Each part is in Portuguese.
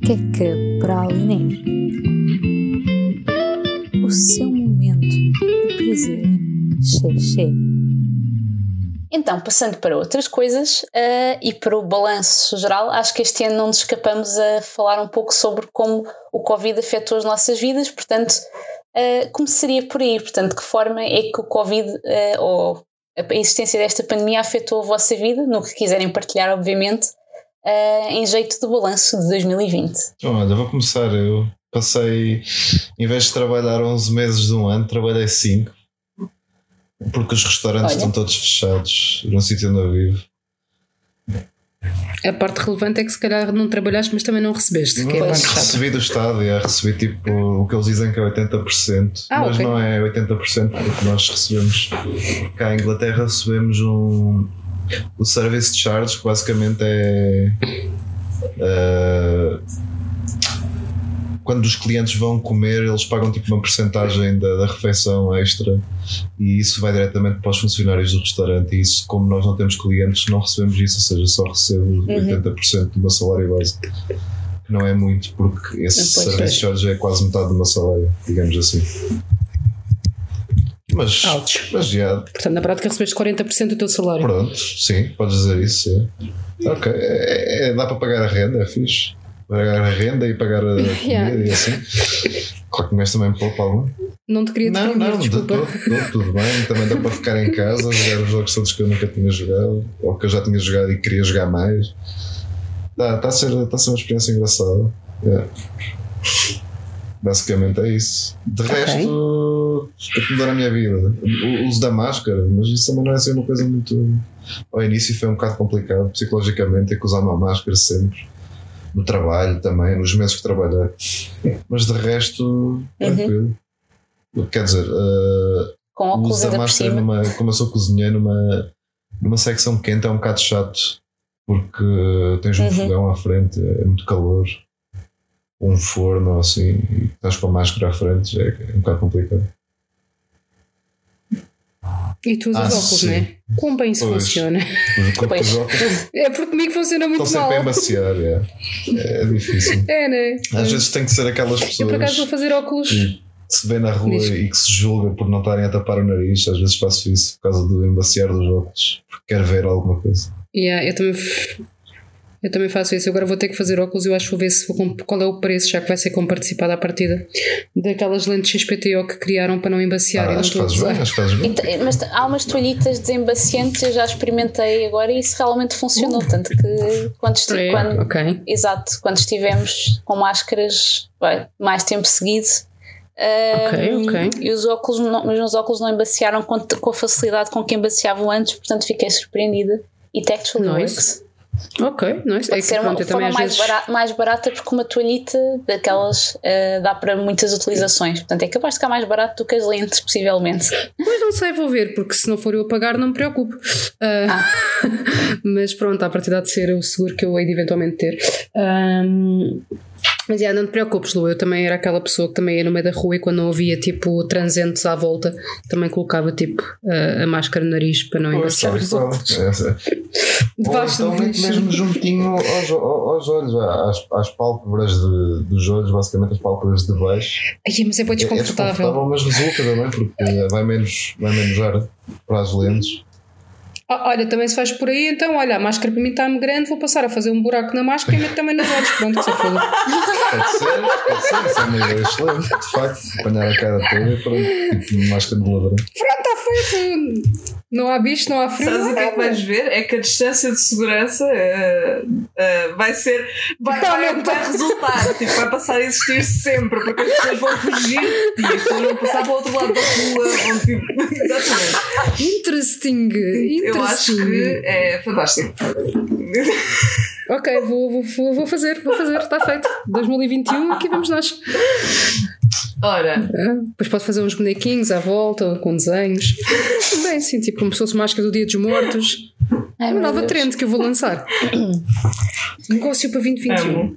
Queca Praline, o seu momento de prazer. Xê. Então, passando para outras coisas e para o balanço geral, acho que este ano não nos escapamos a falar um pouco sobre como o Covid afetou as nossas vidas, portanto, começaria por aí. Portanto, de que forma é que o Covid ou a existência desta pandemia afetou a vossa vida, no que quiserem partilhar, obviamente, em jeito de balanço de 2020. Olha, vou começar. Eu passei, em vez de trabalhar 11 meses de um ano, trabalhei 5. Porque os restaurantes estão todos fechados no sítio onde eu vivo. A parte relevante é que se calhar não trabalhaste, mas também não recebeste. Que é recebi do Estado, recebi tipo o que eles dizem que é 80%, mas okay. Não é 80%, porque nós recebemos, cá em Inglaterra recebemos o service charge, que basicamente é quando os clientes vão comer, eles pagam tipo uma porcentagem da refeição extra, e isso vai diretamente para os funcionários do restaurante, e isso, como nós não temos clientes, não recebemos isso, ou seja, só recebo 80% do meu salário base, que não é muito, porque esse serviço charge é quase metade do meu salário, digamos assim. Mas já. Portanto, na prática recebeste 40% do teu salário. Pronto, sim, podes dizer isso. Ok, dá para pagar a renda, é fixe. Pagar a renda e pagar a comida e assim. Claro que um gajo também me poupa algum. Não te queria deprimir, desculpa. Tudo bem, também dá para ficar em casa, jogar os jogos todos que eu nunca tinha jogado, ou que eu já tinha jogado e queria jogar mais. Está a ser uma experiência engraçada. Basicamente é isso. De resto, o que mudou na minha vida? O uso da máscara, mas isso também não é assim uma coisa muito. Ao início foi um bocado complicado psicologicamente, ter que usar uma máscara sempre. No trabalho também, nos meses que trabalhei, mas de resto, tranquilo. Quer dizer, com o uso da máscara, como eu sou cozinheiro, numa secção quente é um bocado chato, porque tens um fogão à frente, é muito calor, um forno assim, e estás com a máscara à frente, é um bocado complicado. E tu usas óculos, não é? Como bem isso funciona? É porque comigo funciona muito mal. Estou sempre a embaciar, é difícil. É, não é? Às vezes tem que ser aquelas pessoas. Eu por acaso vou fazer óculos. Que se vê na rua e que se julga por não estarem a tapar o nariz. Às vezes faço isso por causa do embaciar dos óculos, porque quero ver alguma coisa. Eu também faço isso. Eu agora vou ter que fazer óculos e eu acho que vou ver qual é o preço, já que vai ser comparticipado à partida, daquelas lentes XPTO que criaram para não embaciar. Acho que fazes bem. Mas há umas toalhitas desembaciantes, eu já experimentei agora e isso realmente funcionou. Tanto que quando estivemos com máscaras mais tempo seguido, e os meus óculos não embaciaram com a facilidade com que embaciavam antes, portanto fiquei surpreendida. It actually works. Ok, nice. Pode ser uma forma mais barata, porque uma toalhita daquelas dá para muitas utilizações, portanto é capaz de ficar mais barato do que as lentes, possivelmente. Pois não sei, vou ver, porque se não for eu a pagar não me preocupo. Mas pronto, à partida de ser o seguro que eu hei de eventualmente ter. Mas não te preocupes, Lu, eu também era aquela pessoa que também ia no meio da rua e quando não havia tipo transeuntes à volta também colocava tipo a máscara no nariz para não embaciar os óculos. Debaixo do mesmo juntinho aos olhos, às pálpebras dos olhos, basicamente as pálpebras de baixo. Mas é bem desconfortável. Mas resulta também, porque vai menos ar para as lentes. Olha, também se faz por aí, então olha, a máscara para mim está-me grande, vou passar a fazer um buraco na máscara e meto também nos olhos, pronto, que se foda. Pode ser, isso é uma ideia excelente, de facto, apanhar a cara toda e pronto, tipo máscara de ladrão. Pronto, está feito, não há bicho, não há frio. Sabes o que é que vais ver? É que a distância de segurança vai resultar, tipo, vai passar a existir sempre, porque as pessoas vão fugir de ti, as pessoas vão passar para o outro lado da rua, vão tipo. Interesting. Eu acho que é fantástico. Ok, vou fazer, está feito. 2021, aqui vamos nós. Ora. Depois pode fazer uns bonequinhos à volta, com desenhos. Bem, sim, tipo como se fosse máscara do Dia dos Mortos. É uma nova trend que eu vou lançar. Negócio para 2021.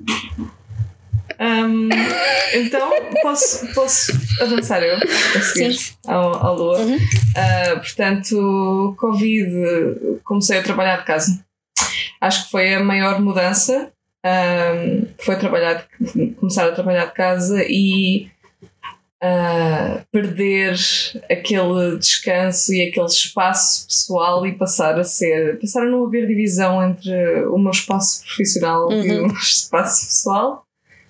Então posso avançar eu a seguir à Lua. Portanto, Covid, comecei a trabalhar de casa. Acho que foi a maior mudança foi começar a trabalhar de casa e perder aquele descanso e aquele espaço pessoal e passar a não haver divisão entre o meu espaço profissional e o meu espaço pessoal.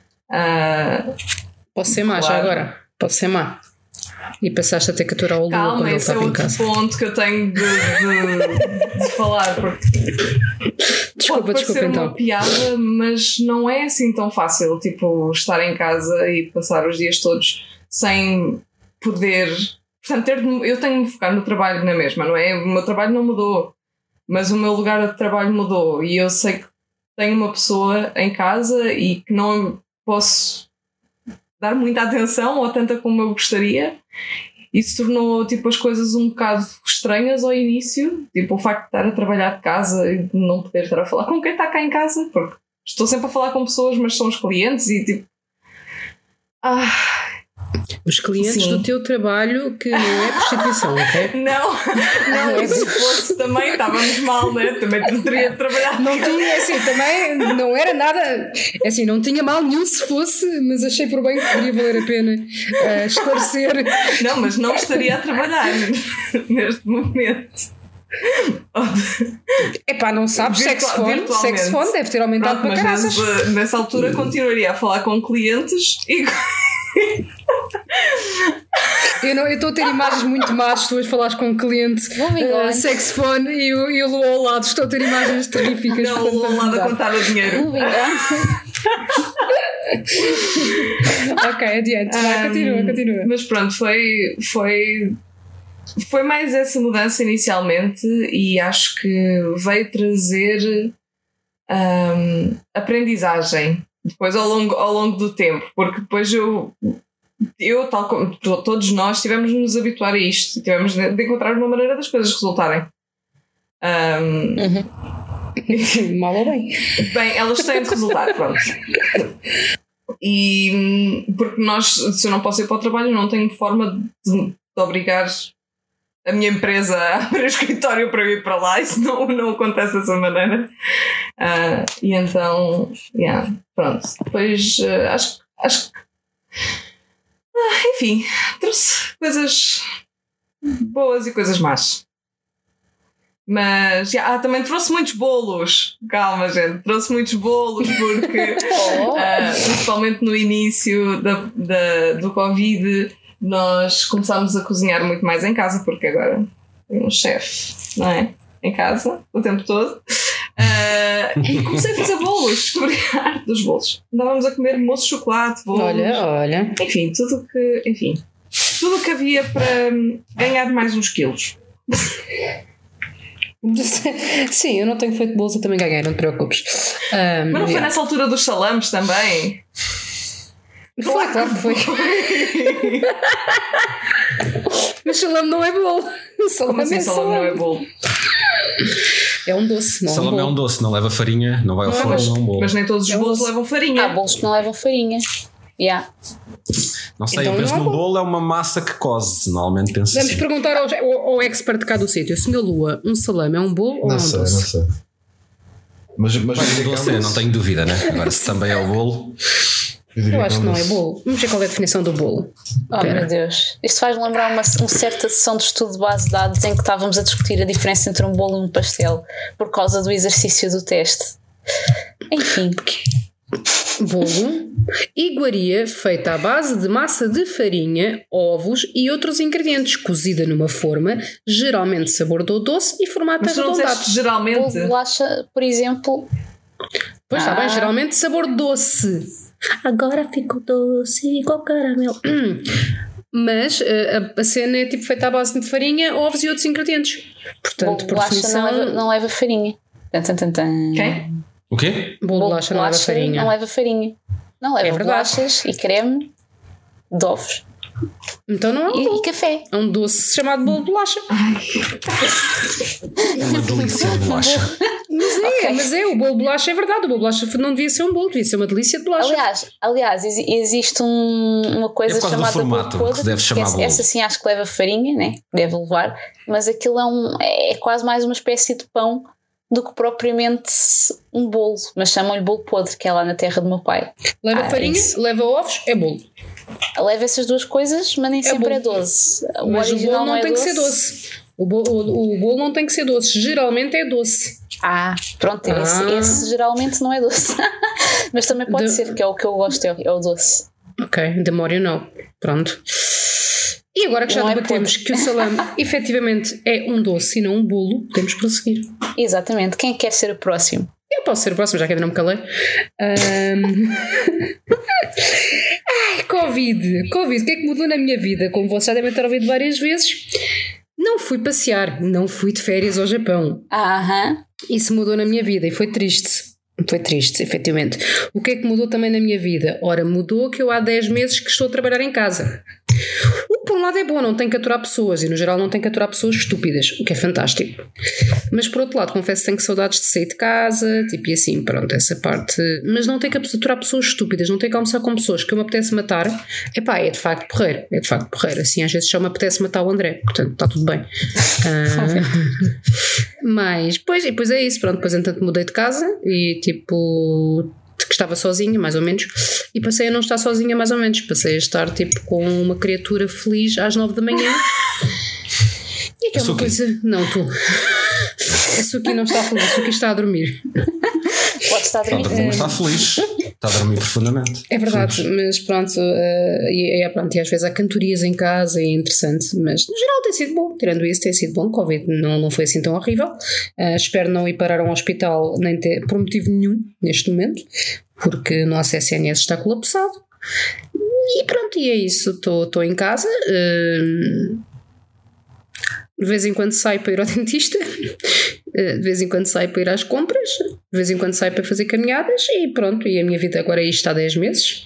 Posso ser má já agora? Posso ser má? E passaste a ter que aturar o Lua quando ele estava em casa. Esse é outro ponto que eu tenho de falar, porque desculpa ser então. uma piada, mas não é assim tão fácil, tipo, estar em casa e passar os dias todos sem poder... Portanto, eu tenho de me focar no trabalho na mesma, não é? O meu trabalho não mudou, mas o meu lugar de trabalho mudou, e eu sei que tenho uma pessoa em casa e que não posso dar muita atenção ou tanta como eu gostaria. Isso tornou tipo, as coisas um bocado estranhas ao início, tipo o facto de estar a trabalhar de casa e não poder estar a falar com quem está cá em casa, porque estou sempre a falar com pessoas, mas são os clientes e tipo... Os clientes do teu trabalho, que não é prostituição, ok? Não, e se fosse também estávamos mal, né? Também teria de trabalhar. Não tinha, assim, também não era nada, assim, não tinha mal nenhum se fosse, mas achei por bem que poderia valer a pena esclarecer. Não, mas não estaria a trabalhar neste momento. Epá, não sabes, sexfone deve ter aumentado. Pronto, para caraças. Nessa altura continuaria a falar com clientes e... Eu estou a ter imagens muito más, tu a falares com um cliente, sexfone e o Lua ao lado, estou a ter imagens terríficas. Não, o Lua ao lado a contar o dinheiro. Ok, adiante, continua. Mas pronto, foi mais essa mudança inicialmente, e acho que veio trazer aprendizagem depois ao longo do tempo, porque depois eu tal como todos nós, tivemos de nos habituar a isto, tivemos de encontrar uma maneira das coisas resultarem. Mal ou bem? Bem, elas têm de resultar, pronto. E porque se eu não posso ir para o trabalho, eu não tenho forma de obrigar a minha empresa a abrir o escritório para eu ir para lá, isso não acontece dessa maneira. E então, pronto. Depois acho que enfim, trouxe coisas boas e coisas más. Mas também trouxe muitos bolos. Calma, gente, trouxe muitos bolos porque principalmente no início do Covid nós começámos a cozinhar muito mais em casa, porque agora tem um chefe, não é? Em casa, o tempo todo. E comecei a fazer bolos, descobri a arte dos bolos. Andávamos a comer moço de chocolate, bolos. Olha. Enfim, tudo que havia para ganhar mais uns quilos. Sim, eu não tenho feito bolos, eu também ganhei, não te preocupes. Mas não foi nessa altura dos salames também? Claro que foi. Mas salame não é bolo. Como assim salame não é bolo? É um doce, não é um bolo. Salame é um doce, não leva farinha, não vai ao forno, não é um bolo. Mas nem todos os bolos levam farinha. Há bolos que não levam farinha. Não sei, então, eu penso num bolo é uma massa que cose. Normalmente penso Vamos assim. perguntar ao expert de cá do sítio. Senhor Lua, um salame é um bolo ou é um doce? Não sei. Mas doce, não tenho dúvida, né? Agora, se também é o bolo... Eu acho que não é bolo. Vamos ver qual é a definição do bolo. Meu Deus. Isto faz-me lembrar uma certa sessão de estudo de base de dados em que estávamos a discutir a diferença entre um bolo e um pastel por causa do exercício do teste. Enfim. Bolo, iguaria feita à base de massa de farinha, ovos e outros ingredientes, cozida numa forma, geralmente sabor do doce e formato arredondado. Geralmente. Bolo de bolacha, por exemplo. Pois está bem, geralmente sabor doce. Agora ficou doce igual caramelo. Mas a cena é tipo feita à base de farinha, ovos e outros ingredientes. Portanto, por definição... não leva farinha. Quem? O quê? Bolo de bolacha não leva farinha. Não leva farinha. Não leva bolachas e creme de ovos. Então não é um bolo. E café. É um doce chamado bolo de bolacha. É uma delícia de bolacha. Mas o bolo de bolacha é verdade. O bolo de bolacha não devia ser um bolo, devia ser uma delícia de bolacha. Aliás existe uma coisa chamada formato bolo que se deve chamar bolo. Essa sim acho que leva farinha, né? Deve levar, mas aquilo é quase mais uma espécie de pão do que propriamente um bolo, mas chamam-lhe bolo podre, que é lá na terra do meu pai. Leva farinha, leva ovos, é bolo. Leva essas duas coisas, mas nem sempre é doce. Mas o bolo não tem que ser doce. O bolo não tem que ser doce, geralmente é doce. Pronto, esse geralmente não é doce. Mas também pode ser, que é o que eu gosto, é o doce. Ok, the more you know. Pronto. E agora que já debatemos que o salame efetivamente é um doce e não um bolo, podemos prosseguir. Exatamente. Quem quer ser o próximo? Eu posso ser o próximo, já que ainda não me calei. Covid, o que é que mudou na minha vida? Como vocês já devem ter ouvido várias vezes, não fui passear, não fui de férias ao Japão. Isso mudou na minha vida e foi triste. Foi triste, efetivamente. O que é que mudou também na minha vida? Ora, mudou que eu há 10 meses que estou a trabalhar em casa. O que por um lado é bom, não tenho que aturar pessoas e no geral não tenho que aturar pessoas estúpidas, o que é fantástico. Mas por outro lado, confesso que tenho saudades de sair de casa, tipo e assim, pronto, essa parte. Mas não tenho que aturar pessoas estúpidas, não tenho que almoçar com pessoas que eu me apetece matar. É de facto porreiro, assim às vezes só me apetece matar o André, portanto está tudo bem. Mas depois é isso, pronto, depois entanto mudei de casa e tipo que estava sozinha, mais ou menos, e passei a não estar sozinha, mais ou menos, passei a estar tipo com uma criatura feliz às 9 da manhã. E aquela uma coisa, não, tu a Suki não está feliz, a Suki está a dormir. Pode estar a dormir. Não está feliz, está a dormir profundamente. É verdade, feliz. Mas pronto, e às vezes há cantorias em casa, é interessante, mas no geral tem sido bom, tirando isso tem sido bom. Covid não foi assim tão horrível. Espero não ir parar a um hospital nem ter, por motivo nenhum neste momento, porque o nosso SNS está colapsado. E pronto, e é isso, estou em casa. De vez em quando saio para ir ao dentista, de vez em quando saio para ir às compras, de vez em quando saio para fazer caminhadas e pronto, e a minha vida agora é isto há 10 meses.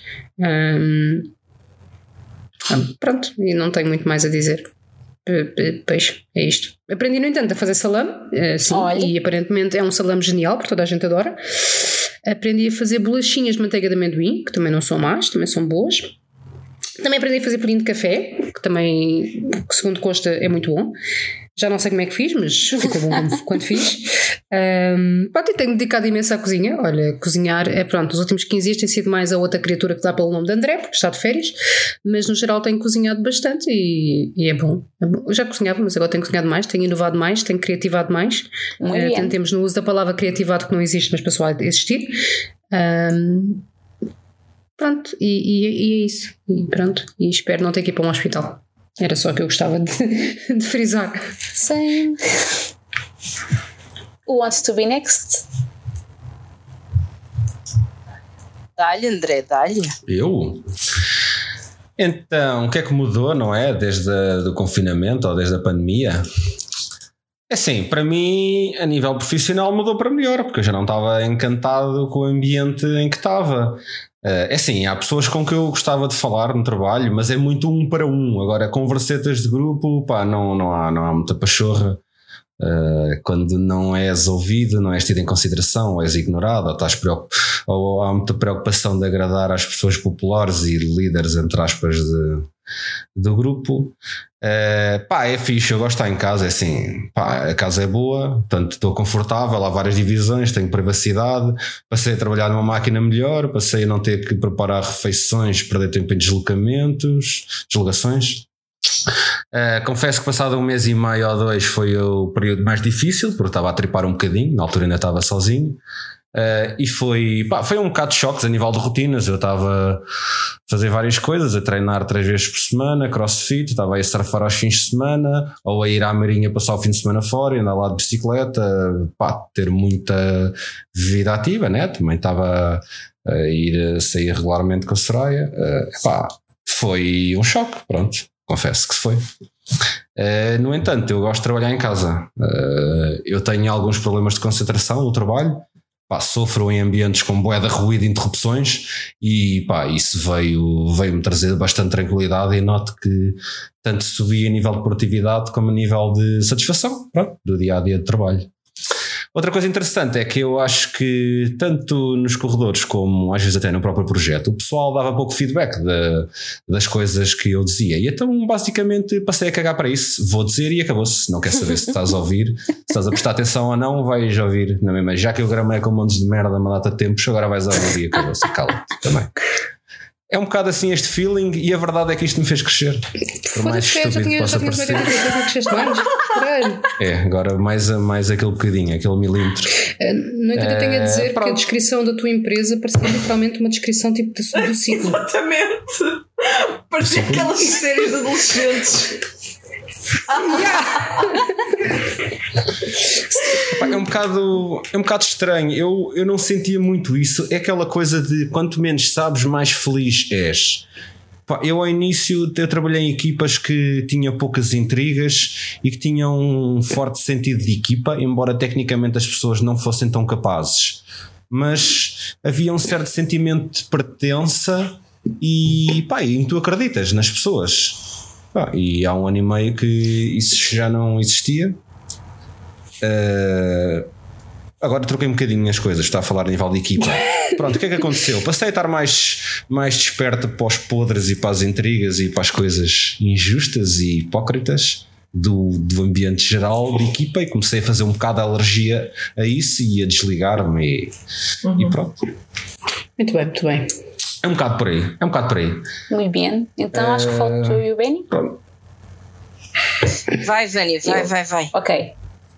Pronto, e não tenho muito mais a dizer. Pois, é isto. Aprendi, no entanto, a fazer salame, sim, e aparentemente é um salame genial, porque toda a gente adora. Aprendi a fazer bolachinhas de manteiga de amendoim, que também não são más, também são boas. Também aprendi a fazer pudim de café, que também, segundo consta, é muito bom. Já não sei como é que fiz, mas ficou bom quando fiz. Pronto, e tenho dedicado imenso à cozinha. Olha, cozinhar pronto, os últimos 15 dias tem sido mais a outra criatura que dá pelo nome de André, porque está de férias, mas no geral tenho cozinhado bastante e é bom. Eu já cozinhava, mas agora tenho cozinhado mais, tenho inovado mais, tenho criativado mais. Temos no uso da palavra criativado, que não existe, mas passou a existir. Pronto, e é isso. E pronto, e espero não ter que ir para um hospital. Era só o que eu gostava de frisar. Same. Who wants to be next? Dá-lhe, André, dá-lhe. Eu? Então, o que é que mudou, não é? Desde o confinamento ou desde a pandemia? É assim, para mim, a nível profissional mudou para melhor, porque eu já não estava encantado com o ambiente em que estava. É assim, há pessoas com que eu gostava de falar no trabalho, mas é muito um para um. Agora, conversetas de grupo, pá, não há muita pachorra. Quando não és ouvido, não és tido em consideração, ou és ignorado, ou há muita preocupação de agradar às pessoas populares e líderes, entre aspas, do grupo. É fixe, eu gosto de estar em casa, é assim, a casa é boa, portanto estou confortável, há várias divisões, tenho privacidade, passei a trabalhar numa máquina melhor, passei a não ter que preparar refeições, perder tempo em deslocações. Confesso que passado 1 mês e meio ou 2 foi o período mais difícil, porque estava a tripar um bocadinho, na altura ainda estava sozinho. E foi um bocado de choques a nível de rotinas. Eu estava a fazer várias coisas, a treinar 3 vezes por semana, crossfit, estava a ir surfar aos fins de semana, ou a ir à marinha passar o fim de semana fora, andar lá de bicicleta, ter muita vida ativa, né? Também estava a ir a sair regularmente com a Soraya. Foi um choque, pronto, confesso que foi. No entanto, eu gosto de trabalhar em casa. Eu tenho alguns problemas de concentração no trabalho. Sofro em ambientes com bué de ruído e interrupções e isso veio-me trazer bastante tranquilidade e noto que tanto subi a nível de produtividade como a nível de satisfação do dia-a-dia de trabalho. Outra coisa interessante é que eu acho que tanto nos corredores como às vezes até no próprio projeto, o pessoal dava pouco feedback das coisas que eu dizia, e então basicamente passei a cagar para isso. Vou dizer e acabou-se. Não quer saber se estás a ouvir, se estás a prestar atenção ou não, vais ouvir na mesma. Já que eu gramei com montes de merda uma data de tempos, agora vais ouvir e acabou-se. Cala-te também. É um bocado assim este feeling, e a verdade é que isto me fez crescer. Por mais estúpido que possa parecer. Agora mais aquele bocadinho, aquele milímetro. No entanto, eu tenho a dizer que a descrição da tua empresa parecia literalmente uma descrição tipo do ciclo. Exatamente. Parecia aquelas séries de adolescentes. É um bocado estranho. Eu não sentia muito isso. É aquela coisa de quanto menos sabes, mais feliz és. Eu ao início eu trabalhei em equipas que tinham poucas intrigas e que tinham um forte sentido de equipa, embora tecnicamente as pessoas não fossem tão capazes, mas havia um certo sentimento de pertença e tu acreditas nas pessoas. E há 1 ano e meio que isso já não existia. Agora troquei um bocadinho as coisas. Está a falar a nível de equipa. Pronto, o que é que aconteceu? Passei a estar mais desperto para os podres e para as intrigas e para as coisas injustas e hipócritas do ambiente geral de equipa, e comecei a fazer um bocado de alergia a isso e a desligar-me e pronto. Muito bem. É um bocado por aí. Muito bem. Então acho que falta tu e o Benny. Vai, Vânia, vai. Ok.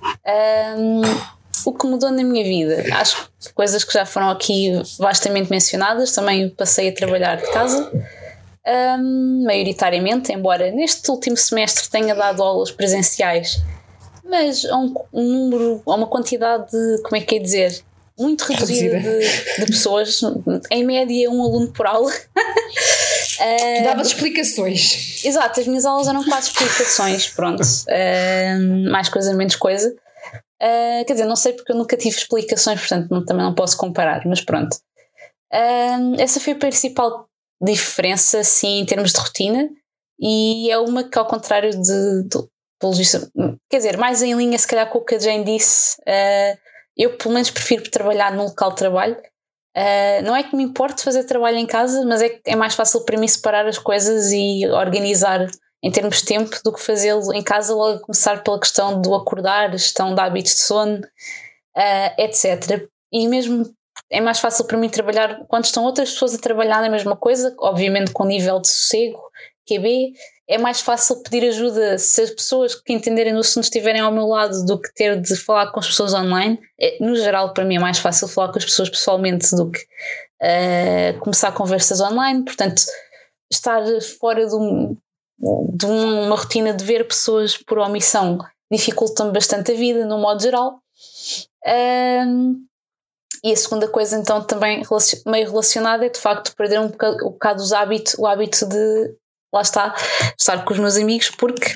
O que mudou na minha vida? Acho que coisas que já foram aqui vastamente mencionadas. Também passei a trabalhar de casa, maioritariamente, embora neste último semestre tenha dado aulas presenciais, mas a um número, a uma quantidade de, como é que é dizer, muito reduzida de pessoas, em média 1 aluno por aula. Davas explicações. Exato, as minhas aulas eram quase explicações, pronto. Mais coisa, menos coisa. Quer dizer, não sei porque eu nunca tive explicações, portanto também não posso comparar, mas pronto. Essa foi a principal diferença, assim, em termos de rotina, e é uma que, ao contrário quer dizer, mais em linha se calhar com o que a Jane disse, eu pelo menos prefiro trabalhar num local de trabalho. Não é que me importe fazer trabalho em casa, mas é mais fácil para mim separar as coisas e organizar em termos de tempo do que fazê-lo em casa, logo a começar pela questão do acordar, gestão de hábitos de sono, etc. E mesmo é mais fácil para mim trabalhar quando estão outras pessoas a trabalhar na mesma coisa, obviamente com nível de sossego, QB. É mais fácil pedir ajuda se as pessoas que entenderem do assunto estiverem ao meu lado do que ter de falar com as pessoas online. No geral, para mim é mais fácil falar com as pessoas pessoalmente do que começar conversas online. Portanto, estar fora de uma rotina de ver pessoas por omissão dificulta-me bastante a vida, no modo geral. E a segunda coisa, então, também meio relacionada, é de facto perder um bocado o hábito de, lá está, estar com os meus amigos, porque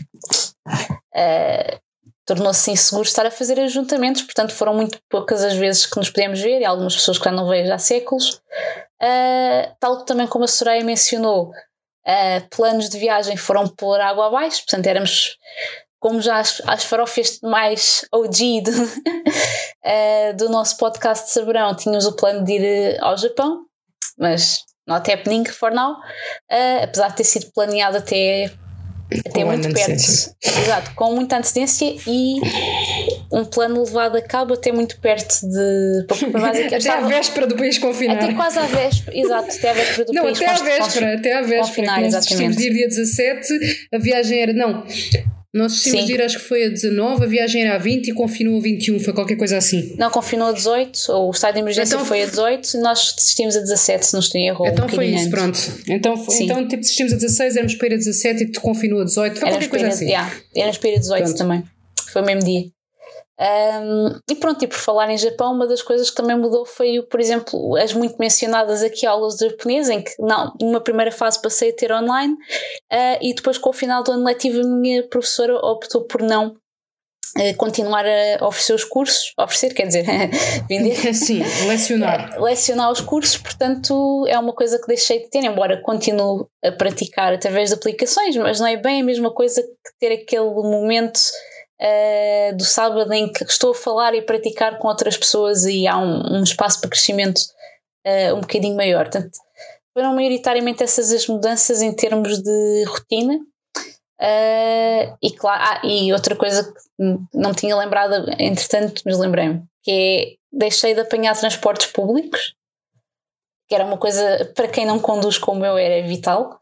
tornou-se inseguro estar a fazer ajuntamentos. Portanto, foram muito poucas as vezes que nos podemos ver, e algumas pessoas que já não vejo há séculos. Tal também como a Soraya mencionou, planos de viagem foram por água abaixo. Portanto, éramos, como já as farofas mais OG do nosso podcast de Saberão, tínhamos o plano de ir ao Japão, mas not happening for now, apesar de ter sido planeado até muito perto. Exato, com muita antecedência, e um plano levado a cabo até muito perto de... Até à véspera do país confinar. Até quase à véspera, exato, até à véspera do país confinar. Até à véspera. Confinar, nós decidimos de ir dia 17, a viagem era... Não, nós decidimos de ir, acho que foi a 19, a viagem era a 20 e confinou a 21, foi qualquer coisa assim. Não, confinou a 18, ou o estado de emergência então, foi a 18, e nós desistimos a 17, se não estou em erro. Então foi isso, pronto. Então tipo, desistimos a 16, éramos para ir a 17 e te confinou a 18, foi qualquer coisa assim. Éramos para ir a 18 pronto. Também, foi o mesmo dia. E pronto, e por falar em Japão, uma das coisas que também mudou foi, por exemplo, as muito mencionadas aqui aulas de japonês, em que numa primeira fase passei a ter online, e depois com o final do ano letivo a minha professora optou por não continuar a oferecer os cursos, quer dizer, vender. Sim, lecionar os cursos. Portanto é uma coisa que deixei de ter, embora continuo a praticar através de aplicações, mas não é bem a mesma coisa que ter aquele momento do sábado em que estou a falar e praticar com outras pessoas e há um espaço para crescimento um bocadinho maior. Portanto, foram maioritariamente essas as mudanças em termos de rotina. E claro, e outra coisa que não me tinha lembrado entretanto, mas lembrei-me, que é deixei de apanhar transportes públicos, que era uma coisa para quem não conduz como eu era vital,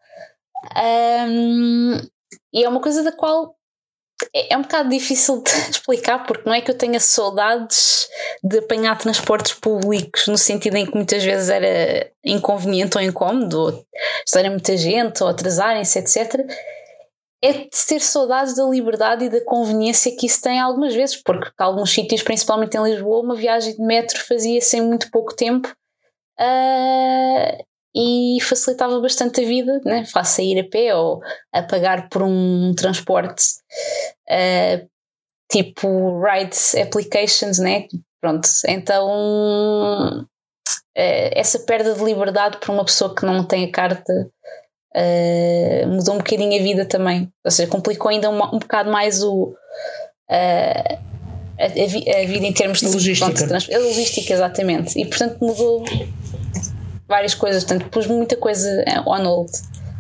e é uma coisa da qual é um bocado difícil de explicar, porque não é que eu tenha saudades de apanhar transportes públicos no sentido em que muitas vezes era inconveniente ou incómodo, ou estarem muita gente, ou atrasarem-se, etc. É de ter saudades da liberdade e da conveniência que isso tem algumas vezes, porque alguns sítios, principalmente em Lisboa, uma viagem de metro fazia-se em muito pouco tempo e facilitava bastante a vida, né? Face a ir a pé ou a pagar por um transporte tipo rides applications, né? Pronto, então essa perda de liberdade para uma pessoa que não tem a carta mudou um bocadinho a vida também, ou seja, complicou ainda um bocado mais a vida em termos de logística. A logística, exatamente, e portanto mudou várias coisas, portanto pus muita coisa on hold,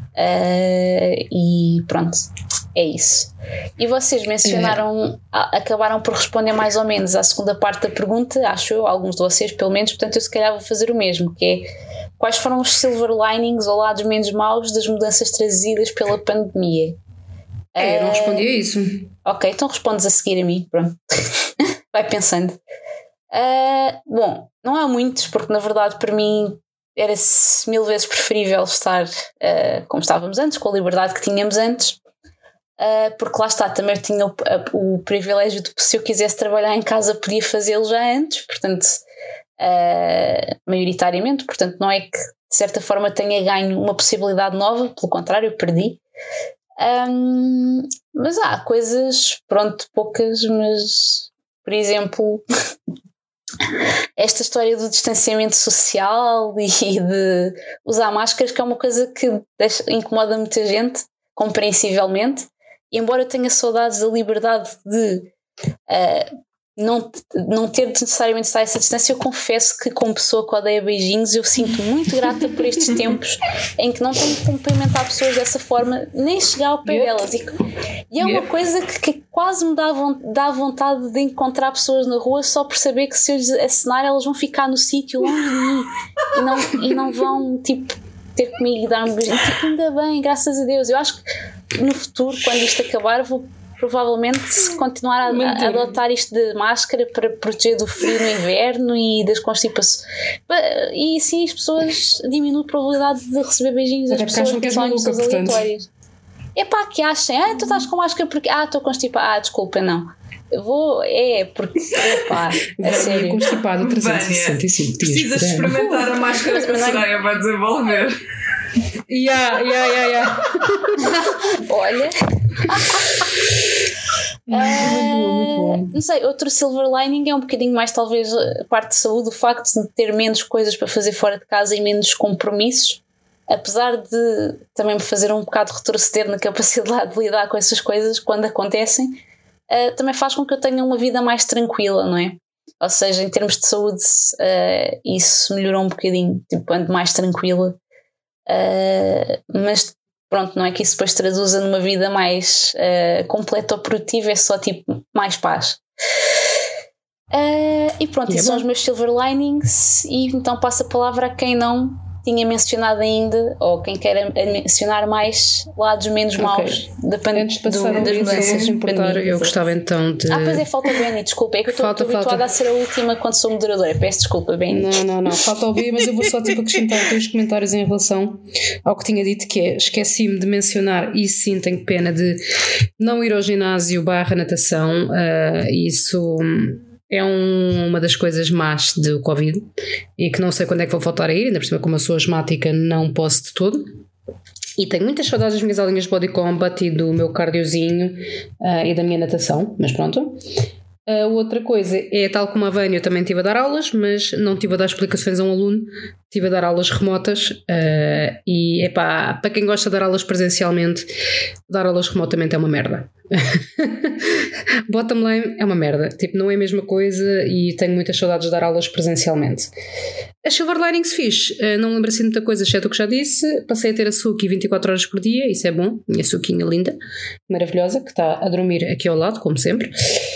e pronto, é isso. E vocês mencionaram, acabaram por responder mais ou menos à segunda parte da pergunta, acho eu, alguns de vocês pelo menos, portanto eu se calhar vou fazer o mesmo, que é: quais foram os silver linings ou lados menos maus das mudanças trazidas pela pandemia? Eu não respondi a isso. Ok, então respondes a seguir a mim, pronto. Vai pensando. Bom, não há muitos, porque na verdade para mim era 1000 vezes preferível estar como estávamos antes, com a liberdade que tínhamos antes, porque lá está, também tinha o privilégio de, se eu quisesse trabalhar em casa, podia fazê-lo já antes, portanto, maioritariamente, portanto não é que de certa forma tenha ganho uma possibilidade nova, pelo contrário, perdi. Mas há coisas, pronto, poucas, mas por exemplo esta história do distanciamento social e de usar máscaras, que é uma coisa que incomoda muita gente, compreensivelmente, e embora eu tenha saudades da liberdade de não ter necessariamente estar a essa distância, eu confesso que, como pessoa que odeia beijinhos, eu sinto muito grata por estes tempos em que não tenho que cumprimentar pessoas dessa forma, nem chegar ao pé delas, e é uma coisa que quase me dá vontade de encontrar pessoas na rua só por saber que, se eu lhes acenar, elas vão ficar no sítio longe de mim e não vão tipo ter comigo e dar-me beijinho. Tipo, ainda bem, graças a Deus. Eu acho que no futuro, quando isto acabar, vou provavelmente continuar a adotar isto de máscara para proteger do frio no inverno e das constipações, e assim as pessoas diminuem a probabilidade de receber beijinhos das pessoas que são em pessoas aleatórias. É pá, que achem, tu estás com máscara porque estou constipada, desculpa, não, eu vou, porque pá, a sério, constipado 365 dias. Precisas experimentar a máscara que a Soraya vai desenvolver. Olha. Muito bom. Não sei, outro silver lining é um bocadinho mais talvez a parte de saúde, o facto de ter menos coisas para fazer fora de casa e menos compromissos, apesar de também me fazer um bocado retroceder na capacidade de lidar com essas coisas quando acontecem, também faz com que eu tenha uma vida mais tranquila, não é? Ou seja, em termos de saúde, isso melhorou um bocadinho, tipo, ando mais tranquila, mas pronto, não é que isso depois traduza numa vida mais completa ou produtiva, é só tipo mais paz. E pronto, esses são os meus silver linings, e então passo a palavra a quem não tinha mencionado ainda, ou quem queira mencionar mais lados menos maus da pandemia. Antes de passar das mudanças, eu gostava então de... pois é, falta o Benny, desculpa, é que eu estou habituada a ser a última quando sou moderadora, peço desculpa, Benny. Não, falta o B, mas eu vou só tipo acrescentar 2 comentários em relação ao que tinha dito, que é, esqueci-me de mencionar, e sim, tenho pena de não ir ao ginásio / natação, isso... É uma das coisas más do Covid, e que não sei quando é que vou voltar a ir, ainda por cima, como eu sou asmática, não posso de todo. E tenho muitas saudades das minhas aulinhas de body combat e do meu cardiozinho e da minha natação, mas pronto. Outra coisa é, tal como a Vânia, eu também estive a dar aulas, mas não estive a dar explicações a um aluno, estive a dar aulas remotas e epá, para quem gosta de dar aulas presencialmente, dar aulas remotamente é uma merda. Bottom line, é uma merda. Tipo, não é a mesma coisa e tenho muitas saudades de dar aulas presencialmente. As Silver Linings fiz, não lembro assim de muita coisa, exceto o que já disse. Passei a ter a Suki 24 horas por dia, isso é bom. Minha Suquinha linda, maravilhosa, que está a dormir aqui ao lado, como sempre.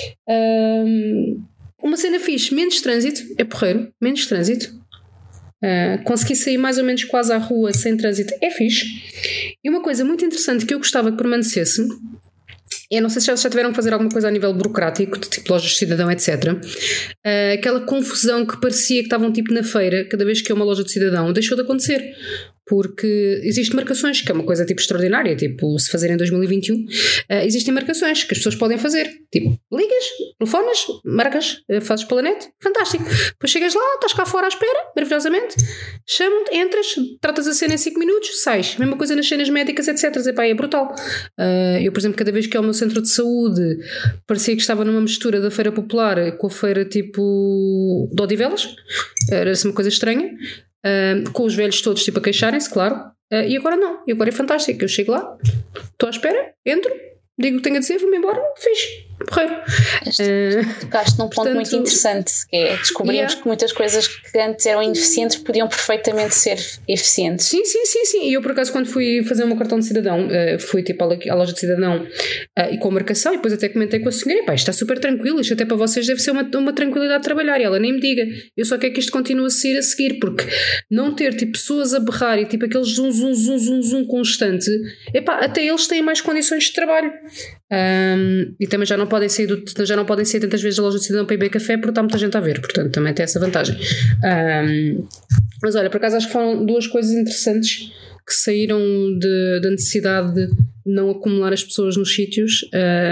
Uma cena fixe, menos trânsito, é porreiro, menos trânsito. Consegui sair mais ou menos quase à rua sem trânsito, é fixe. E uma coisa muito interessante que eu gostava que permanecesse, eu não sei se já tiveram que fazer alguma coisa a nível burocrático, de tipo lojas de cidadão, etc. Aquela confusão que parecia que estavam tipo na feira, cada vez que é uma loja de cidadão, deixou de acontecer. Porque existem marcações, que é uma coisa tipo extraordinária, tipo se fazer em 2021, existem marcações que as pessoas podem fazer, tipo ligas, telefonas, marcas, fazes pela net, fantástico, depois chegas lá, estás cá fora à espera, maravilhosamente, chamam-te, entras, tratas a cena em 5 minutos, sais, mesma coisa nas cenas médicas, etc. Epá, é brutal. Eu, por exemplo, cada vez que é o meu centro de saúde, parecia que estava numa mistura da feira popular com a feira tipo de Odivelas, era assim uma coisa estranha. Com os velhos todos tipo a queixarem-se, claro, e agora não, e agora é fantástico, eu chego lá, estou à espera, entro, digo o que tenho a dizer, vou-me embora, fixe, porreiro. Tocaste num ponto muito interessante, que é descobrimos que muitas coisas que antes eram ineficientes podiam perfeitamente ser eficientes. Sim, e eu por acaso quando fui fazer o meu cartão de cidadão, fui tipo à loja de cidadão e com a marcação, e depois até comentei com a senhora, pá, isto está super tranquilo, isto até para vocês deve ser uma tranquilidade de trabalhar, e ela nem me diga, eu só quero que isto continue a seguir, porque não ter tipo pessoas a berrar e tipo aqueles zoom constante, epá, até eles têm mais condições de trabalho. E também já não podem sair tantas vezes da loja de cidadão para ir beber café porque está muita gente a ver, portanto também tem essa vantagem. Mas olha, por acaso acho que foram duas coisas interessantes que saíram da necessidade de não acumular as pessoas nos sítios.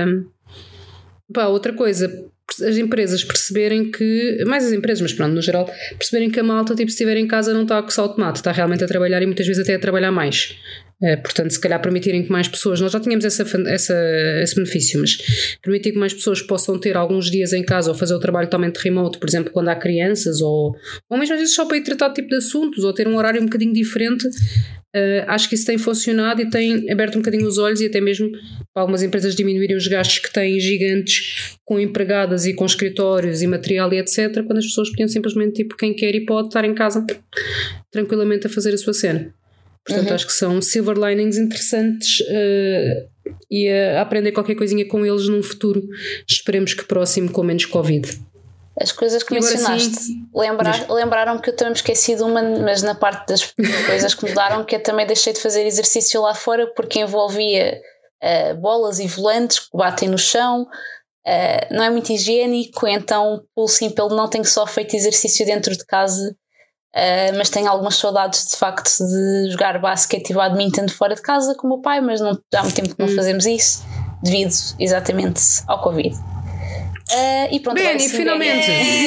Outra coisa, as empresas perceberem que, mais as empresas, mas pronto, no geral, perceberem que a malta, tipo, se estiver em casa não está a coçar o tomate, está realmente a trabalhar e muitas vezes até a trabalhar mais. Portanto, se calhar permitirem que mais pessoas, nós já tínhamos esse benefício, mas permitir que mais pessoas possam ter alguns dias em casa ou fazer o trabalho totalmente remote, por exemplo, quando há crianças ou mesmo às vezes só para ir tratar tipo de assuntos ou ter um horário um bocadinho diferente. Acho que isso tem funcionado e tem aberto um bocadinho os olhos e até mesmo para algumas empresas diminuírem os gastos que têm gigantes com empregadas e com escritórios e material e etc, quando as pessoas podiam simplesmente, tipo, quem quer e pode estar em casa tranquilamente a fazer a sua cena. Portanto, acho que são silver linings interessantes e a aprender qualquer coisinha com eles num futuro, esperemos que próximo, com menos Covid. As coisas que mencionaste lembraram-me que eu também me esqueci de uma, mas na parte das coisas que mudaram, que eu também deixei de fazer exercício lá fora porque envolvia bolas e volantes que batem no chão, não é muito higiênico, então o Simple não tenho só feito exercício dentro de casa, mas tenho algumas saudades de facto de jogar basquete e badminton fora de casa com o meu pai, mas não, há muito tempo que não fazemos isso devido exatamente ao Covid. E pronto, Benny, finalmente!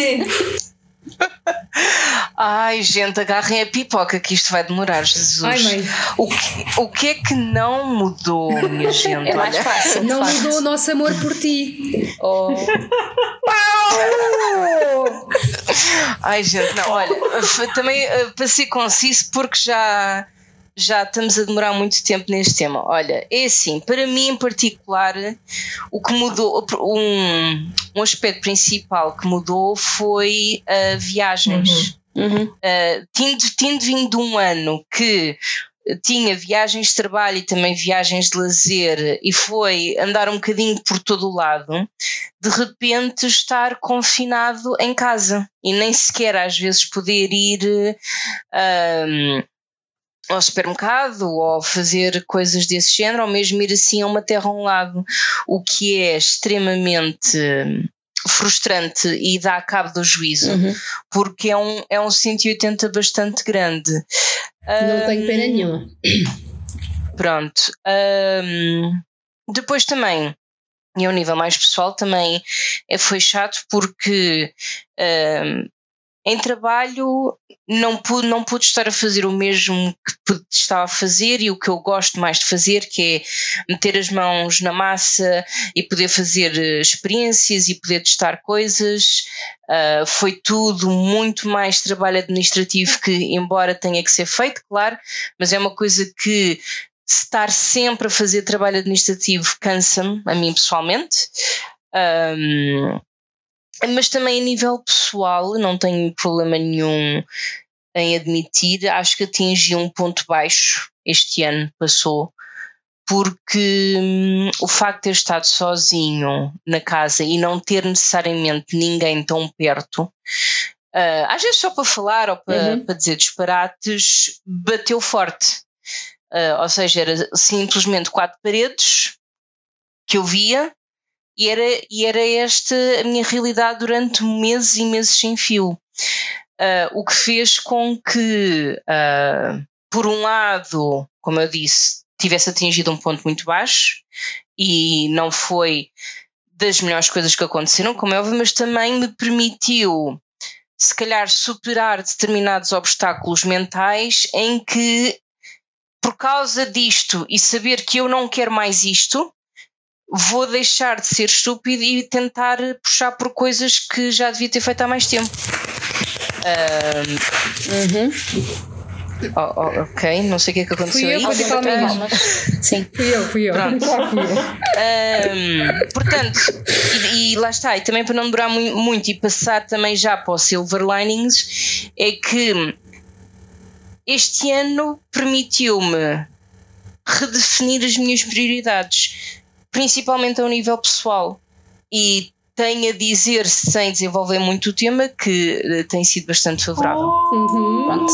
Ai, gente, agarrem a pipoca que isto vai demorar, Jesus. Ai, mãe. O que é que não mudou, minha gente? É mais fácil. Não mudou o nosso amor por ti. Ai, gente, não, olha, também para ser conciso, porque já estamos a demorar muito tempo neste tema. Olha, é assim, para mim em particular, o que mudou, um aspecto principal que mudou foi viagens. Tendo vindo de um ano que tinha viagens de trabalho e também viagens de lazer e foi andar um bocadinho por todo o lado, de repente estar confinado em casa e nem sequer às vezes poder ir ao supermercado ou fazer coisas desse género, ou mesmo ir assim a uma terra a um lado, o que é extremamente frustrante e dá cabo do juízo, porque é um 180 bastante grande. Não tenho pena nenhuma. Pronto. Depois também, e a um nível mais pessoal, também foi chato porque Em trabalho não pude estar a fazer o mesmo que estava a fazer e o que eu gosto mais de fazer, que é meter as mãos na massa e poder fazer experiências e poder testar coisas. Foi tudo muito mais trabalho administrativo que, embora tenha que ser feito, claro, mas é uma coisa que estar sempre a fazer trabalho administrativo cansa-me, a mim pessoalmente. Mas também a nível pessoal não tenho problema nenhum em admitir, acho que atingi um ponto baixo este ano, passou, porque o facto de ter estado sozinho na casa e não ter necessariamente ninguém tão perto, às vezes só para falar ou para dizer disparates, bateu forte. Ou seja, era simplesmente 4 paredes que eu via. E era esta a minha realidade durante meses e meses sem fio. O que fez com que, por um lado, como eu disse, tivesse atingido um ponto muito baixo e não foi das melhores coisas que aconteceram, como é óbvio, mas também me permitiu, se calhar, superar determinados obstáculos mentais em que, por causa disto e saber que eu não quero mais isto, vou deixar de ser estúpido e tentar puxar por coisas que já devia ter feito há mais tempo. Ok, não sei o que é que aconteceu aí. Sim, fui eu. Pronto. Portanto, e lá está, e também para não demorar muito e passar também já para o Silver Linings, é que este ano permitiu-me redefinir as minhas prioridades, principalmente ao nível pessoal, e tenho a dizer, sem desenvolver muito o tema, que tem sido bastante favorável. Pronto.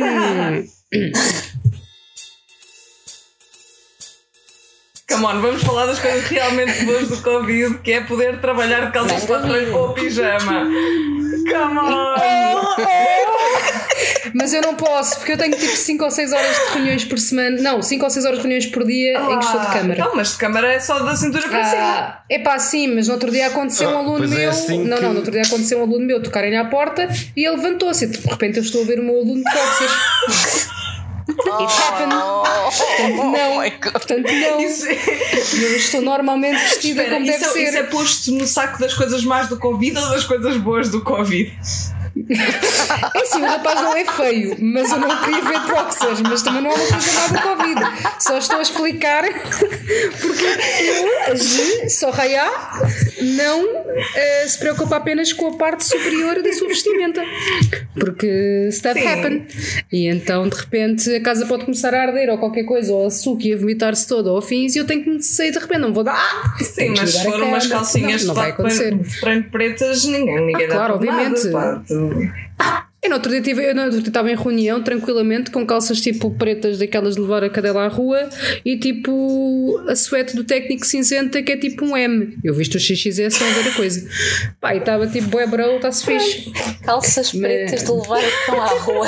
Come on, vamos falar das coisas realmente boas do Covid, que é poder trabalhar de calças de patrões ou pijama. Come on! Mas eu não posso, porque eu tenho tipo 5 ou 6 horas de reuniões por semana. Não, 5 ou 6 horas de reuniões por dia em que estou de câmara. Não, mas de câmara é só da cintura para cima. É pá, sim, mas no outro dia aconteceu um aluno meu. No outro dia aconteceu um aluno meu tocarem-lhe à porta e ele levantou-se. E de repente eu estou a ver o meu aluno de boxers. It happened. Portanto, não. Eu estou normalmente vestida como deve ser. Isso é posto no saco das coisas más do Covid ou das coisas boas do Covid? É assim, o rapaz não é feio, mas eu não queria ver boxers, mas também não é uma coisa má do Covid. Só estou a explicar porque eu, a G, Soraya, não se preocupa apenas com a parte superior da sua vestimenta, porque stuff happen. E então de repente a casa pode começar a arder ou qualquer coisa, ou a suco e a vomitar-se toda ou afins, e eu tenho que me sair de repente, não vou dar. Sim, mas se for umas calcinhas não vai acontecer. Pretas, ninguém dá claro, por obviamente. Nada, Eu no outro dia estava em reunião tranquilamente com calças tipo pretas daquelas de levar a cadela à rua e tipo a suéte do técnico cinzenta que é tipo um M. Eu visto o XXS a ver a coisa. Pá, e estava tipo bué bro, está-se fixe. Calças pretas de levar a cão à rua.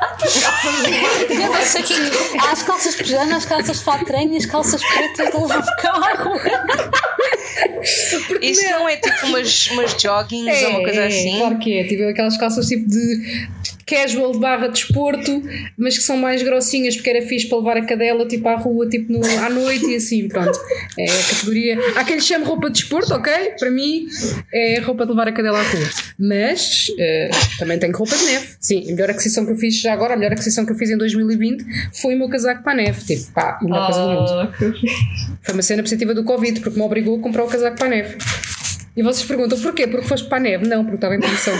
Eu não sei que há as calças de pijama, as calças de fato de treino e as calças pretas de levar o cão à rua. Isso não é tipo umas joggings ou uma coisa assim? Claro que é, tipo aquelas calças tipo de casual / desporto, mas que são mais grossinhas porque era fixe para levar a cadela tipo à rua, tipo à noite e assim, pronto. É a categoria. Há quem lhe chame roupa de desporto, ok? Para mim é roupa de levar a cadela à rua. Mas também tenho roupa de neve. Sim, a melhor aquisição que eu fiz já agora, a melhor aquisição que eu fiz em 2020 foi o meu casaco para a neve. Tipo, pá, a melhor coisa do mundo. Foi uma cena positiva do Covid, porque me obrigou a comprar o casaco para a neve. E vocês perguntam porquê? Porque foste para a neve? Não, porque estava em promoção.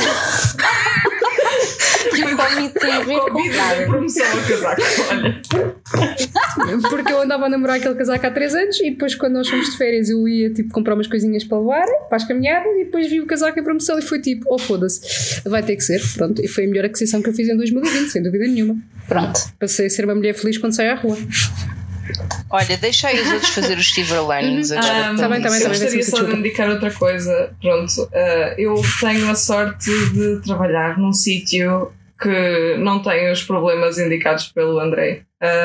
Covid tem promoção ao casaco, olha. Porque eu andava a namorar aquele casaco há 3 anos e depois quando nós fomos de férias eu ia tipo comprar umas coisinhas para levar, para as caminhadas, e depois vi o casaco em promoção e foi tipo, oh foda-se, vai ter que ser, pronto. E foi a melhor aquisição que eu fiz em 2020, sem dúvida nenhuma. Pronto. Passei a ser uma mulher feliz quando saio à rua. Olha, deixa aí os outros fazer os Silver Linings agora. Tá bem. Eu gostaria só de indicar outra coisa. Pronto, eu tenho a sorte de trabalhar num sítio que não tem os problemas indicados pelo André.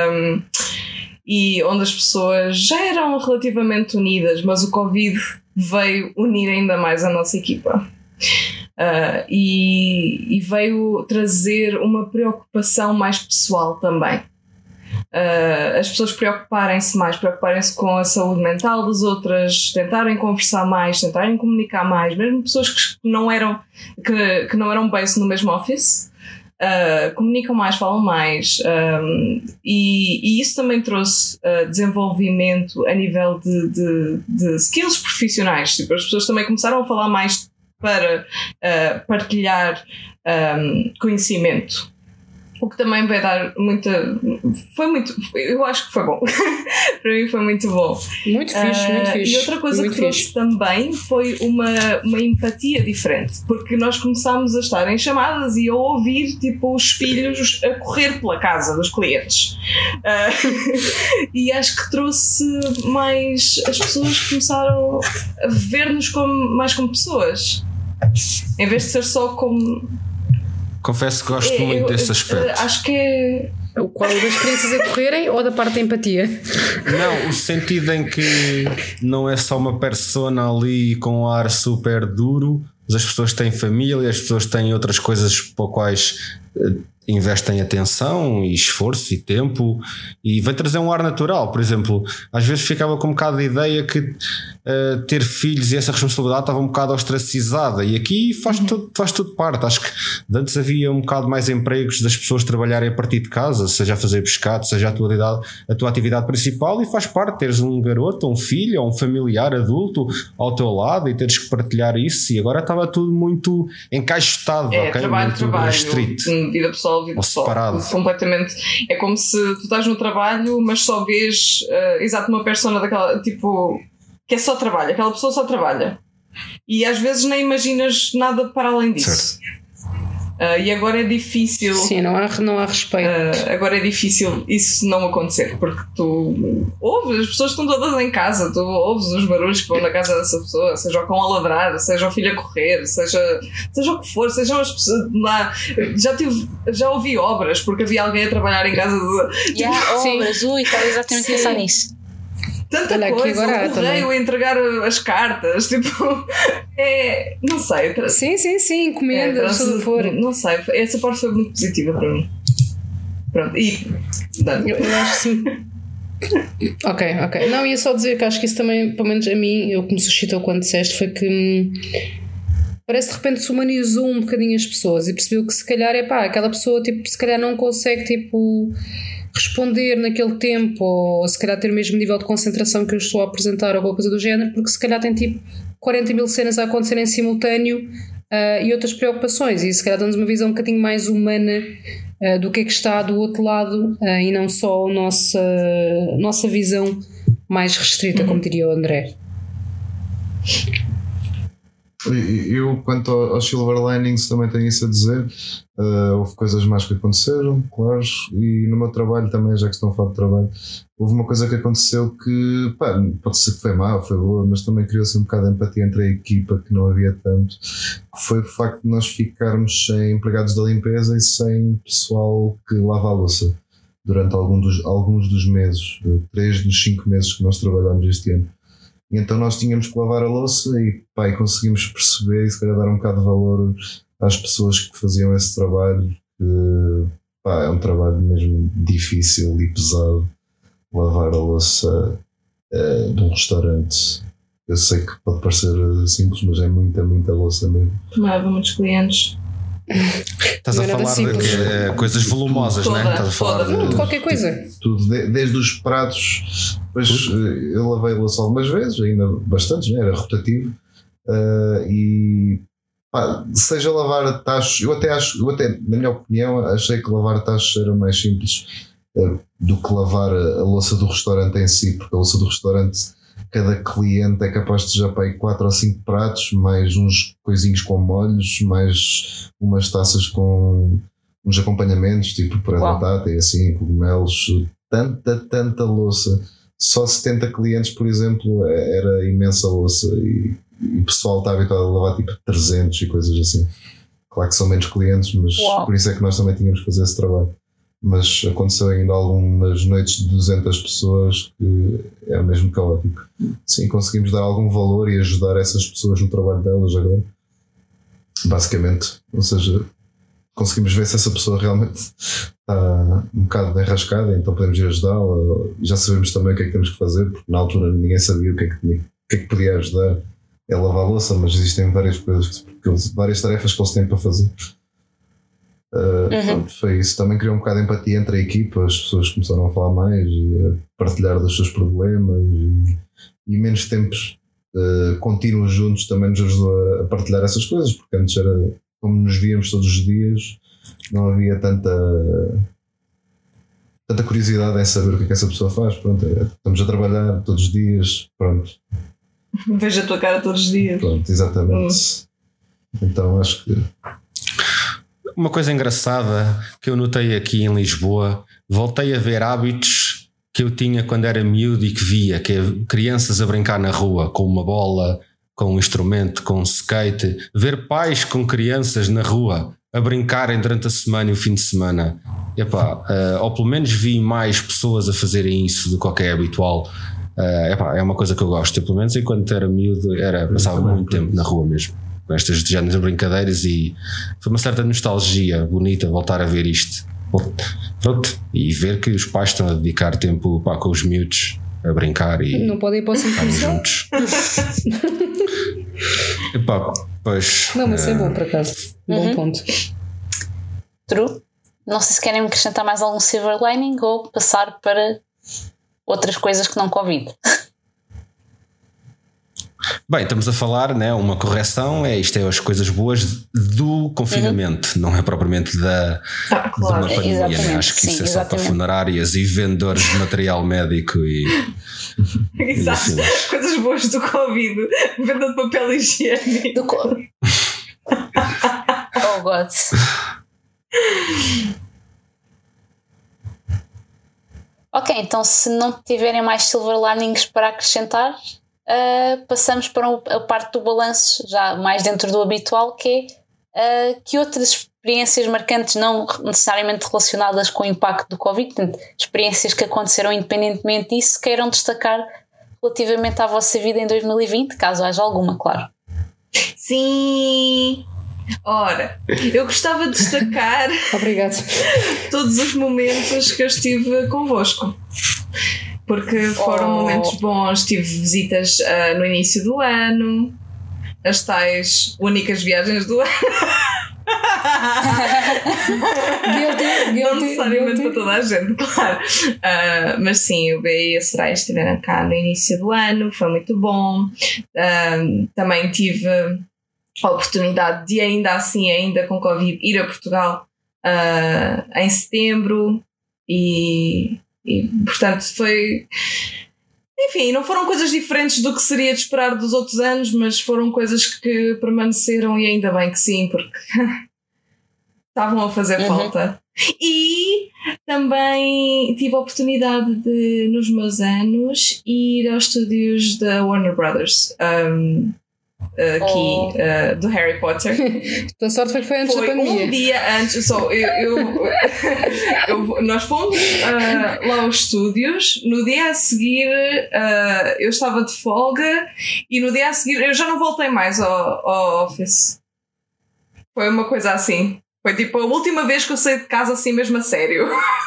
E onde as pessoas já eram relativamente unidas, mas o Covid veio unir ainda mais a nossa equipa. e veio trazer uma preocupação mais pessoal também. As pessoas preocuparem-se com a saúde mental das outras, tentarem conversar mais, tentarem comunicar mais, mesmo pessoas que não eram base no mesmo office, comunicam mais, falam mais, e isso também trouxe desenvolvimento a nível de skills profissionais. Tipo, as pessoas também começaram a falar mais para partilhar conhecimento. O que também vai dar eu acho que foi bom. Para mim foi muito bom. Muito fixe. E outra coisa que trouxe também foi uma empatia diferente, porque nós começámos a estar em chamadas e a ouvir tipo os filhos a correr pela casa dos clientes. E acho que trouxe mais, as pessoas começaram a ver-nos mais como pessoas, em vez de ser só como... Confesso que gosto muito desse aspecto. Acho que é... Qual das crianças a correrem ou da parte da empatia? Não, o sentido em que não é só uma persona ali com um ar super duro, mas as pessoas têm família, as pessoas têm outras coisas para quais investem atenção e esforço e tempo, e vai trazer um ar natural. Por exemplo, às vezes ficava com um bocado de ideia que ter filhos e essa responsabilidade estava um bocado ostracizada, e aqui faz tudo parte. Acho que antes havia um bocado mais empregos das pessoas trabalharem a partir de casa, seja a fazer pescado, seja a tua atividade principal, e faz parte teres um garoto, um filho ou um familiar adulto ao teu lado e teres que partilhar isso, e agora estava tudo muito encaixotado, trabalho, restrito. Vida pessoal, separado. Completamente. É como se tu estás no trabalho, mas só vês uma persona daquela, tipo, que é só trabalho, aquela pessoa só trabalha. E às vezes nem imaginas nada para além disso. E agora é difícil. Sim, não há respeito. Agora é difícil isso não acontecer, porque tu ouves, as pessoas estão todas em casa, tu ouves os barulhos que vão na casa dessa pessoa, seja o cão a ladrar, seja o filho a correr, seja o que for, sejam as pessoas lá. Já ouvi obras, porque havia alguém a trabalhar em casa. Obras, estava exatamente a pensar nisso. Tanta coisa, o correio a entregar as cartas, tipo, não sei. Sim, encomendas, tudo for. Não sei, essa parte foi muito positiva para mim. Pronto, e... Eu acho que sim. Ok. Não, ia só dizer que acho que isso também, pelo menos a mim, o que me suscitou quando disseste foi que parece de repente se humanizou um bocadinho as pessoas e percebeu que se calhar, aquela pessoa, tipo, se calhar não consegue, tipo... responder naquele tempo, ou se calhar ter o mesmo nível de concentração que eu estou a apresentar ou alguma coisa do género, porque se calhar tem tipo 40 mil cenas a acontecer em simultâneo e outras preocupações, e se calhar damos uma visão um bocadinho mais humana do que é que está do outro lado, e não só a nossa visão mais restrita, como diria o André. Eu, quanto aos Silver Linings, também tenho isso a dizer. Houve coisas mais que aconteceram, claro, e no meu trabalho também, já que estão a falar de trabalho, houve uma coisa que aconteceu que, pode ser que foi má, foi boa, mas também criou-se um bocado de empatia entre a equipa, que não havia tanto, que foi o facto de nós ficarmos sem empregados da limpeza e sem pessoal que lava a louça durante alguns dos meses, 3 dos 5 meses que nós trabalhámos este ano. E então nós tínhamos que lavar a louça e conseguimos perceber e se calhar dar um bocado de valor às pessoas que faziam esse trabalho, que é um trabalho mesmo difícil e pesado, lavar a louça de um restaurante. Eu sei que pode parecer simples, mas é muita louça mesmo. Tomava muitos clientes. Estás a falar de coisas volumosas, não é? Estás a falar de qualquer coisa. Tudo, desde os pratos. Depois eu lavei a louça algumas vezes, ainda bastantes, né? Era rotativo. Seja lavar tachos, eu até, na minha opinião, achei que lavar tachos era mais simples do que lavar a louça do restaurante em si, porque a louça do restaurante, cada cliente é capaz de já pagar 4 ou 5 pratos, mais uns coisinhos com molhos, mais umas taças com uns acompanhamentos, tipo puré de batata e assim, cogumelos, tanta louça. Só 70 clientes, por exemplo, era imensa louça e o pessoal está habituado a lavar tipo 300 e coisas assim. Claro que são menos clientes, mas por isso é que nós também tínhamos que fazer esse trabalho. Mas aconteceu ainda algumas noites de 200 pessoas que é mesmo caótico. Sim, conseguimos dar algum valor e ajudar essas pessoas no trabalho delas agora. basicamente. Ou seja, conseguimos ver se essa pessoa realmente está um bocado enrascada, então podemos ir ajudá-la. Já sabemos também o que é que temos que fazer, porque na altura ninguém sabia o que é que podia ajudar. É lavar a louça, mas existem várias coisas, várias tarefas que eles têm para fazer. Pronto, foi isso. Também criou um bocado de empatia entre a equipa, as pessoas começaram a falar mais e a partilhar dos seus problemas e menos tempos contínuos juntos também nos ajudou a partilhar essas coisas, porque antes era como nos víamos todos os dias, não havia tanta curiosidade em saber o que é que essa pessoa faz. Pronto, estamos a trabalhar todos os dias, pronto. Vejo a tua cara todos os dias. Pronto, exatamente. Então acho que uma coisa engraçada que eu notei aqui em Lisboa, voltei a ver hábitos que eu tinha quando era miúdo e que via, que é crianças a brincar na rua com uma bola, com um instrumento, com um skate, ver pais com crianças na rua a brincarem durante a semana e o fim de semana. Epá, ou pelo menos vi mais pessoas a fazerem isso do que é habitual. Epá, é uma coisa que eu gosto. Eu, pelo menos enquanto era miúdo, passava muito tempo na rua mesmo, com estas géneros de brincadeiras, e foi uma certa nostalgia bonita voltar a ver isto. Pronto, e ver que os pais estão a dedicar tempo com os miúdos a brincar e não podem ir para o centro juntos. Epá, pois, não, mas é bom por acaso. Bom ponto. True. Não sei se querem acrescentar mais algum silver lining ou passar para outras coisas que não Covid. Bem, estamos a falar, né, uma correção, isto é as coisas boas do confinamento, não é propriamente de uma pandemia, né? Acho que isso é só para funerárias e vendedores de material médico e exato, assim. Coisas boas do Covid, venda de papel higiênico. Oh God. Ok, então se não tiverem mais silver linings para acrescentar, passamos para a parte do balanço, já mais dentro do habitual, que é que outras experiências marcantes, não necessariamente relacionadas com o impacto do Covid, portanto, experiências que aconteceram independentemente disso, queiram destacar relativamente à vossa vida em 2020, caso haja alguma, claro. Sim! Ora, eu gostava de destacar todos os momentos que eu estive convosco, porque foram momentos bons. Tive visitas no início do ano, as tais únicas viagens do ano. Não necessariamente para toda a gente, claro. Mas sim, o BI e a Soraya estiveram cá no início do ano, foi muito bom. Também tive a oportunidade de ainda com Covid, ir a Portugal em setembro e portanto foi, enfim, não foram coisas diferentes do que seria de esperar dos outros anos, mas foram coisas que permaneceram, e ainda bem que sim, porque estavam a fazer falta. E também tive a oportunidade de, nos meus anos, ir aos estúdios da Warner Brothers, aqui do Harry Potter. A sorte foi antes da pandemia. Um dia antes, nós fomos lá aos estúdios. No dia a seguir eu estava de folga, e no dia a seguir eu já não voltei mais ao office. Foi uma coisa assim. Foi tipo a última vez que eu saí de casa assim mesmo a sério.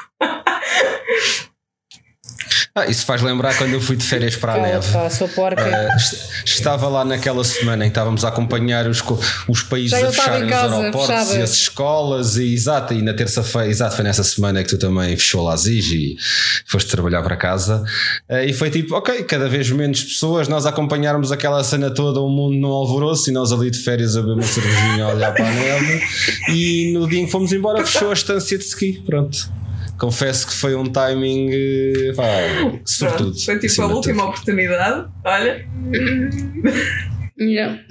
Isso faz lembrar quando eu fui de férias para a neve. Estava lá naquela semana em que estávamos a acompanhar os países a fecharem os aeroportos e as escolas, e na terça-feira, foi nessa semana que tu também fechou lá e foste trabalhar para casa, e foi tipo, ok, cada vez menos pessoas, nós acompanharmos aquela cena toda, o mundo no alvoroço, e nós ali de férias a beber uma cervejinha a olhar para a neve, e no dia em que fomos embora fechou a estância de ski, pronto. Confesso que foi um timing sortudo. Foi tipo a última oportunidade. Olha. Yeah.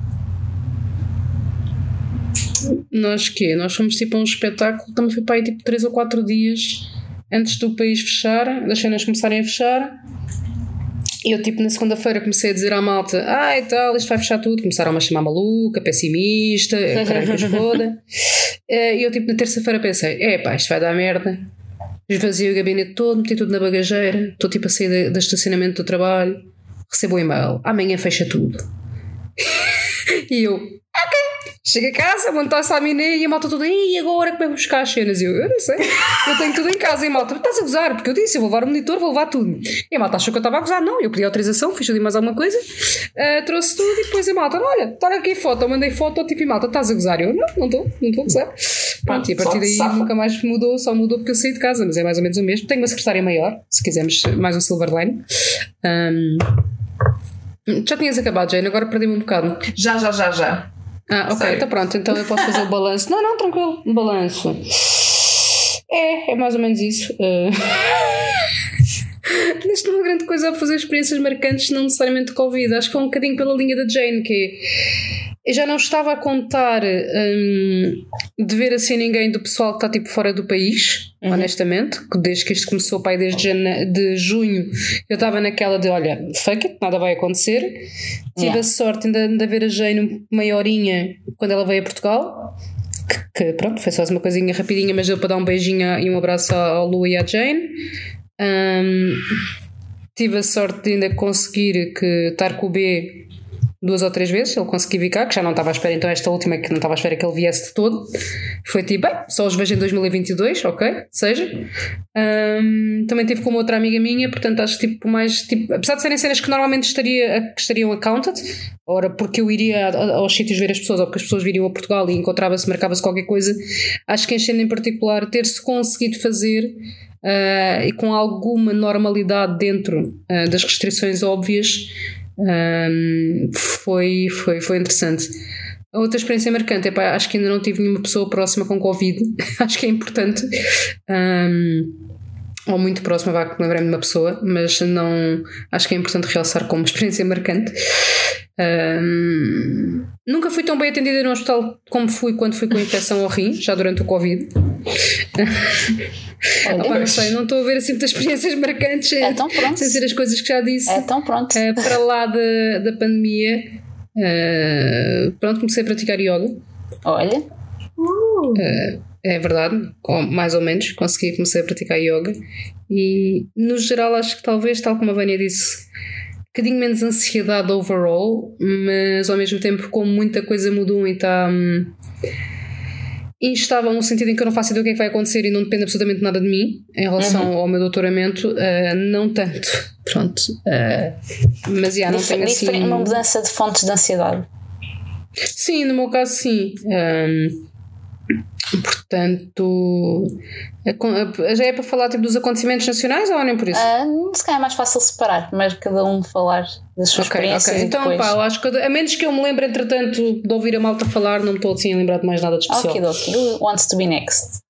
Nós fomos tipo a um espetáculo, também foi para aí tipo 3 ou 4 dias antes do país fechar, das cenas começarem a fechar. E eu tipo na segunda-feira comecei a dizer à malta: e tal, isto vai fechar tudo. Começaram-me a chamar maluca, pessimista, caralho que os foda. E eu tipo na terça-feira pensei: isto vai dar merda. Esvaziei o gabinete todo, meti tudo na bagageira, estou tipo a sair do estacionamento do trabalho, recebo o e-mail: amanhã fecha tudo. E eu: ok. Chego a casa, montar-se à miné e a malta toda, e agora como é que vou buscar as cenas? Eu não sei, eu tenho tudo em casa. E a malta, estás a gozar? Porque eu disse, eu vou levar o monitor, vou levar tudo. E a malta achou que eu estava a gozar. Não, eu pedi autorização, fiz ali mais alguma coisa, trouxe tudo e depois a malta, olha, está aqui foto, eu mandei foto, tipo, e malta, estás a gozar? Eu, não estou a gozar. Pronto, e a partir daí nunca mais mudou, só mudou porque eu saí de casa, mas é mais ou menos o mesmo. Tenho uma secretária maior, se quisermos mais um Silverline. Já tinhas acabado, Jane, agora perdi-me um bocado. Já. Ok, Sério? então pronto, então eu posso fazer o balanço. Não, tranquilo, o balanço. É mais ou menos isso. Mas não há grande coisa a fazer experiências marcantes, não necessariamente Covid. Acho que foi um bocadinho pela linha da Jane, que eu já não estava a contar de ver assim ninguém do pessoal que está tipo fora do país, honestamente, desde que isto começou, pai, de junho, eu estava naquela de olha, fuck it, nada vai acontecer. Tive a sorte de ver a Jane meia horinha quando ela veio a Portugal, que pronto, foi só uma coisinha rapidinha, mas deu para dar um beijinho e um abraço ao Lu e à Jane. Tive a sorte de ainda conseguir estar com o B 2 ou 3 vezes, ele conseguiu vir cá, que já não estava à espera, então esta última que não estava à espera que ele viesse de todo, foi tipo, bem, só os vejo em 2022, ok, seja. Também tive com uma outra amiga minha, portanto acho tipo mais, tipo, apesar de serem cenas que normalmente estariam accounted, ora porque eu iria aos sítios ver as pessoas, ou porque as pessoas viriam a Portugal e encontrava-se, marcava-se qualquer coisa, acho que em particular ter-se conseguido fazer e com alguma normalidade dentro das restrições óbvias, foi interessante. A outra experiência marcante é acho que ainda não tive nenhuma pessoa próxima com Covid. Acho que é importante, ou muito próxima, vá, que lembrei-me de uma pessoa, mas não, acho que é importante realçar como experiência marcante. Nunca fui tão bem atendida no hospital como fui quando fui com a infecção ao rim, já durante o Covid. Não sei, não estou a ver assim muitas experiências marcantes, Então pronto. sem ser as coisas que já disse. Então pronto. Para lá da pandemia, pronto, comecei a praticar yoga. Olha. É verdade, mais ou menos comecei a praticar yoga e no geral acho que talvez, tal como a Vânia disse, um bocadinho menos ansiedade overall, mas ao mesmo tempo como muita coisa mudou e está instável no sentido em que eu não faço ideia do que é que vai acontecer e não depende absolutamente nada de mim em relação ao meu doutoramento, não tanto, pronto, mas já não tenho assim uma mudança de fontes de ansiedade. Sim, no meu caso sim. Portanto, já é para falar tipo, dos acontecimentos nacionais ou nem por isso? Se calhar é mais fácil separar, mas cada um falar das suas experiências. Okay. Então, depois... eu acho que a menos que eu me lembre, entretanto, de ouvir a malta falar, não me estou assim a lembrar de mais nada de especial. Ok. Who wants to be next?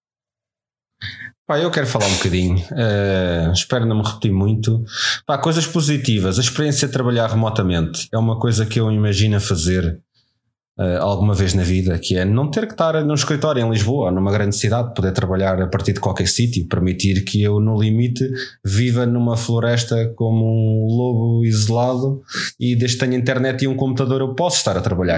Eu quero falar um bocadinho, espero não me repetir muito. Coisas positivas, a experiência de trabalhar remotamente é uma coisa que eu imagino fazer alguma vez na vida, que é não ter que estar num escritório em Lisboa, numa grande cidade, poder trabalhar a partir de qualquer sítio, permitir que eu no limite viva numa floresta como um lobo isolado e desde que tenha internet e um computador eu posso estar a trabalhar.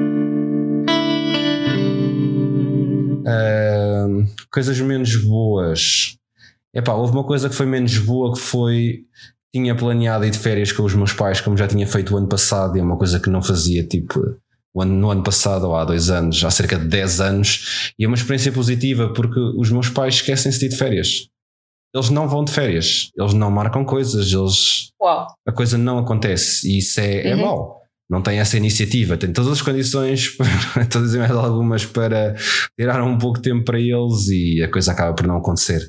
Coisas menos boas, houve uma coisa que foi menos boa, que foi, tinha planeado ir de férias com os meus pais, como já tinha feito o ano passado, e é uma coisa que não fazia tipo no ano passado ou há 2 anos, há cerca de 10 anos, e é uma experiência positiva porque os meus pais esquecem-se de ir de férias. Eles não vão de férias, eles não marcam coisas, a coisa não acontece, e isso é mau. Não tem essa iniciativa, tem todas as condições, todas e mais algumas, para tirar um pouco de tempo para eles, e a coisa acaba por não acontecer.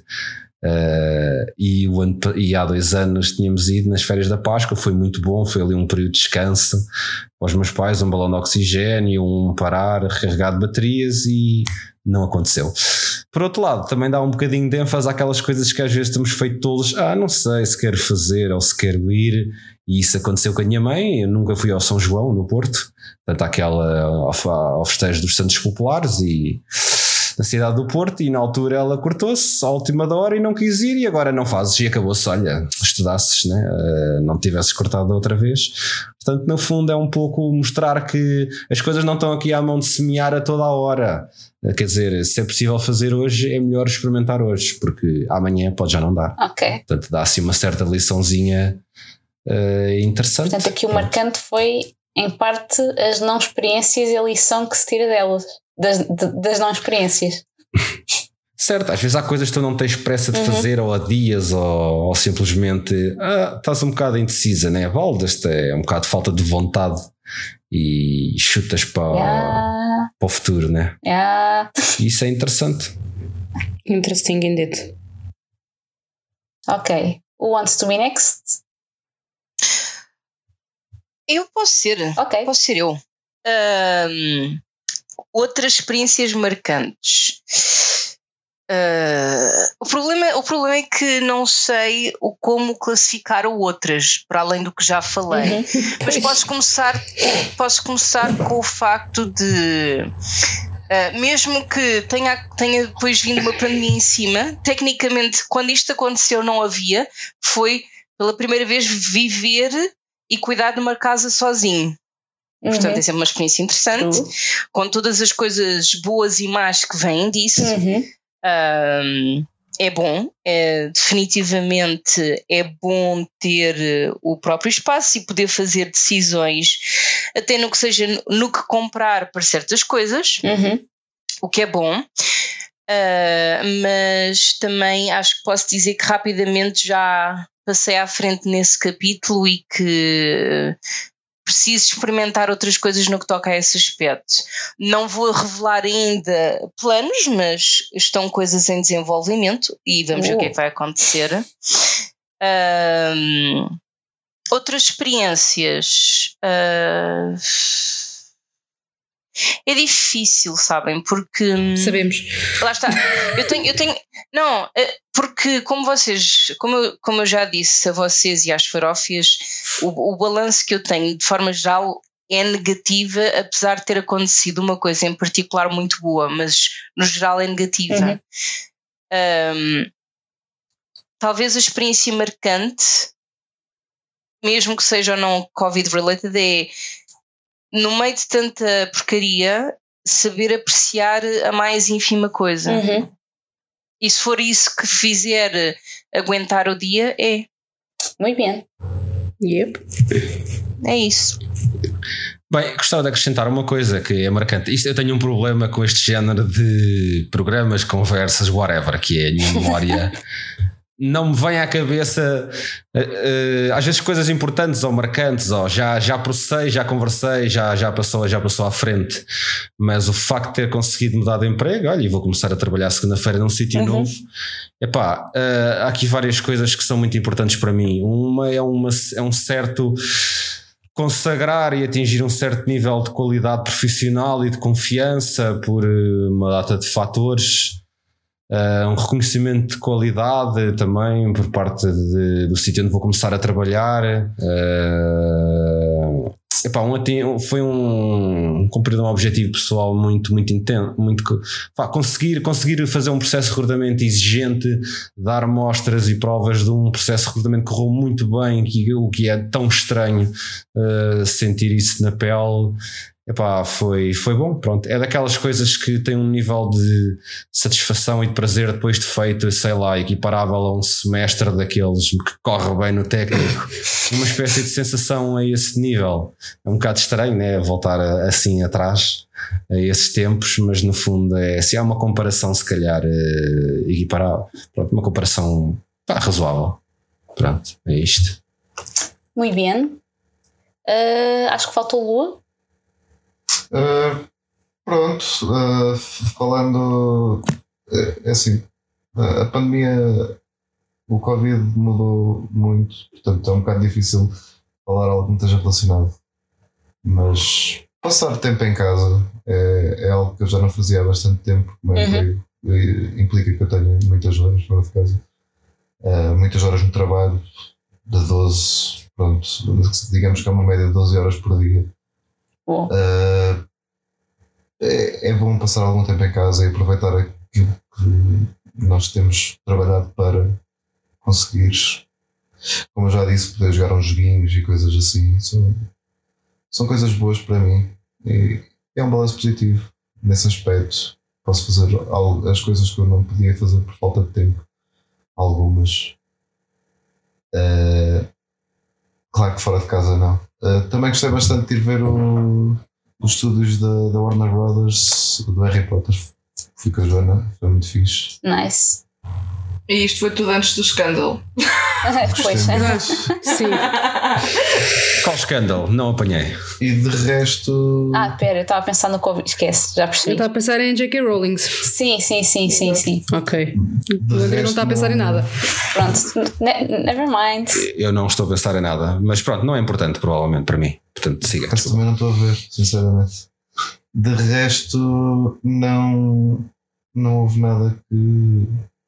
E há 2 anos tínhamos ido nas férias da Páscoa, foi muito bom, foi ali um período de descanso para os meus pais, um balão de oxigênio, um parar, recarregar de baterias, e não aconteceu. Por outro lado, também dá um bocadinho de ênfase àquelas coisas que às vezes estamos feito todos, não sei se quero fazer ou se quero ir, e isso aconteceu com a minha mãe. Eu nunca fui ao São João no Porto, portanto ao festejo dos Santos Populares e na cidade do Porto, e na altura ela cortou-se à última hora e não quis ir, e agora não fazes e acabou-se, olha, estudasses, né? Não tivesses cortado outra vez. Portanto, no fundo é um pouco mostrar que as coisas não estão aqui à mão de semear a toda a hora. Quer dizer, se é possível fazer hoje, é melhor experimentar hoje, porque amanhã pode já não dar. Portanto, dá assim uma certa liçãozinha interessante. Portanto, aqui o marcante foi em parte, as não experiências e a lição que se tira delas, das não experiências. Certo, às vezes há coisas que tu não tens pressa de fazer, ou adias, ou simplesmente estás um bocado indecisa, né? Baldas-te, é um bocado de falta de vontade e chutas para o futuro, né? Isso é interessante. Interesting indeed. Ok. Who wants to be next? Eu posso ser. Ok. Posso ser eu. Outras experiências marcantes. O problema é que não sei como classificar outras, para além do que já falei. Mas posso começar com o facto de mesmo que tenha depois vindo uma pandemia em cima, tecnicamente quando isto aconteceu não havia, foi pela primeira vez viver e cuidar de uma casa sozinho. Portanto, é sempre uma experiência interessante, com todas as coisas boas e más que vêm disso. É bom, definitivamente é bom ter o próprio espaço e poder fazer decisões, até no que seja no que comprar para certas coisas, o que é bom. Mas também acho que posso dizer que rapidamente já passei à frente nesse capítulo e que preciso experimentar outras coisas no que toca a esse aspecto. Não vou revelar ainda planos, mas estão coisas em desenvolvimento e vamos ver o que é que vai acontecer. Outras experiências... é difícil, sabem? Porque... Sabemos. Lá está. Eu tenho... Não, porque como eu já disse a vocês e às farófias, o balanço que eu tenho de forma geral é negativa, apesar de ter acontecido uma coisa em particular muito boa, mas no geral é negativa. Talvez a experiência marcante, mesmo que seja ou não Covid-related, é no meio de tanta porcaria saber apreciar a mais ínfima coisa. E se for isso que fizer aguentar o dia, é. Muito bem. Yep. É isso. Bem, gostava de acrescentar uma coisa que é marcante. Eu tenho um problema com este género de programas, conversas, whatever, que é a minha memória. Não me vem à cabeça às vezes coisas importantes ou marcantes, ou já processei, já conversei, já passou à frente, mas o facto de ter conseguido mudar de emprego, olha, e vou começar a trabalhar segunda-feira num sítio novo, há aqui várias coisas que são muito importantes para mim. Uma é um certo consagrar e atingir um certo nível de qualidade profissional e de confiança por uma data de fatores. Um reconhecimento de qualidade também por parte do sítio onde vou começar a trabalhar. Foi cumprir um objetivo pessoal muito intenso, conseguir fazer um processo de recrutamento exigente, dar mostras e provas de um processo de recrutamento que correu muito bem, o que é tão estranho sentir isso na pele. Foi bom, pronto. É daquelas coisas que tem um nível de satisfação e de prazer depois de feito, sei lá, equiparável a um semestre daqueles que corre bem no técnico. Uma espécie de sensação a esse nível. É um bocado estranho, né? Voltar assim atrás a esses tempos, mas no fundo se há uma comparação se calhar equiparável, pronto, uma comparação razoável. Pronto, é isto. Muito bem. Acho que faltou Lua. Falando assim, a pandemia, o Covid mudou muito, portanto é um bocado difícil falar algo que não esteja relacionado, mas passar tempo em casa é algo que eu já não fazia há bastante tempo. Como implica que eu tenho muitas horas fora de casa, muitas horas no trabalho, de 12, pronto, digamos que é uma média de 12 horas por dia. É bom passar algum tempo em casa e aproveitar aquilo que nós temos trabalhado para conseguir, como eu já disse, poder jogar uns joguinhos e coisas assim. São coisas boas para mim e é um balanço positivo nesse aspecto. Posso fazer as coisas que eu não podia fazer por falta de tempo, algumas. Claro que fora de casa não. Também gostei bastante de ir ver os estúdios da Warner Brothers do Harry Potter. Fui com a Joana, foi muito fixe. Nice. E isto foi tudo antes do escândalo. Pois. Sim. Qual escândalo? Não apanhei. E de resto. Pera, eu estava a pensar no Covid. Esquece, já Eu percebi. estava a pensar em J.K. Rowling. Sim. Ok. de O André não resto está a pensar em nada. Pronto, never mind. Eu não estou a pensar em nada, mas pronto, não é importante provavelmente para mim. Portanto, siga. Mas também não estou a ver, sinceramente. De resto, não houve nada que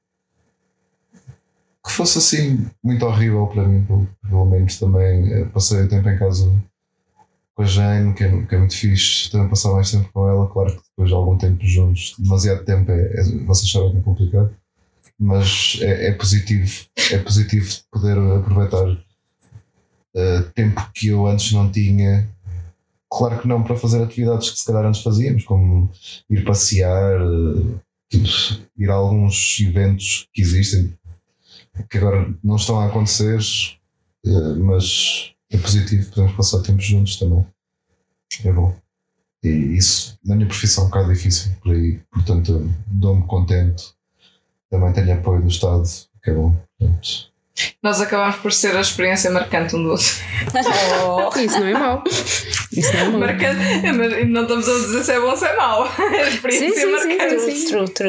fosse assim muito horrível para mim. Pelo menos também passei o tempo em casa com a Jane, que é muito fixe. Também passar mais tempo com ela. Claro que depois de algum tempo juntos, demasiado tempo, vocês sabem que é complicado, mas é positivo. É positivo poder aproveitar tempo que eu antes não tinha. Claro que não para fazer atividades que se calhar antes fazíamos, como ir passear, ir a alguns eventos que existem, que agora não estão a acontecer, mas é positivo, podemos passar tempo juntos também. É bom. E isso, na minha profissão, é um bocado difícil por aí, portanto, dou-me contente. Também tenho apoio do Estado, que é bom. Portanto, Nós acabamos por ser a experiência marcante um do outro. Isso não é mau. Marcante. Mas não estamos a dizer se é bom ou se é mau. A experiência marcante. True.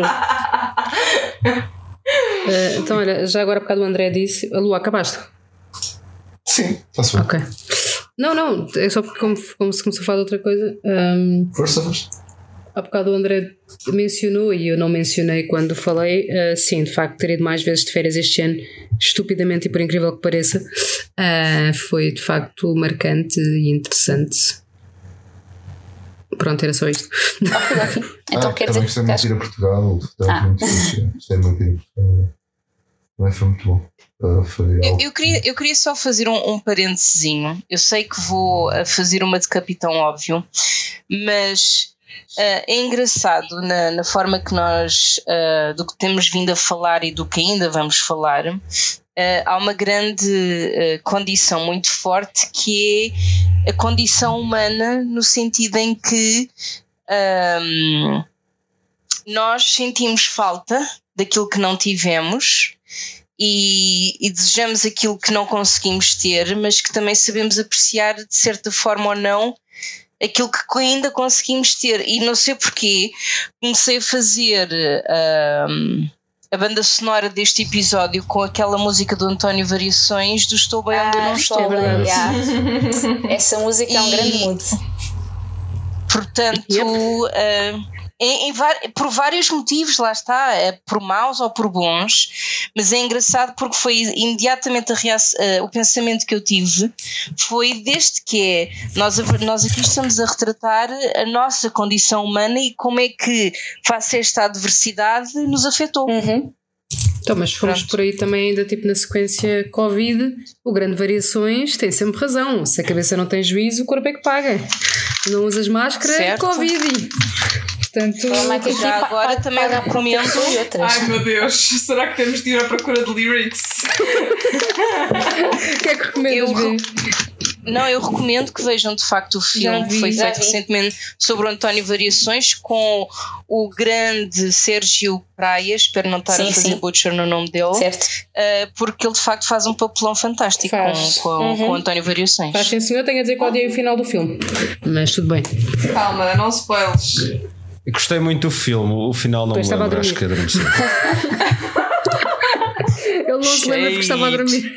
Então, olha, já agora, por causa do André disse, a Lu, acabaste? sim, está-se bem. Ok. Não, é só porque como se começou a falar de outra coisa. Força. Há bocado o André mencionou e eu não mencionei quando falei. Sim, de facto, ter ido mais vezes de férias este ano, estupidamente e por incrível que pareça, foi de facto marcante e interessante. Pronto, era só isto. Então quer dizer também gostei muito de ir a Portugal. Muito fixe. Gostei muito de ir a Portugal. Também foi muito bom. Eu queria só fazer um parentezinho. Eu sei que vou fazer uma de capitão óbvio, mas é engraçado na forma que nós do que temos vindo a falar e do que ainda vamos falar. Há uma grande condição muito forte que é a condição humana, no sentido em que nós sentimos falta daquilo que não tivemos e desejamos aquilo que não conseguimos ter, mas que também sabemos apreciar de certa forma ou não aquilo que ainda conseguimos ter. E não sei porquê, comecei a fazer a banda sonora deste episódio com aquela música do António Variações do Estou Bem Onde Eu Não Estou. É verdade. Essa música é um grande mood. Portanto, por vários motivos, lá está, por maus ou por bons, mas é engraçado porque foi imediatamente o pensamento que eu tive foi deste que nós aqui estamos a retratar a nossa condição humana e como é que, face a esta adversidade, nos afetou. Então, mas fomos por aí também ainda tipo na sequência Covid, o grande Variações tem sempre razão. Se a cabeça não tem juízo, o corpo é que paga. Não usas máscara, certo. Covid. Portanto, já agora também recomendo. Ai meu Deus, será que temos de ir à procura de lyrics? O que é que recomendas ver? Não, eu recomendo que vejam de facto o filme que foi feito recentemente sobre o António Variações com o grande Sérgio Praia, espero não estar a fazer butcher no nome dele, certo. Porque ele de facto faz um papelão fantástico com o António Variações. Faz sim senhor, tenho a dizer qual é o final do filme, mas tudo bem. Calma, não spoilers. Eu gostei muito do filme, o final não me lembro, acho que adormeci. Ele não se lembra porque estava a dormir.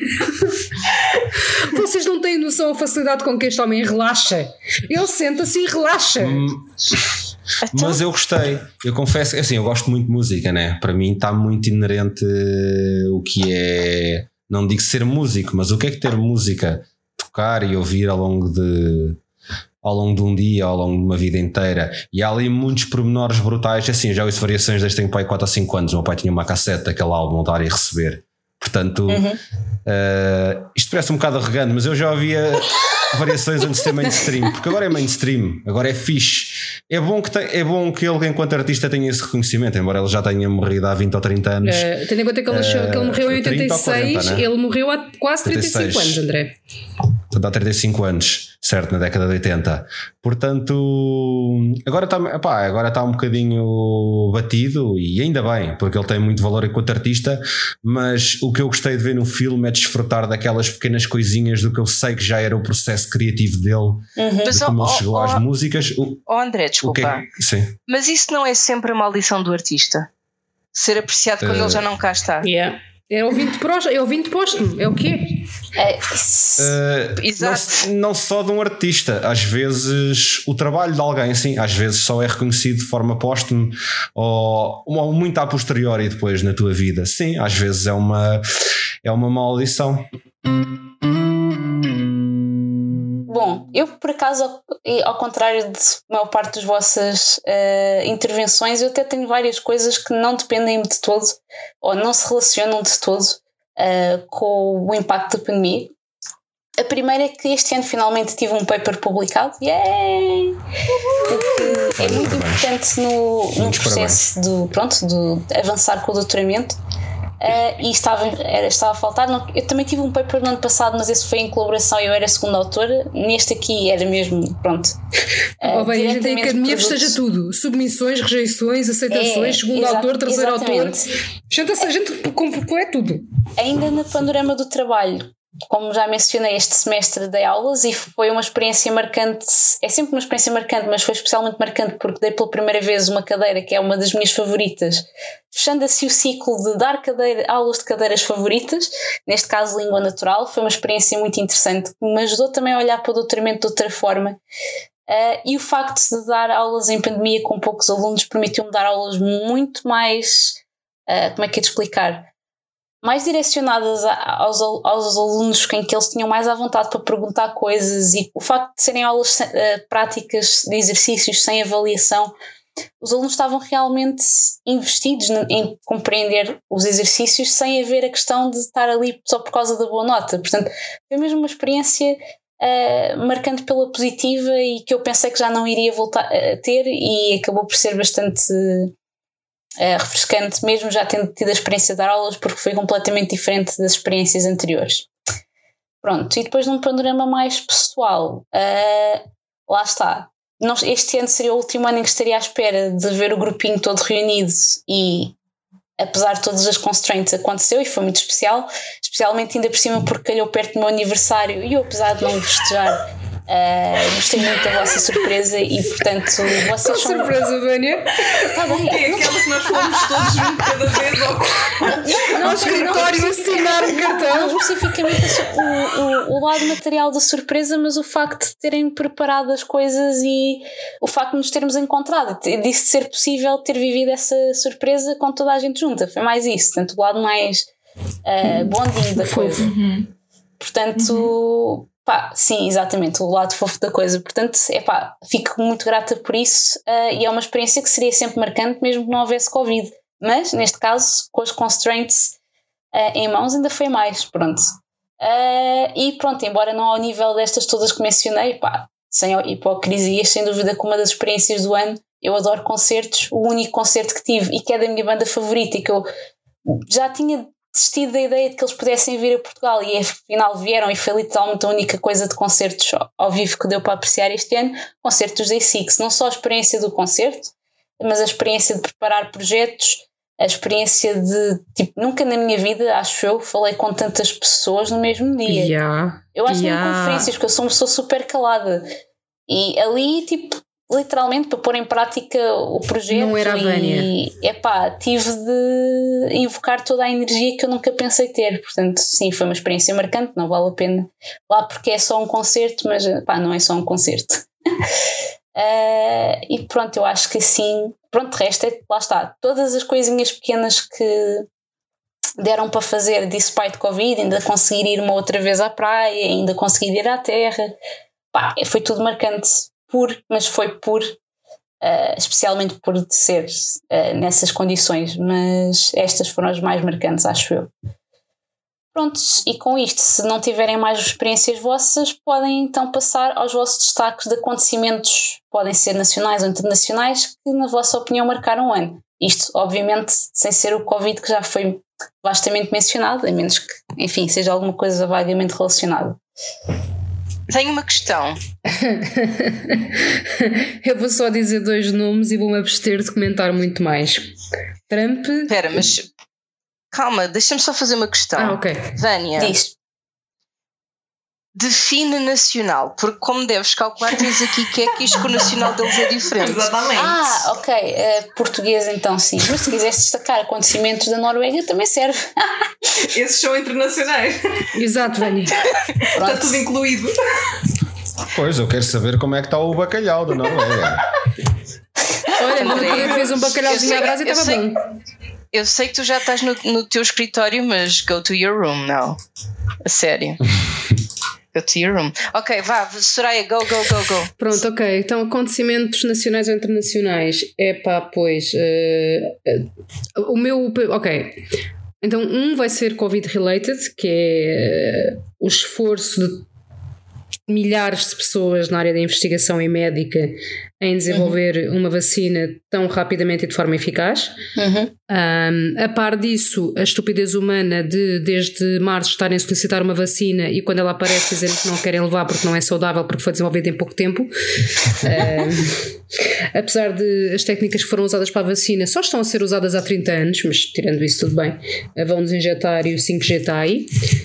Vocês não têm noção da facilidade com que este homem relaxa. Ele senta-se e relaxa. Mas eu gostei. Eu confesso, assim, eu gosto muito de música, né? Para mim está muito inerente o que é, não digo ser músico, mas o que é que ter música, tocar e ouvir ao longo de um dia, ao longo de uma vida inteira. E há ali muitos pormenores brutais. Assim, já ouço Variações desde que tenho pai 4 ou 5 anos. O meu pai tinha uma cassete daquele álbum Dar e Receber. Portanto, isto parece um bocado arrogante, mas eu já ouvia Variações antes de ser mainstream, porque agora é mainstream, agora é fixe. É bom que ele, enquanto artista, tenha esse reconhecimento, embora ele já tenha morrido há 20 ou 30 anos. Tendo em conta que ele morreu em 86, 40, né? Ele morreu há quase 35 anos, André. Portanto, há 35 anos. certo? Na década de 80. Portanto, agora está um bocadinho batido, e ainda bem, porque ele tem muito valor enquanto artista, mas o que eu gostei de ver no filme é desfrutar daquelas pequenas coisinhas do que eu sei que já era o processo criativo dele, de como ele chegou às músicas. André, desculpa, sim. Mas isso não é sempre a maldição do artista? Ser apreciado quando ele já não cá está? Yeah. É ouvinte póstumo, é o quê? Exato. Não só de um artista, às vezes o trabalho de alguém, sim, às vezes só é reconhecido de forma póstuma ou muito a posteriori depois na tua vida. Sim, às vezes é uma maldição. Bom, eu por acaso, ao contrário de maior parte das vossas intervenções, eu até tenho várias coisas que não dependem de todo ou não se relacionam de todo com o impacto da pandemia. A primeira é que este ano finalmente tive um paper publicado. Yay! Porque é muito importante no processo de avançar com o doutoramento. E estava a faltar. Eu também tive um paper no ano passado, mas esse foi em colaboração e eu era a segunda autora. Neste aqui era mesmo, pronto. A gente tem academia festeja tudo: submissões, rejeições, aceitações, segundo autor, terceiro autor. A gente é tudo. Ainda no panorama do trabalho, como já mencionei, este semestre dei aulas e foi uma experiência marcante. É sempre uma experiência marcante, mas foi especialmente marcante porque dei pela primeira vez uma cadeira que é uma das minhas favoritas, fechando assim o ciclo de dar aulas de cadeiras favoritas, neste caso língua natural. Foi uma experiência muito interessante que me ajudou também a olhar para o doutoramento de outra forma. E o facto de dar aulas em pandemia com poucos alunos permitiu-me dar aulas muito mais, como é que é de explicar? Mais direcionadas aos alunos, em que eles tinham mais à vontade para perguntar coisas, e o facto de serem aulas práticas de exercícios sem avaliação, os alunos estavam realmente investidos em compreender os exercícios sem haver a questão de estar ali só por causa da boa nota. Portanto, foi mesmo uma experiência marcante pela positiva e que eu pensei que já não iria voltar a ter, e acabou por ser bastante refrescante, mesmo já tendo tido a experiência de dar aulas, porque foi completamente diferente das experiências anteriores. Pronto, e depois num panorama mais pessoal, lá está. Este ano seria o último ano em que estaria à espera de ver o grupinho todo reunido, e apesar de todas as constraints aconteceu e foi muito especial, especialmente ainda por cima porque calhou perto do meu aniversário e eu, apesar de não festejar, gostei muito da vossa surpresa e portanto vocês são... Surpresa, Vânia? Está bem. É aquela que nós fomos todos juntos cada vez ao escritório assinar um cartão. Não especificamente o lado material da surpresa, mas o facto de terem preparado as coisas e o facto de nos termos encontrado, disse ser possível ter vivido essa surpresa com toda a gente junta. Foi mais isso, portanto o lado mais bondinho da coisa. Portanto, pá, sim, exatamente, o lado fofo da coisa. Portanto, fico muito grata por isso, e é uma experiência que seria sempre marcante mesmo que não houvesse Covid, mas neste caso com as constraints em mãos ainda foi mais, pronto. E pronto, embora não ao nível destas todas que mencionei, pá, sem hipocrisias, sem dúvida que uma das experiências do ano, eu adoro concertos. O único concerto que tive e que é da minha banda favorita e que eu já tinha desistido da ideia de que eles pudessem vir a Portugal e afinal vieram, e foi literalmente a única coisa de concertos ao vivo que deu para apreciar este ano, concertos da Six. Não só a experiência do concerto, mas a experiência de preparar projetos, a experiência de, tipo, nunca na minha vida, acho eu, falei com tantas pessoas no mesmo dia. Eu acho que em conferências, porque eu sou uma pessoa super calada, e ali, tipo, literalmente para pôr em prática o projeto, não era a Vânia. E tive de invocar toda a energia que eu nunca pensei ter. Portanto, sim, foi uma experiência marcante. Não vale a pena lá porque é só um concerto, mas não é só um concerto. E pronto, eu acho que assim, pronto, de resto lá está, todas as coisinhas pequenas que deram para fazer despite Covid, ainda conseguir ir uma outra vez à praia, ainda conseguir ir à terra, foi tudo marcante. Mas foi especialmente por ser nessas condições, mas estas foram as mais marcantes, acho eu. Prontos, e com isto, se não tiverem mais experiências vossas, podem então passar aos vossos destaques de acontecimentos, podem ser nacionais ou internacionais, que na vossa opinião marcaram o ano. Isto, obviamente, sem ser o Covid, que já foi vastamente mencionado, a menos que, enfim, seja alguma coisa vagamente relacionada. tenho uma questão. Eu vou só dizer 2 nomes e vou-me abster de comentar muito mais. Trump. Espera, mas calma, deixa-me só fazer uma questão. Ok. Vânia. Diz. Define nacional, porque como deves calcular, tens aqui quequis que o nacional deles é diferente. Exatamente. Ok. Português então sim. Mas se quiseres destacar acontecimentos da Noruega, também serve. Esses são internacionais. Exato, Vânia. Está tudo incluído. Pois, eu quero saber como é que está o bacalhau da Noruega. Olha, no outro dia fez um bacalhauzinho à brasa e estava bom. Eu sei que tu já estás no teu escritório, mas go to your room now. A sério. Go to your room. Ok, vá, Soraya, go. Pronto, ok. Então, acontecimentos nacionais ou internacionais? Pois. O meu. Ok. Então, vai ser Covid-related, que é o esforço de milhares de pessoas na área da investigação e médica em desenvolver uma vacina tão rapidamente e de forma eficaz. A par disso, a estupidez humana de desde março estarem a solicitar uma vacina e quando ela aparece dizerem que não a querem levar porque não é saudável, porque foi desenvolvida em pouco tempo. Apesar de as técnicas que foram usadas para a vacina só estão a ser usadas há 30 anos, mas tirando isso tudo bem, vão-nos injetar e o 5G está aí.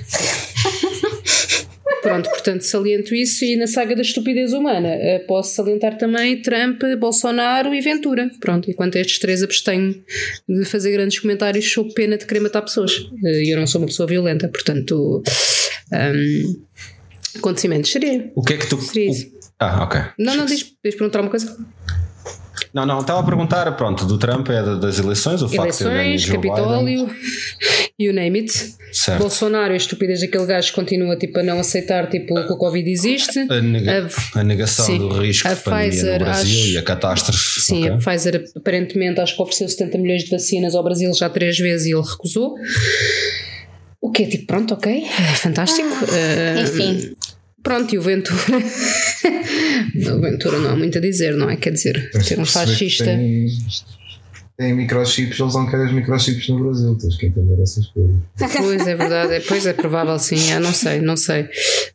Pronto, portanto saliento isso. E na saga da estupidez humana posso salientar também Trump, Bolsonaro e Ventura. Pronto, enquanto estes 3 abstenho de fazer grandes comentários sob pena de querer matar pessoas. E eu não sou uma pessoa violenta, portanto acontecimentos seria. O que é que tu... Seria isso. Ok. Não, diz perguntar uma coisa. Não, estava a perguntar, pronto, do Trump é das eleições, o facto de ter ganho Joe Capitólio, you name it. Certo. Bolsonaro, a estupidez daquele gajo continua tipo, a não aceitar tipo, que o Covid existe. A negação sim, do risco de pandemia Pfizer, no Brasil e a catástrofe. Sim, a Pfizer aparentemente acho que ofereceu 70 milhões de vacinas ao Brasil já 3 vezes e ele recusou. O que é tipo, pronto, ok, fantástico. Enfim. Pronto, e o Ventura. O Ventura não há muito a dizer, não é? Quer dizer, ser um fascista. Tem microchips, eles não querem os microchips no Brasil, tens que entender essas coisas. Pois é verdade, pois é provável, sim, não sei.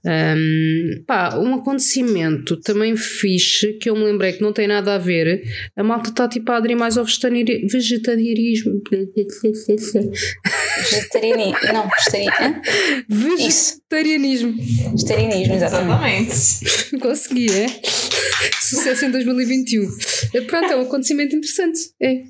Um acontecimento também fixe que eu me lembrei que não tem nada a ver. A malta está tipo a aderir mais ao vegetarianismo. Vegetarianismo. Vegetarianismo, exatamente. Consegui, é? Sucesso em 2021. Pronto, é um acontecimento interessante. É.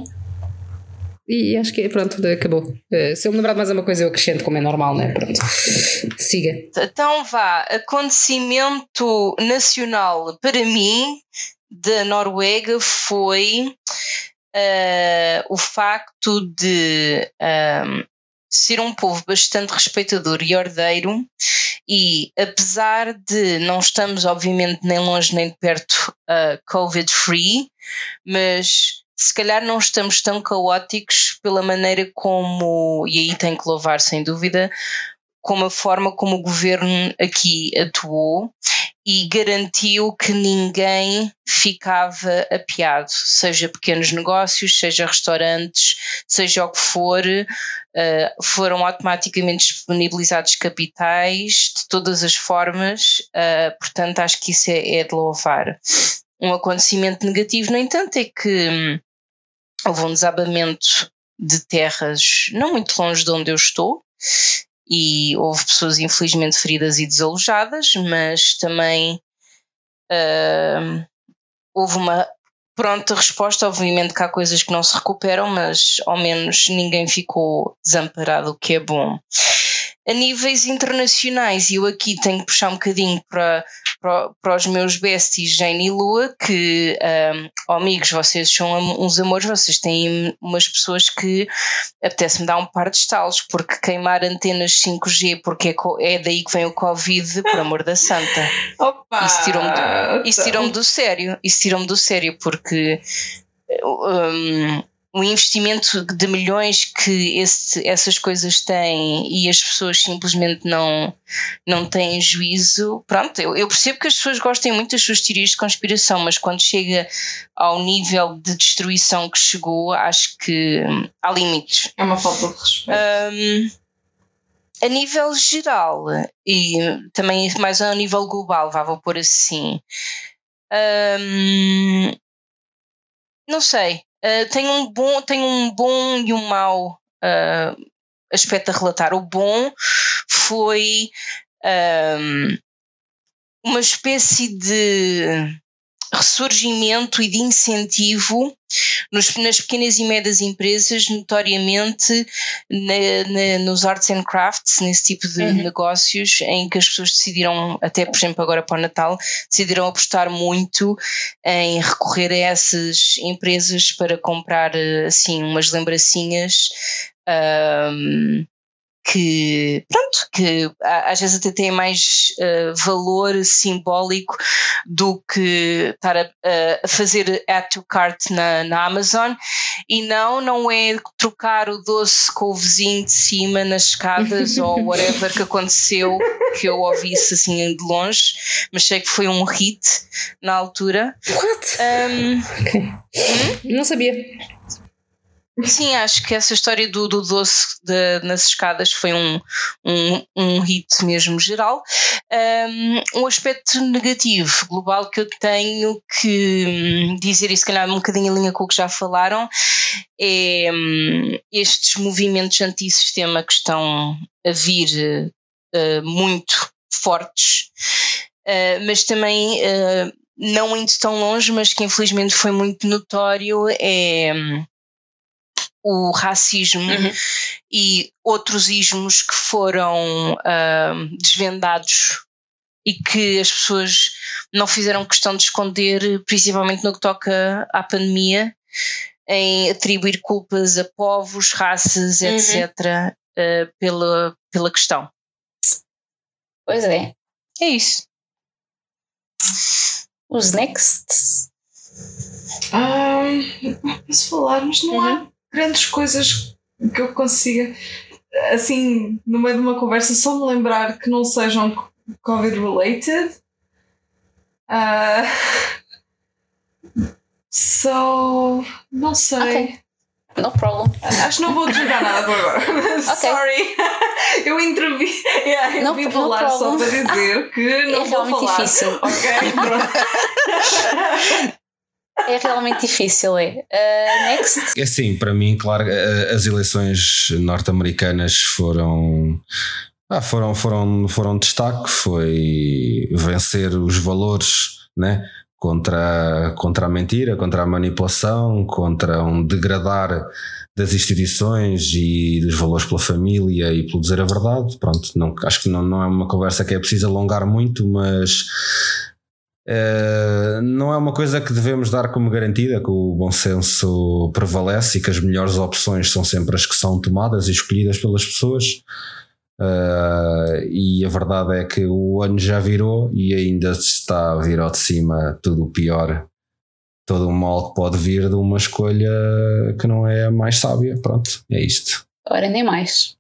E acho que pronto, acabou. Se eu me lembrar de mais uma coisa, eu acrescento, como é normal, né? Pronto. Siga. Então vá, acontecimento nacional para mim da Noruega foi o facto de ser um povo bastante respeitador e ordeiro, e apesar de não estamos obviamente nem longe nem de perto Covid-free, mas se calhar não estamos tão caóticos pela maneira como, e aí tem que louvar sem dúvida, como a forma como o governo aqui atuou e garantiu que ninguém ficava apeado, seja pequenos negócios, seja restaurantes, seja o que for, foram automaticamente disponibilizados capitais de todas as formas, portanto acho que isso é de louvar. Um acontecimento negativo, no entanto, é que houve um desabamento de terras não muito longe de onde eu estou, e houve pessoas infelizmente feridas e desalojadas, mas também houve uma pronta resposta. Obviamente que há coisas que não se recuperam, mas ao menos ninguém ficou desamparado, o que é bom. A níveis internacionais, e eu aqui tenho que puxar um bocadinho para os meus besties Jane e Lua, que amigos, vocês são uns amores, vocês têm umas pessoas que apetece-me dar um par de estalos, porque queimar antenas 5G, porque é daí que vem o Covid, por amor da santa. Opa! Isso tirou-me do sério, porque o investimento de milhões que essas coisas têm e as pessoas simplesmente não têm juízo. Pronto, eu percebo que as pessoas gostem muito das suas teorias de conspiração, mas quando chega ao nível de destruição que chegou, acho que há limites. É uma falta de respeito. A nível geral e também mais a nível global, vou pôr assim, não sei, tem um bom e um mau aspecto a relatar. O bom foi uma espécie de ressurgimento e de incentivo nas pequenas e médias empresas, notoriamente nos arts and crafts, nesse tipo de negócios, em que as pessoas decidiram, até por exemplo agora para o Natal, decidiram apostar muito em recorrer a essas empresas para comprar assim umas lembrancinhas que às vezes até tem mais valor simbólico do que estar a fazer add to cart na Amazon, e não é trocar o doce com o vizinho de cima nas escadas ou whatever que aconteceu, que eu ouvi isso assim de longe, mas sei que foi um hit na altura. What? Não sabia. Sim, acho que essa história do doce nas escadas foi um hit mesmo geral. Um aspecto negativo global que eu tenho que dizer, e se calhar um bocadinho em linha com o que já falaram, é estes movimentos antissistema que estão a vir muito fortes, mas também não indo tão longe, mas que infelizmente foi muito notório, é o racismo e outros ismos que foram desvendados e que as pessoas não fizeram questão de esconder, principalmente no que toca à pandemia, em atribuir culpas a povos, raças, etc., pela questão. Pois é. É isso. Os next? Posso falar, mas não há grandes coisas que eu consiga, assim, no meio de uma conversa, só me lembrar que não sejam Covid-related. Não sei. Okay. No problem. Acho que não vou desligar nada por agora. Sorry. Eu intervi. Eu vim falar só para dizer que não vou falar. Difícil. Ok, pronto. É realmente difícil, next? É assim, para mim, claro, as eleições norte-americanas foram destaque, foi vencer os valores, né, contra a mentira, contra a manipulação, contra um degradar das instituições e dos valores pela família e pelo dizer a verdade. Pronto, acho que não é uma conversa que é preciso alongar muito, mas não é uma coisa que devemos dar como garantida, que o bom senso prevalece e que as melhores opções são sempre as que são tomadas e escolhidas pelas pessoas. E a verdade é que o ano já virou e ainda se está a vir ao de cima tudo o pior, todo o mal que pode vir de uma escolha que não é a mais sábia. Pronto, é isto. Ora, nem mais.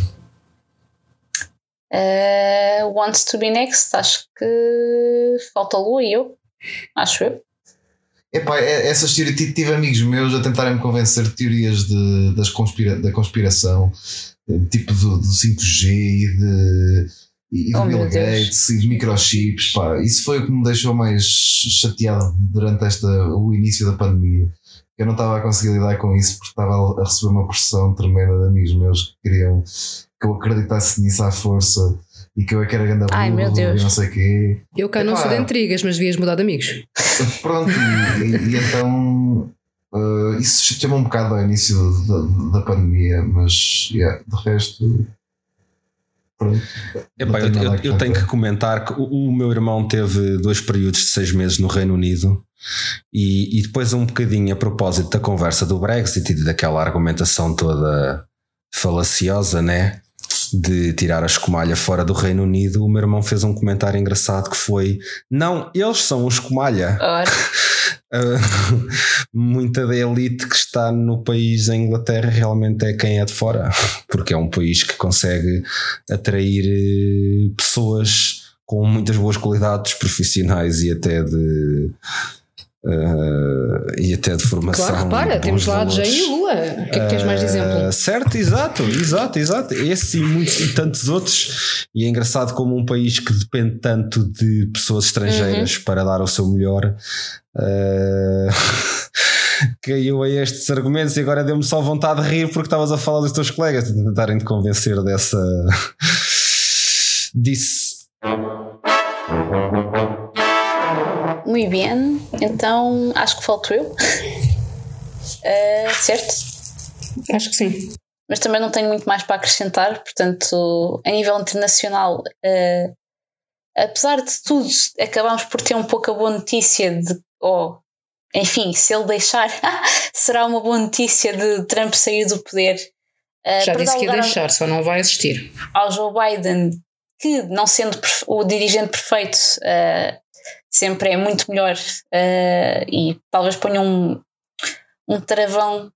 Wants to be next? Acho que falta o Lu e eu. Acho eu. Epá, essas teorias, tive amigos meus a tentarem-me convencer de teorias da conspiração, tipo do 5G e do Bill Gates e de microchips. Pá, isso foi o que me deixou mais chateado durante o início da pandemia. Eu não estava a conseguir lidar com isso porque estava a receber uma pressão tremenda de amigos meus que queriam que eu acreditasse nisso à força e que eu é que era grande burro e não sei o quê. Eu cá não sou de intrigas, mas devias mudar de amigos. Pronto, e então isso chateou-me um bocado ao início da pandemia, mas de resto. Pronto, epá, eu tenho que comentar que o meu irmão teve 2 períodos de 6 meses no Reino Unido e depois um bocadinho a propósito da conversa do Brexit e daquela argumentação toda falaciosa, né, de tirar a escumalha fora do Reino Unido, o meu irmão fez um comentário engraçado que foi: não, eles são o escumalha. Muita da elite que está no país, a Inglaterra, realmente é quem é de fora, porque é um país que consegue atrair pessoas com muitas boas qualidades profissionais e até de e até de formação. Claro, repara, temos lá a Jane e Lua. O que é que queres mais de exemplo? Certo, exato. Esse e muitos e tantos outros. E é engraçado como um país que depende tanto de pessoas estrangeiras para dar o seu melhor caiu a estes argumentos, e agora deu-me só vontade de rir porque estavas a falar dos teus colegas, de tentarem te convencer disso. Muito bem, então acho que falto eu. Certo? Acho que sim. Mas também não tenho muito mais para acrescentar, portanto, a nível internacional, apesar de tudo, acabamos por ter um pouco a boa notícia de, enfim, se ele deixar, será uma boa notícia de Trump sair do poder. Já disse que ia deixar, só não vai assistir. Ao Joe Biden, que não sendo o dirigente perfeito, sempre é muito melhor, e talvez ponha um travão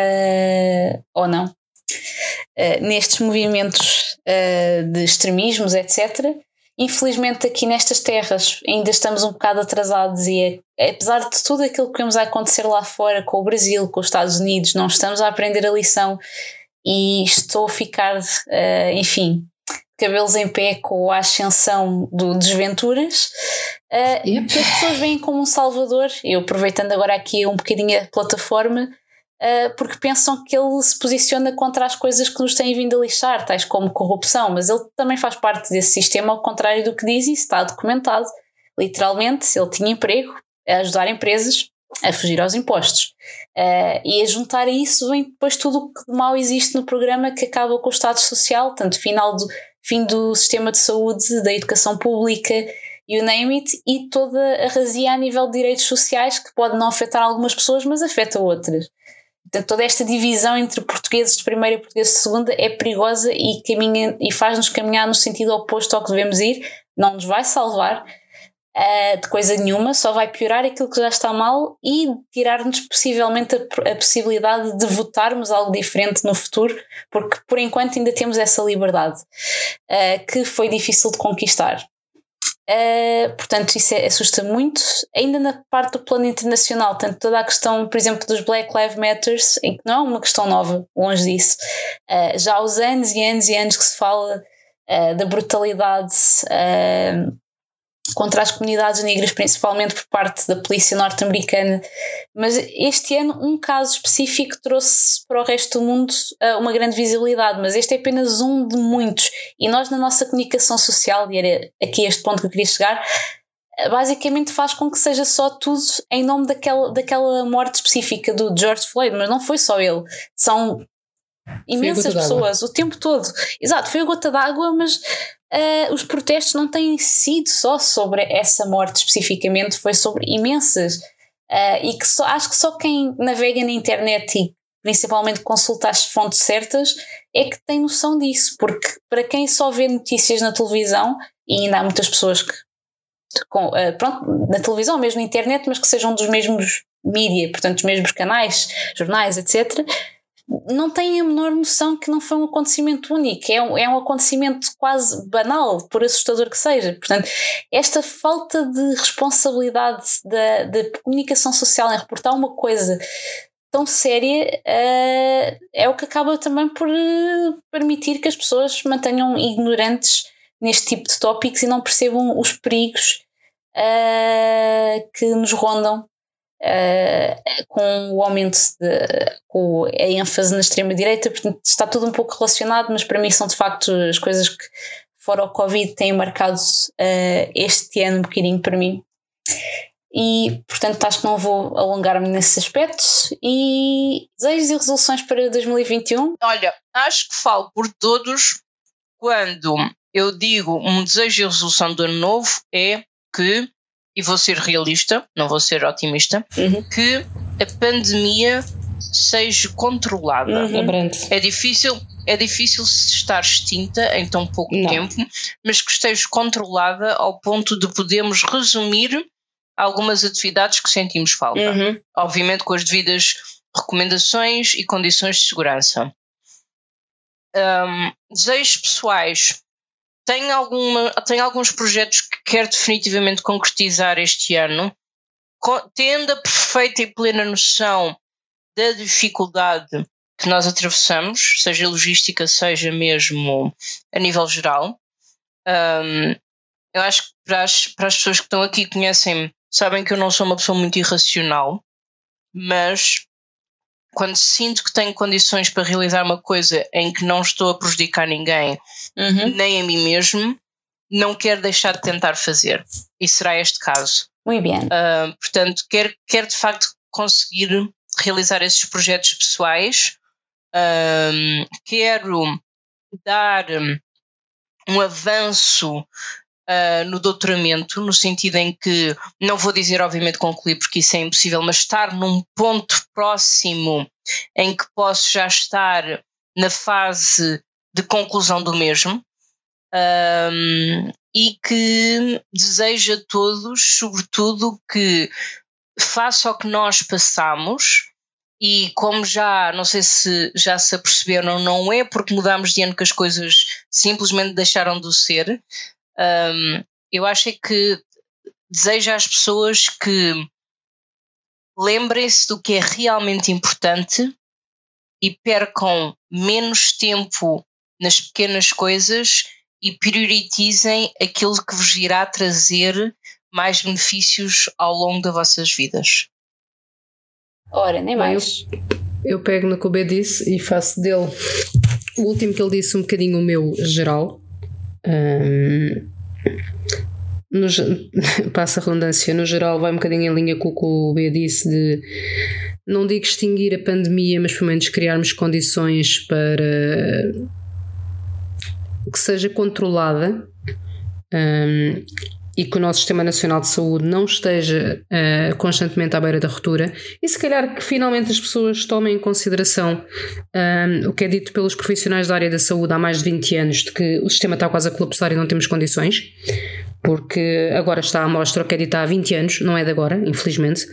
ou não nestes movimentos de extremismos, etc. Infelizmente aqui nestas terras ainda estamos um bocado atrasados, e apesar de tudo aquilo que vemos a acontecer lá fora com o Brasil, com os Estados Unidos, não estamos a aprender a lição, e estou a ficar, enfim, cabelos em pé com a ascensão do Desventuras, que as pessoas veem como um salvador. Eu aproveitando agora aqui um bocadinho a plataforma, porque pensam que ele se posiciona contra as coisas que nos têm vindo a lixar, tais como corrupção, mas ele também faz parte desse sistema, ao contrário do que diz, e está documentado. Literalmente, ele tinha emprego a ajudar empresas a fugir aos impostos, e a juntar a isso vem depois tudo o que de mal existe no programa, que acaba com o Estado Social, tanto fim do sistema de saúde, da educação pública, you name it, e toda a razia a nível de direitos sociais, que pode não afetar algumas pessoas, mas afeta outras. Portanto, toda esta divisão entre portugueses de primeira e portugueses de segunda é perigosa e faz-nos caminhar no sentido oposto ao que devemos ir. Não nos vai salvar de coisa nenhuma, só vai piorar aquilo que já está mal e tirar-nos possivelmente a possibilidade de votarmos algo diferente no futuro, porque por enquanto ainda temos essa liberdade, que foi difícil de conquistar. Portanto, isso assusta muito. Ainda na parte do plano internacional, tanto toda a questão, por exemplo, dos Black Lives Matter, em que não é uma questão nova, longe disso, já há os anos e anos e anos que se fala da brutalidade contra as comunidades negras, principalmente por parte da polícia norte-americana, mas este ano um caso específico trouxe para o resto do mundo uma grande visibilidade, mas este é apenas um de muitos, e nós na nossa comunicação social, e era aqui este ponto que eu queria chegar, basicamente faz com que seja só tudo em nome daquela morte específica do George Floyd, mas não foi só ele, são imensas pessoas o tempo todo. Exato, foi a gota d'água, mas os protestos não têm sido só sobre essa morte especificamente, foi sobre imensas, e que acho que só quem navega na internet e principalmente consulta as fontes certas é que tem noção disso, porque para quem só vê notícias na televisão, e ainda há muitas pessoas que pronto, na televisão, mesmo na internet, mas que sejam dos mesmos mídia, portanto dos mesmos canais, jornais, etc., não têm a menor noção que não foi um acontecimento único, é um acontecimento quase banal, por assustador que seja. Portanto, esta falta de responsabilidade da comunicação social em reportar uma coisa tão séria é o que acaba também por permitir que as pessoas se mantenham ignorantes neste tipo de tópicos e não percebam os perigos que nos rondam. Com o aumento com a ênfase na extrema-direita, portanto está tudo um pouco relacionado, mas para mim são de facto as coisas que fora o Covid têm marcado este ano um bocadinho para mim, e portanto acho que não vou alongar-me nesse aspecto. E desejos e resoluções para 2021? Olha, acho que falo por todos quando eu digo um desejo e resolução do ano novo, é que, e vou ser realista, não vou ser otimista, que a pandemia seja controlada. É difícil estar extinta em tão pouco tempo, mas que esteja controlada ao ponto de podermos resumir algumas atividades que sentimos falta. Obviamente com as devidas recomendações e condições de segurança. Desejos pessoais. Tenho alguns projetos que quero definitivamente concretizar este ano, tendo a perfeita e plena noção da dificuldade que nós atravessamos, seja logística, seja mesmo a nível geral. Eu acho que para as pessoas que estão aqui conhecem-me, sabem que eu não sou uma pessoa muito irracional, mas quando sinto que tenho condições para realizar uma coisa em que não estou a prejudicar ninguém, nem a mim mesmo, não quero deixar de tentar fazer. E será este caso. Muito bem. Portanto, quero de facto conseguir realizar esses projetos pessoais. Quero dar um avanço no doutoramento, no sentido em que, não vou dizer obviamente concluir porque isso é impossível, mas estar num ponto próximo em que posso já estar na fase de conclusão do mesmo, e que desejo a todos, sobretudo, que faça o que nós passamos. E como já, não sei se já se aperceberam, não é porque mudamos de ano que as coisas simplesmente deixaram de ser. Eu acho é que desejo às pessoas que lembrem-se do que é realmente importante e percam menos tempo nas pequenas coisas e prioritizem aquilo que vos irá trazer mais benefícios ao longo das vossas vidas. Ora, nem mais. Eu pego no que o B disse e faço dele o último que ele disse, um bocadinho o meu geral. Passa a redundância, no geral vai um bocadinho em linha com o que o B disse de, não digo extinguir a pandemia, mas pelo menos criarmos condições para que seja controlada, e que o nosso Sistema Nacional de Saúde não esteja constantemente à beira da ruptura, e se calhar que finalmente as pessoas tomem em consideração o que é dito pelos profissionais da área da saúde há mais de 20 anos, de que o sistema está quase a colapsar e não temos condições, porque agora está à mostra o que é dito há 20 anos, não é de agora, infelizmente.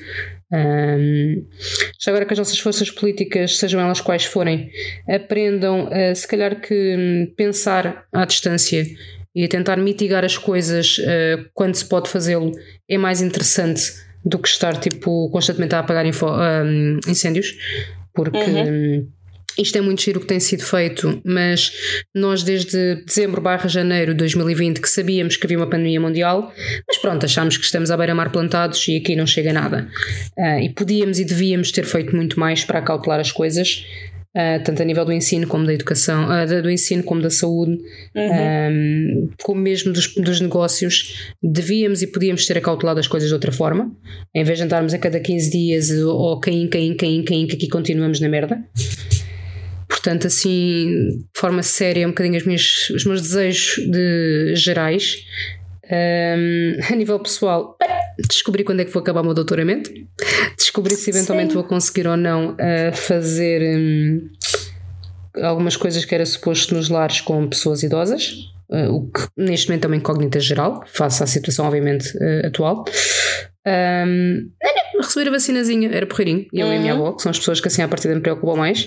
Já agora que as nossas forças políticas, sejam elas quais forem, aprendam se calhar que pensar à distância e a tentar mitigar as coisas quando se pode fazê-lo é mais interessante do que estar constantemente a apagar incêndios, porque isto é muito giro o que tem sido feito, mas nós desde dezembro/janeiro de 2020 que sabíamos que havia uma pandemia mundial, mas pronto, achámos que estamos à beira-mar plantados e aqui não chega nada, e podíamos e devíamos ter feito muito mais para acautelar as coisas, tanto a nível do ensino como da educação, do ensino como da saúde, como mesmo dos negócios. Devíamos e podíamos ter acautelado as coisas de outra forma, em vez de andarmos a cada 15 dias ou caim, que aqui continuamos na merda. Portanto, assim, de forma séria, um bocadinho os meus desejos gerais. A nível pessoal, descobri quando é que vou acabar o meu doutoramento, descobri se eventualmente vou conseguir ou não fazer algumas coisas que era suposto nos lares com pessoas idosas, o que neste momento é uma incógnita geral, face à situação obviamente atual. Receber a vacinazinha era porreirinho, eu e a minha avó, que são as pessoas que assim à partida me preocupam mais.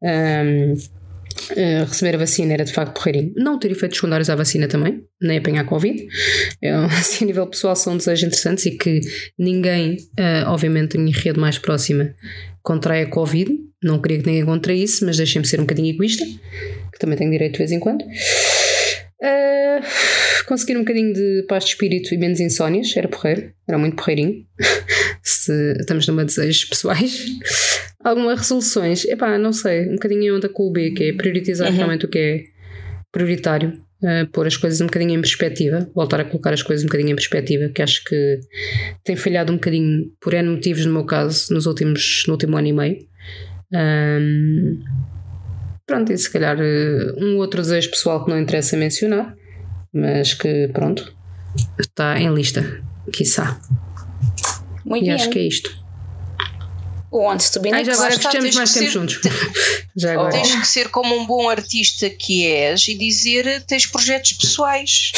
Receber a vacina era de facto porreirinho. Não ter efeitos secundários à vacina também, nem apanhar Covid. Assim, a nível pessoal são desejos interessantes, e que ninguém, obviamente a minha rede mais próxima, contraia Covid. Não queria que ninguém contraísse, mas deixem-me ser um bocadinho egoísta, que também tenho direito de vez em quando. Conseguir um bocadinho de paz de espírito e menos insónias era porreiro, era muito porreirinho. Se estamos numa desejos pessoais. Algumas resoluções, não sei, um bocadinho em onda com o B, que é priorizar realmente o que é prioritário, pôr as coisas um bocadinho em perspectiva, voltar a colocar as coisas um bocadinho em perspectiva, que acho que tem falhado um bocadinho por N motivos no meu caso no último ano e meio. Pronto, e se calhar um outro desejo pessoal que não interessa mencionar, mas que pronto, está em lista, quiçá. Muito e bem. Acho que é isto. Wants to be next. Já agora fechamos mais tempo juntos. Já agora. Tens que ser como um bom artista que és e dizer tens projetos pessoais.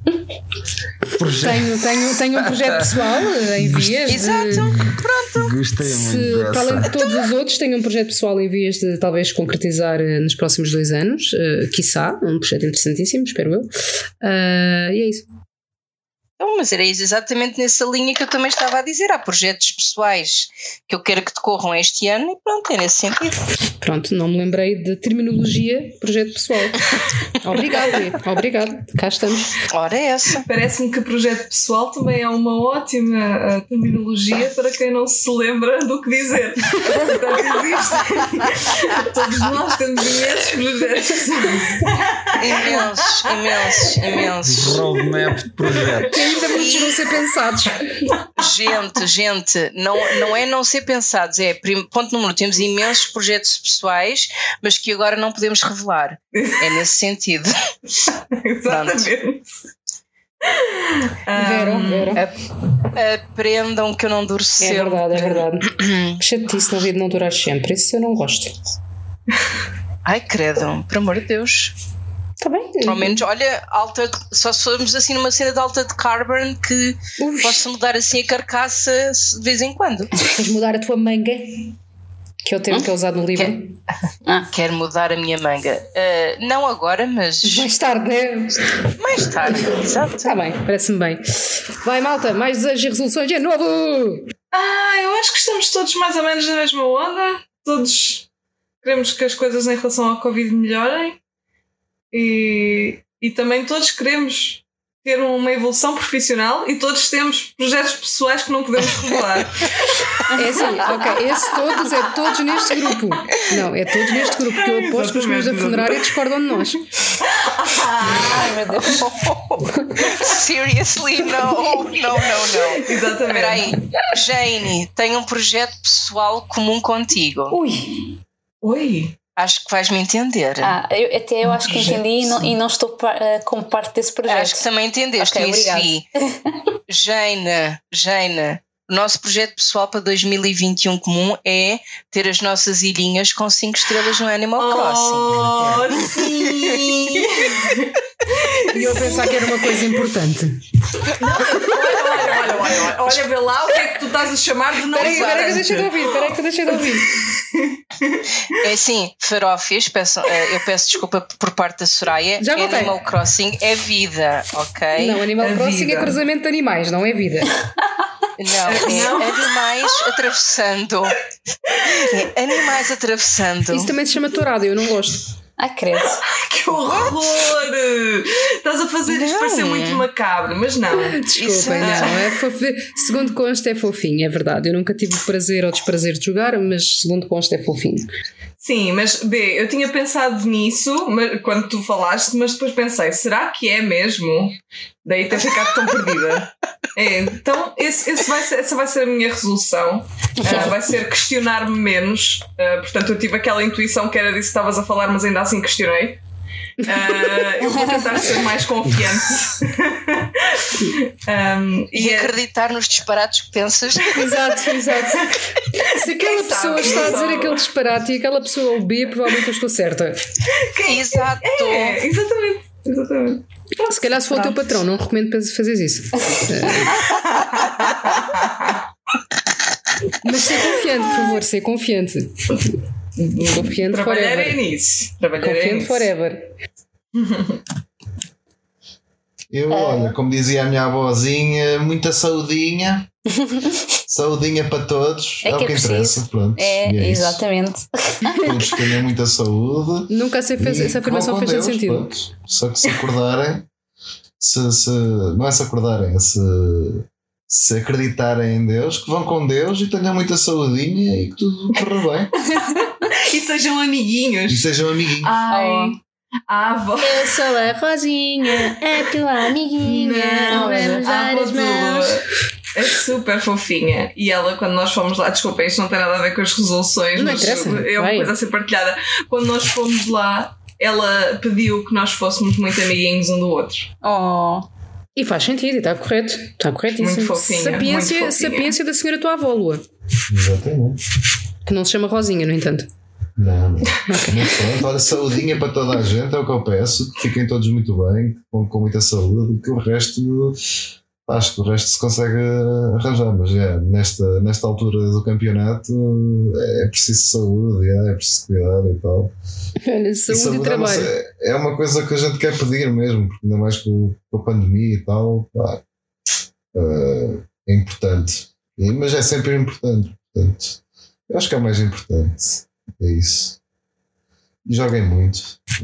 Tenho um projeto pessoal em vias. Exato, pronto. Gostei muito dessa. Para além de todos os outros, tenho um projeto pessoal em vias de talvez concretizar nos próximos 2 anos, quiçá, um projeto interessantíssimo, espero eu. E é isso. Então, mas era exatamente nessa linha que eu também estava a dizer. Há projetos pessoais que eu quero que decorram este ano e pronto, é nesse sentido. Pronto, não me lembrei de terminologia projeto pessoal. Obrigado. Cá estamos. Ora é essa. Parece-me que projeto pessoal também é uma ótima terminologia para quem não se lembra do que dizer. Portanto, existe. Todos nós temos imensos projetos pessoais. Imensos. Roadmap de projetos. Ainda muitos vão ser pensados. Gente, não é não ser pensados, é ponto número 1, temos imensos projetos pessoais, mas que agora não podemos revelar. É nesse sentido. Exatamente. Vero. Aprendam que eu não duro sempre. É verdade. Chatice na vida não durar sempre, isso eu não gosto. Ai, credo, por amor de Deus. Está bem. Ao menos, olha, só somos assim numa cena de alta de carbon que posso mudar assim a carcaça de vez em quando. Queres mudar a tua manga? Que é o termo que é usado no livro. Quero mudar a minha manga. Não agora, mas. Mais tarde, né? Mais tarde, exato. Está bem, parece-me bem. Vai, malta, mais desejos e resoluções de novo! Eu acho que estamos todos mais ou menos na mesma onda. Todos queremos que as coisas em relação ao Covid melhorem. E também todos queremos ter uma evolução profissional e todos temos projetos pessoais que não podemos revelar. É assim, ok, esse todos é todos neste grupo. Não, é todos neste grupo, porque eu aposto que os meus da funerária discordam de nós. Ai, meu Deus. Seriously, não. Exatamente. Espera aí, Jane, tenho um projeto pessoal comum contigo. Oi? Acho que vais-me entender. Eu acho que entendi e não estou como parte desse projeto. Acho que também entendeste. Okay, Sofia. Jane, o nosso projeto pessoal para 2021 comum é ter as nossas ilhinhas com 5 estrelas no Animal Crossing. Sim! E eu pensar que era uma coisa importante. Olha, vê lá o que é que tu estás a chamar de não. Peraí que eu deixei de ouvir. É assim, farófias, eu peço desculpa por parte da Soraya. Já voltei. Animal Crossing é vida, ok? Não, Animal Crossing vida. É cruzamento de animais, não é vida. Não, animais atravessando. É animais atravessando. Isso também se chama tourada, eu não gosto. Ai, credo. Que horror! Estás a fazer isto parecer muito macabro, mas não. Desculpem, não. Segundo consta é fofinho, é verdade. Eu nunca tive o prazer ou desprazer de jogar, mas segundo consta é fofinho. Sim, mas eu tinha pensado nisso quando tu falaste, mas depois pensei, será que é mesmo? Daí ter ficado tão perdida. Então essa vai ser a minha resolução. Vai ser questionar-me menos. Portanto, eu tive aquela intuição que era disso que estavas a falar, mas ainda assim questionei. Eu vou tentar ser mais confiante. E acreditar nos disparates que pensas. Exato. Se aquela pessoa está a dizer aquele disparate e aquela pessoa o B, provavelmente eu estou certa. Exato. Exatamente. Se calhar se for o teu patrão, não recomendo fazeres isso. Mas ser confiante, por favor, ser confiante. Confiante Trabalharei forever. nisso. Confiante forever. Eu, olha, como dizia a minha avózinha, muita saudinha. Saudinha para todos. É o que interessa. Pronto. Exatamente. Todos tenham muita saúde. Nunca essa afirmação fez tanto sentido. Pronto. Só que se acordarem, não é se acordarem, se acreditarem em Deus, que vão com Deus e tenham muita saudinha e que tudo corra bem. E sejam amiguinhos. Ai. A avó. Eu sou a Rosinha, a tua amiguinha. Não, vamos dar as mãos. É super fofinha. E ela, quando nós fomos lá, desculpa, isto não tem nada a ver com as resoluções, não mas interessa. É uma coisa a ser partilhada. Quando nós fomos lá, ela pediu que nós fôssemos muito amiguinhos um do outro. E faz sentido, e está correto. Está corretíssimo. Muito fofinha. Sapiência da senhora tua avó, Lua. Exatamente. Que não se chama Rosinha, no entanto. Não. Mas pronto, olha, saudinha para toda a gente, é o que eu peço. Que fiquem todos muito bem, com muita saúde, e que o resto, acho que o resto se consegue arranjar. Mas nesta altura do campeonato é preciso saúde, é preciso cuidado e tal. Olha, saúde e trabalho. É uma coisa que a gente quer pedir mesmo, porque ainda mais com a pandemia e tal. é importante. Mas é sempre importante. Portanto, eu acho que é o mais importante. É isso. E joguem muito.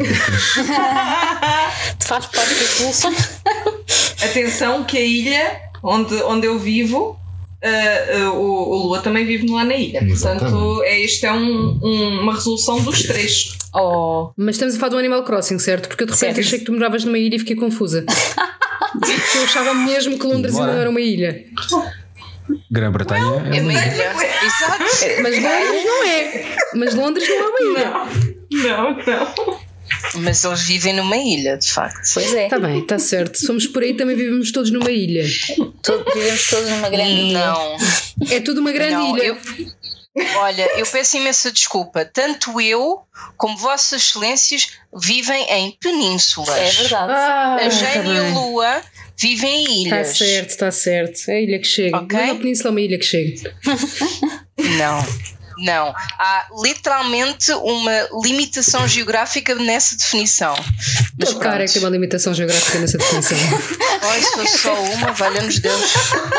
Faz parte das soluções. Atenção que a ilha onde eu vivo, o Lua também vive lá na ilha. Portanto, isto é uma resolução dos 3. Oh. Mas estamos a falar do Animal Crossing, certo? Porque eu de repente achei que tu moravas numa ilha e fiquei confusa. Eu achava mesmo que Londres não era uma ilha. Grã-Bretanha É uma ilha. Exato. Mas Londres não é uma ilha. Não. Mas eles vivem numa ilha, de facto. Pois é. Está bem, está certo. Somos por aí, também vivemos todos numa ilha. Vivemos todos numa grande ilha. Não. É tudo uma grande ilha. Olha, eu peço imensa desculpa. Tanto eu como Vossas Excelências vivem em penínsulas. É verdade. A Jane e a Lua vivem em ilhas. Está certo. É a ilha que chega. Okay? Não é a península, é uma ilha que chega. Não. Há literalmente uma limitação geográfica nessa definição. Mas Tua cara é que tem uma limitação geográfica nessa definição. Olha, se fosse só uma, valha-nos Deus.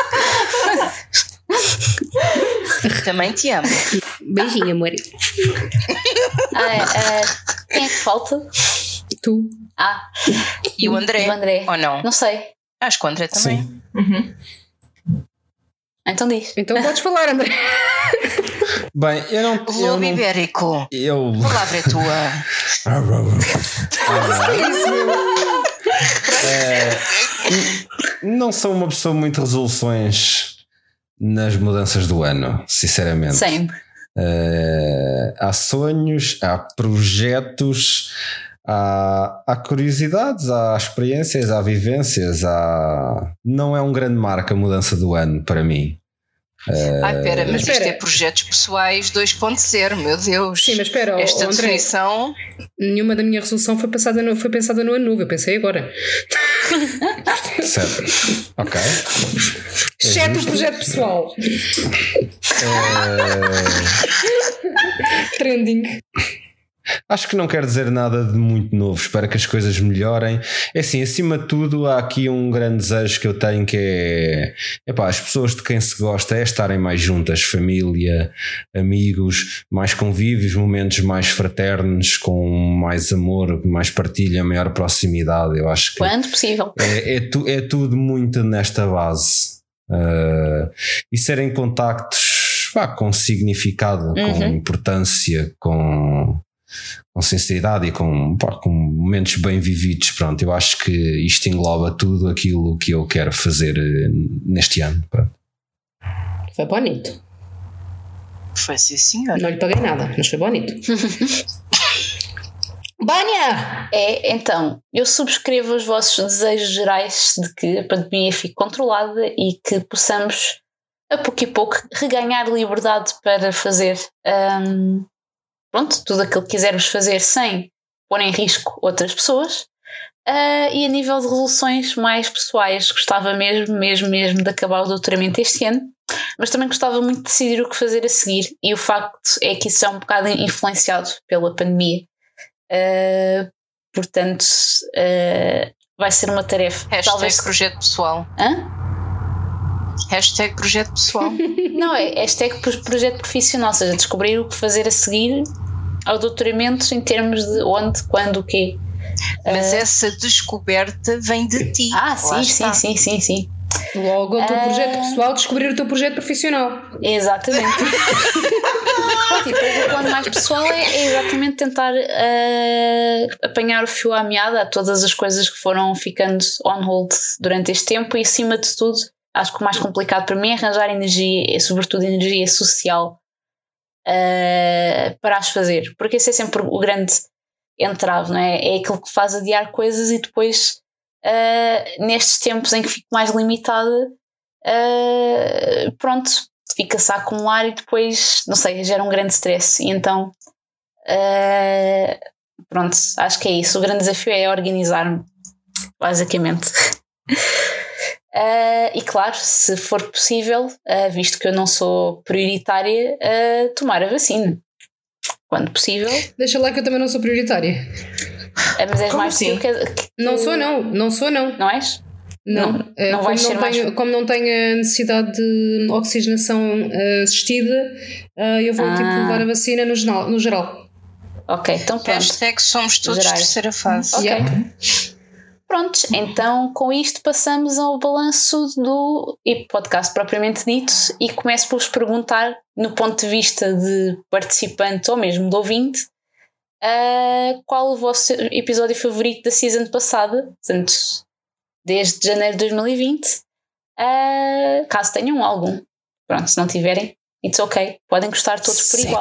Também te amo. Beijinho, amor. Quem é que falta? Tu. E o André? O André. Ou não? Não sei. Acho que o André também. Sim. Uhum. Então diz. Então podes falar, André. Bem, eu não. Lobo ibérico. A palavra é tua. Não sou uma pessoa muito de resoluções nas mudanças do ano, sinceramente. Sempre. Há sonhos, há projetos, há curiosidades, há experiências, há vivências, não é um grande marco a mudança do ano para mim. Espera, mas isto é projetos pessoais 2.0, meu Deus. Sim, mas espera, esta André, definição. nenhuma da minha resolução foi pensada no ano novo, eu pensei agora. Certo. Ok. Exceto o projeto pessoal. Trending. Acho que não quero dizer nada de muito novo. Espero que as coisas melhorem. É assim, acima de tudo, há aqui um grande desejo que eu tenho, que é as pessoas de quem se gosta é estarem mais juntas, família, amigos, mais convívios, momentos mais fraternos, com mais amor, mais partilha, maior proximidade. Eu acho que quando possível. É tudo muito nesta base. E serem contactos com significado, com importância, com sinceridade e com momentos bem vividos. Pronto, eu acho que isto engloba tudo aquilo que eu quero fazer neste ano. Pronto. Foi bonito. Foi sim, senhor. Não lhe paguei nada, mas foi bonito. Bânia! Então, eu subscrevo os vossos desejos gerais de que a pandemia fique controlada e que possamos, a pouco e pouco, reganhar liberdade para fazer tudo aquilo que quisermos fazer sem pôr em risco outras pessoas. E a nível de resoluções mais pessoais, gostava mesmo de acabar o doutoramento este ano, mas também gostava muito de decidir o que fazer a seguir, e o facto é que isso é um bocado influenciado pela pandemia. Portanto, vai ser uma tarefa. Talvez projeto pessoal. Hashtag projeto pessoal. Não, é hashtag projeto profissional, ou seja, descobrir o que fazer a seguir ao doutoramento em termos de onde, quando, o quê. Mas essa descoberta vem de ti. Sim. Logo, o teu projeto pessoal, descobrir o teu projeto profissional. Exatamente. E depois o plano mais pessoal é exatamente tentar apanhar o fio à meada a todas as coisas que foram ficando on hold durante este tempo, e acima de tudo, acho que o mais complicado para mim é arranjar energia, sobretudo energia social, para as fazer, porque esse é sempre o grande entrave, não é? É aquilo que faz adiar coisas e depois, nestes tempos em que fico mais limitada, fica-se a acumular e depois, não sei, gera um grande stress. E então, acho que é isso. O grande desafio é organizar-me, basicamente. E claro, se for possível, visto que eu não sou prioritária, tomar a vacina quando possível. Deixa lá que eu também não sou prioritária. Mas és mais assim? que Não sou não. Não és? Não, não vai ser como não tenho a necessidade de oxigenação assistida, eu vou tipo levar a vacina no geral. Ok, então pronto. Hashtag somos todos Gerais. terceira fase. Ok. Yeah. Prontos, então com isto passamos ao balanço do podcast propriamente dito e começo por vos perguntar, no ponto de vista de participante ou mesmo de ouvinte, qual o vosso episódio favorito da season passada, portanto, desde janeiro de 2020, caso tenham algum. Pronto, se não tiverem, it's ok, podem gostar todos por igual.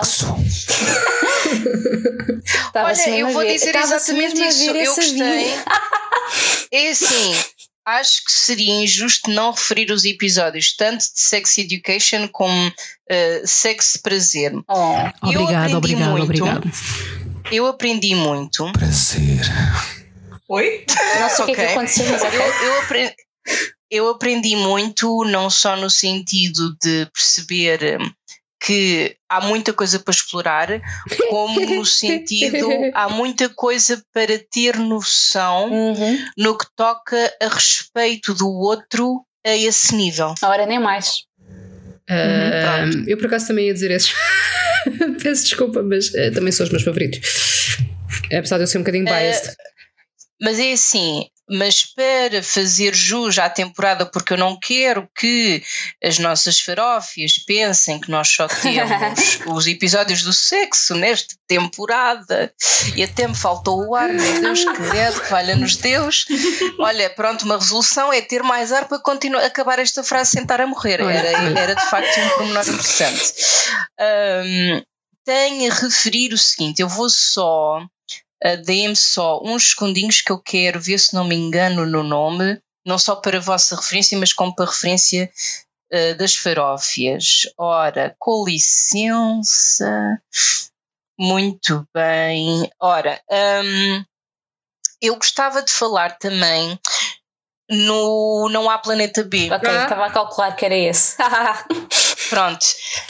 Olha, eu vou dizer exatamente isso. Eu gostei. É assim, acho que seria injusto não referir os episódios tanto de Sex Education como Sexo Prazer. Obrigado. Eu aprendi muito. Prazer. Oi? Não sei o que é que aconteceu, mas eu aprendi muito, não só no sentido de perceber que há muita coisa para explorar, como no sentido há muita coisa para ter noção no que toca a respeito do outro a esse nível. Ora, nem mais. Eu por acaso também ia dizer esses. Peço desculpa, mas também são os meus favoritos. Apesar de eu ser um bocadinho biased. Mas é assim, mas para fazer jus à temporada, porque eu não quero que as nossas farófias pensem que nós só temos os episódios do sexo nesta temporada e até me faltou o ar, meu Deus, credo, falha-nos Deus. Olha, pronto, uma resolução é ter mais ar para continuar, acabar esta frase sem estar a morrer. Era de facto um pormenor importante. Tenho a referir o seguinte, eu vou só... deem-me só uns segundinhos que eu quero ver se não me engano no nome, não só para a vossa referência, mas como para a referência das farófias. Ora, com licença. Muito bem. Ora, eu gostava de falar também no Não Há Planeta B. Ok, estava a calcular que era esse. Pronto.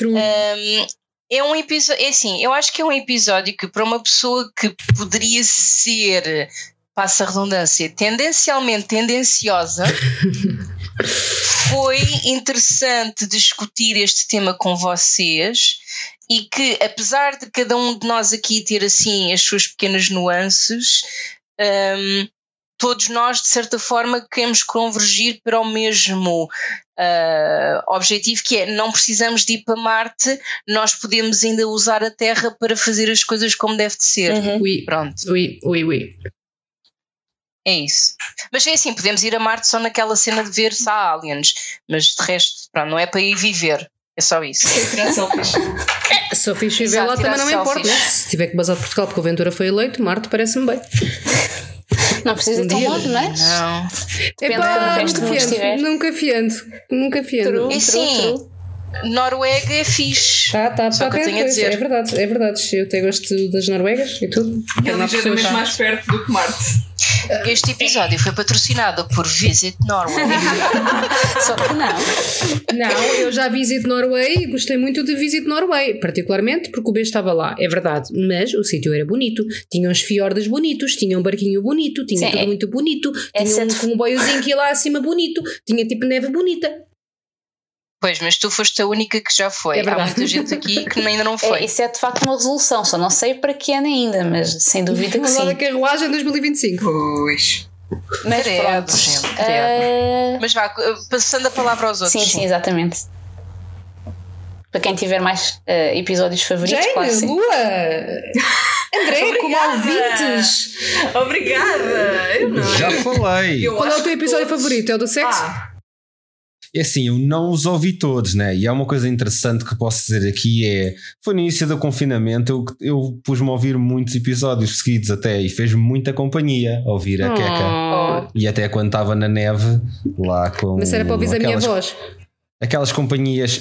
É um episódio, é assim, eu acho que é um episódio que para uma pessoa que poderia ser, passa a redundância, tendencialmente tendenciosa, foi interessante discutir este tema com vocês e que apesar de cada um de nós aqui ter assim as suas pequenas nuances, todos nós de certa forma queremos convergir para o mesmo objetivo, que é não precisamos de ir para Marte, nós podemos ainda usar a Terra para fazer as coisas como deve de ser. Oui. Pronto. Oui. É isso. Mas é assim, podemos ir a Marte só naquela cena de ver se há aliens, mas de resto, pronto, não é para ir viver, é só isso. Tirar selfies. Se eu fiz viver lá também não me importa, né? Se tiver que basar de Portugal porque o Ventura foi eleito, Marte parece-me bem. Não precisa ir tão longe, não é? Não. Epá, nunca fiando. E sim, Noruega é fixe. Só que eu tenho a dizer. É verdade. Eu até gosto das Noruegas e tudo. É ligeiramente mais perto do que Marte. Este episódio foi patrocinado por Visit Norway. Só que não, eu já Visit Norway e gostei muito de Visit Norway, particularmente porque o B estava lá, é verdade, mas o sítio era bonito, tinha uns fiordes bonitos, tinha um barquinho bonito, tinha tudo muito bonito, tinha um comboiozinho que ia lá acima bonito, tinha tipo neve bonita. Pois, mas tu foste a única que já foi. Há muita gente aqui que ainda não foi. Isso é de facto uma resolução, só não sei para que ano ainda, mas sem dúvida que sim. Vamos lá da carruagem 2025. Pois. Mas pronto. Mas vá, passando a palavra aos outros. Sim, exatamente. Para quem tiver mais episódios favoritos, Jane, claro, sim. Lua, André, como ouvintes. Obrigada. Eu não. Já falei. Qual é o teu episódio favorito? É o do sexo? É assim, eu não os ouvi todos, né? E há uma coisa interessante que posso dizer aqui foi no início do confinamento eu pus-me a ouvir muitos episódios seguidos até e fez-me muita companhia ouvir a Queca. E até quando estava na neve lá com... Mas era para ouvir a minha voz. Aquelas companhias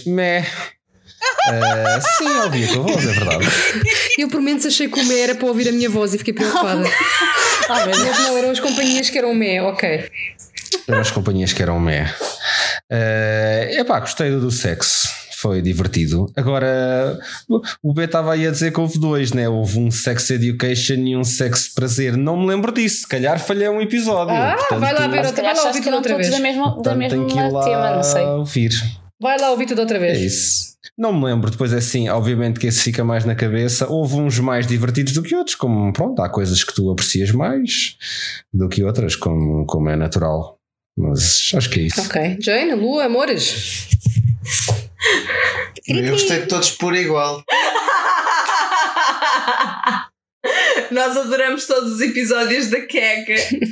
sim, ouvi a tua voz, é verdade. Eu por menos achei que o mé era para ouvir a minha voz e fiquei preocupada. Mas não eram as companhias que eram mé, ok. Eram as companhias que eram mé. Gostei do sexo. foi divertido. Agora, o B estava aí a dizer que houve 2, né? Houve um Sex Education e um Sex Prazer. Não me lembro disso, se calhar falhei um episódio. Portanto, vai lá ver outra, vai lá ouvir tudo outra vez. Da mesma tema, não sei. Ouvir. Vai lá ouvir tudo outra vez. É isso. Não me lembro, depois é assim, obviamente que esse fica mais na cabeça. Houve uns mais divertidos do que outros, como pronto, há coisas que tu aprecias mais do que outras, como é natural. Mas acho que é isso. Ok. Jane, Lu, amores. Eu gostei de todos por igual. Nós adoramos todos os episódios da Queca.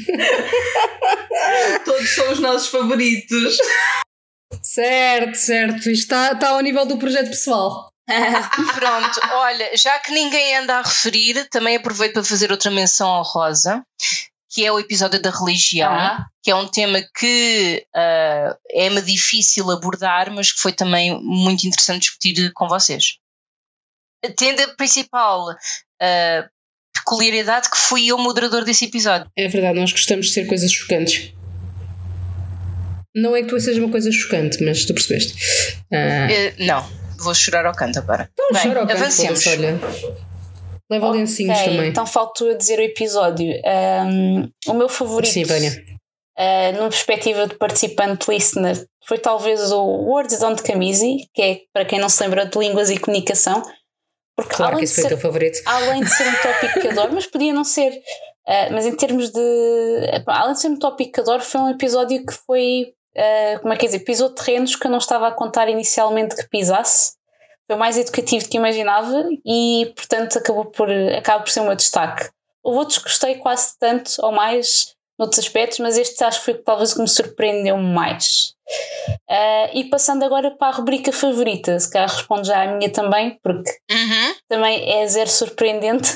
Todos são os nossos favoritos. Certo. Isto está ao nível do projeto pessoal. Pronto, olha, já que ninguém anda a referir, também aproveito para fazer outra menção honrosa, que é o episódio da religião, que é um tema que é-me difícil abordar, mas que foi também muito interessante discutir com vocês. Tendo a principal peculiaridade que fui eu moderador desse episódio. É verdade, nós gostamos de ser coisas chocantes. Não é que tu seja uma coisa chocante, mas tu percebeste. Não, vou chorar ao canto agora. Não, chora ao canto, avancemos. Olha. Leva lencinhos também. Então falta eu dizer o episódio. O meu favorito, sim, numa perspectiva de participante listener, foi talvez o Words Don't Come Easy, que é, para quem não se lembra, de línguas e comunicação. Porque claro que esse foi o teu favorito. Além de ser um tópico que adoro, mas podia não ser. Mas em termos de. Além de ser um tópico que adoro, foi um episódio que foi. Como é que é dizer? Pisou terrenos que eu não estava a contar inicialmente que pisasse. Foi mais educativo do que imaginava e, portanto, acaba por ser o meu destaque. Houve outros que gostei quase tanto ou mais noutros aspectos, mas este acho que foi talvez o que me surpreendeu mais. E passando agora para a rubrica favorita, se calhar respondo já à minha também, porque também é zero surpreendente.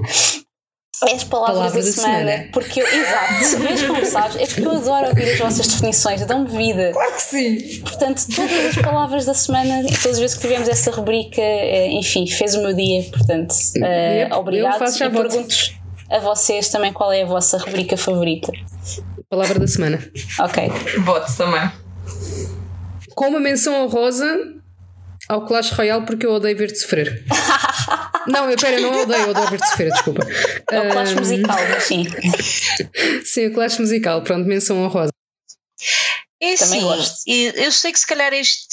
É as palavras da semana. Porque exato, vês como sabes, é porque eu adoro ouvir as vossas definições, dão-me vida. Claro que sim. Portanto, todas as palavras da semana, todas as vezes que tivemos essa rubrica, enfim, fez o meu dia. Portanto, obrigado. E pergunto a vocês também qual é a vossa rubrica favorita. Palavra da semana. Ok. Voto também. Com uma menção honrosa ao Clash Royale, porque eu odeio ver-te sofrer. Não, eu não odeio ver-te sofrer, desculpa. É o Clash musical, mas sim. Sim, o Clash musical, pronto, menção honrosa. É também sim, gosto. Eu sei que se calhar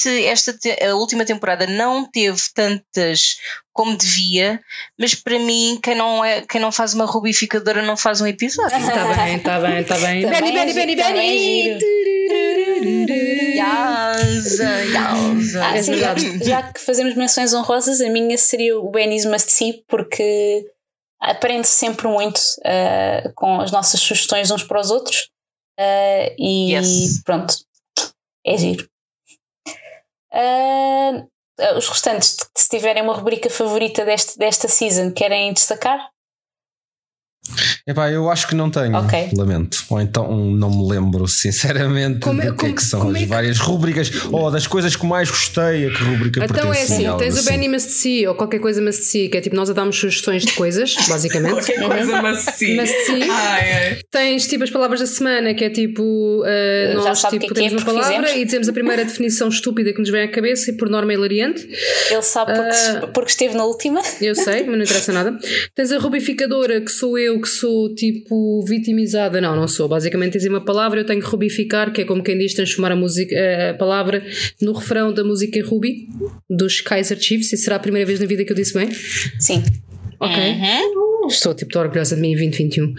a última temporada não teve tantas como devia, mas para mim quem não faz uma rubificadora não faz um episódio. Está bem. Benny. Já que fazemos menções honrosas, a minha seria o Benny's Must See, porque aprende sempre muito com as nossas sugestões uns para os outros. Pronto, é giro. Os restantes, se tiverem uma rubrica favorita desta season, querem destacar? Eu acho que não tenho, lamento. Ou então não me lembro sinceramente do que são as várias rubricas ou das coisas que mais gostei, a que rubrica então pertence. Então é assim, tens o Benny Must See ou qualquer coisa Must See, que é tipo nós a darmos sugestões de coisas, basicamente. Qualquer coisa Must See. Tens tipo as palavras da semana, que é tipo nós tipo, temos uma palavra e dizemos a primeira definição estúpida que nos vem à cabeça e por norma é hilariante. Ele sabe porque esteve na última. Eu sei, mas não interessa nada. Tens a rubificadora, que sou eu, que sou tipo vitimizada. Não sou. Basicamente tens uma palavra, eu tenho que rubificar, que é como quem diz transformar a palavra no refrão da música Ruby dos Kaiser Chiefs. E será a primeira vez na vida que eu disse bem? Sim. Ok. Estou tipo orgulhosa de mim em 2021.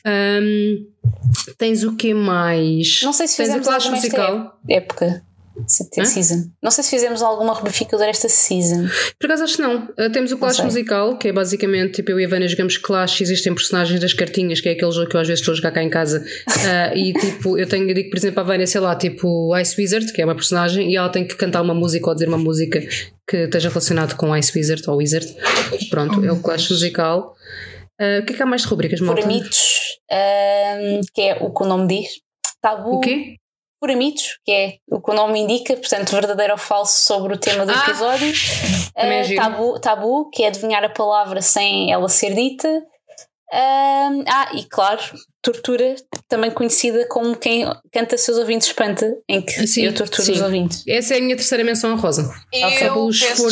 Tens o que mais? Não sei se fizemos alguma musical época. Season. Não sei se fizemos alguma rubrificadora esta season. Por acaso acho que não. Temos o Clash musical, que é basicamente tipo eu e a Vânia jogamos Clash. Existem personagens das cartinhas, que é aquele jogo que eu às vezes estou a jogar cá em casa. E tipo, eu digo por exemplo à Vânia, sei lá, tipo Ice Wizard, que é uma personagem, e ela tem que cantar uma música ou dizer uma música que esteja relacionada com Ice Wizard ou Wizard. Pronto, é o Clash musical. O que é que há mais de rubricas, malta? Por mitos, que é o que o nome diz. Tabu. O quê? Por mitos, que é o que o nome indica, portanto, verdadeiro ou falso sobre o tema do episódio. Tabu, que é adivinhar a palavra sem ela ser dita. E claro, tortura, também conhecida como quem canta seus ouvintes espanta, em que Sim, eu torturo sim. os ouvintes. Essa é a minha terceira menção honrosa. Eu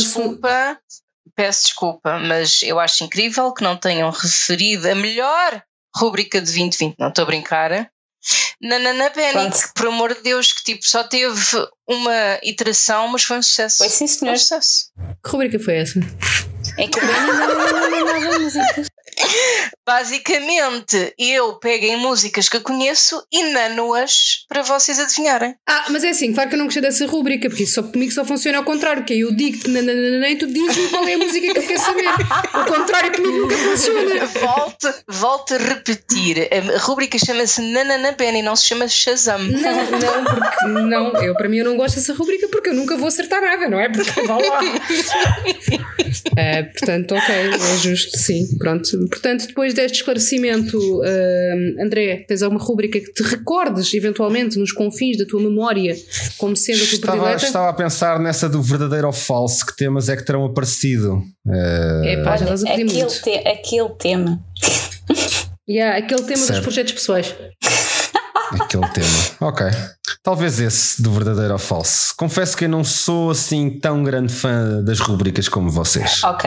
peço desculpa, mas eu acho incrível que não tenham referido a melhor rubrica de 2020, não estou a brincar. Nanana Penny, que, por amor de Deus, que tipo, só teve uma iteração, mas foi um sucesso. Foi sim, senhor. Foi um sucesso. Que rubrica foi essa? É que o Benny não mandava músicas. Basicamente, eu pego em músicas que eu conheço e nano-as para vocês adivinharem. Mas é assim, claro que eu não gostei dessa rubrica, porque isso comigo só funciona ao contrário, que eu digo-te nananana e tu dizes-me qual é a música que eu quero saber. O contrário comigo nunca funciona. Volto a repetir. A rubrica chama-se Nanana Penny, não se chama Shazam. Não, para mim eu não gosto dessa rubrica porque eu nunca vou acertar nada, não é? Porque vá lá. Portanto, ok, é justo, sim. Pronto. Portanto, depois deste esclarecimento, André, tens alguma rubrica que te recordes eventualmente nos confins da tua memória como sendo a tua predileta? Estava a pensar nessa do verdadeiro ou falso, que temas é que terão aparecido. Já estás a pedir muito. Aquele tema. Aquele tema certo. Dos projetos pessoais. Aquele tema, ok. Talvez esse do verdadeiro ou falso. Confesso que eu não sou assim tão grande fã das rubricas como vocês. Ok.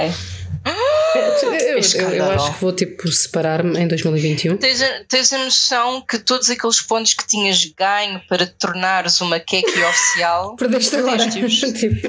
Eu acho que vou tipo separar-me em 2021. Tens a noção que todos aqueles pontos que tinhas ganho para te tornares uma Keki oficial perdeste agora. Tipo.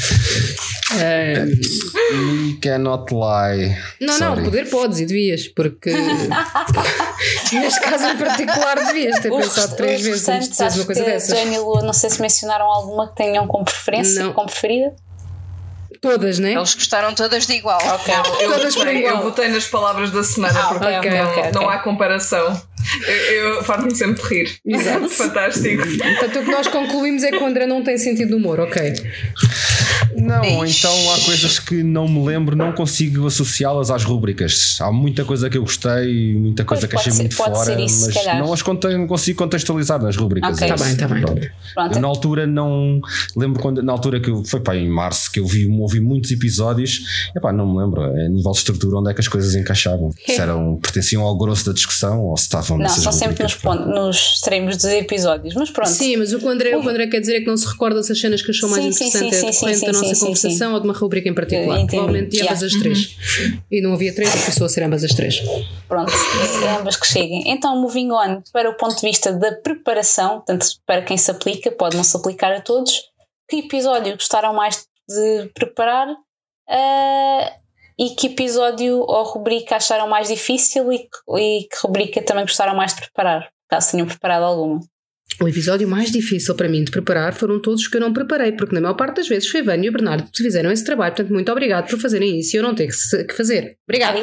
Me cannot lie. Não, poder podes e devias, porque neste caso em particular devias ter pensado 3 vezes antes de dizeres uma coisa dessas. Jane e Lua, não sei se mencionaram alguma que tenham como preferência, como preferida. Todas, né? Eles gostaram todas de igual. Ok. Eu votei nas palavras da semana porque não há comparação. Eu faço-me sempre de rir. Exato. Fantástico. Portanto, o que nós concluímos é que o André não tem sentido de humor, ok? Não, então há coisas que não me lembro, não consigo associá-las às rubricas. Há muita coisa que eu gostei, muita coisa que achei muito fora, isso, mas não as consigo contextualizar nas rubricas. Okay. Está bem. Eu, na altura não lembro quando, na altura que foi em março que eu ouvi muitos episódios, não me lembro a nível de estrutura onde é que as coisas encaixavam. Se pertenciam ao grosso da discussão ou se estavam não, são sempre nos extremos dos episódios, mas pronto. Sim, mas o que o André quer dizer é que não se recorda se as cenas que achou mais interessante é decorrente da nossa conversação ou de uma rubrica em particular. Provavelmente de ambas as 3. E não havia 3, porque passou a ser ambas as 3. Pronto, ambas que cheguem. Então, moving on para o ponto de vista da preparação, tanto para quem se aplica, pode não se aplicar a todos. Que episódio gostaram mais de preparar? E que episódio ou rubrica acharam mais difícil e que rubrica também gostaram mais de preparar, caso tenham preparado alguma? O episódio mais difícil para mim de preparar foram todos os que eu não preparei, porque na maior parte das vezes foi a Vânia e o Bernardo que fizeram esse trabalho, portanto muito obrigado por fazerem isso e eu não ter que fazer. Obrigado.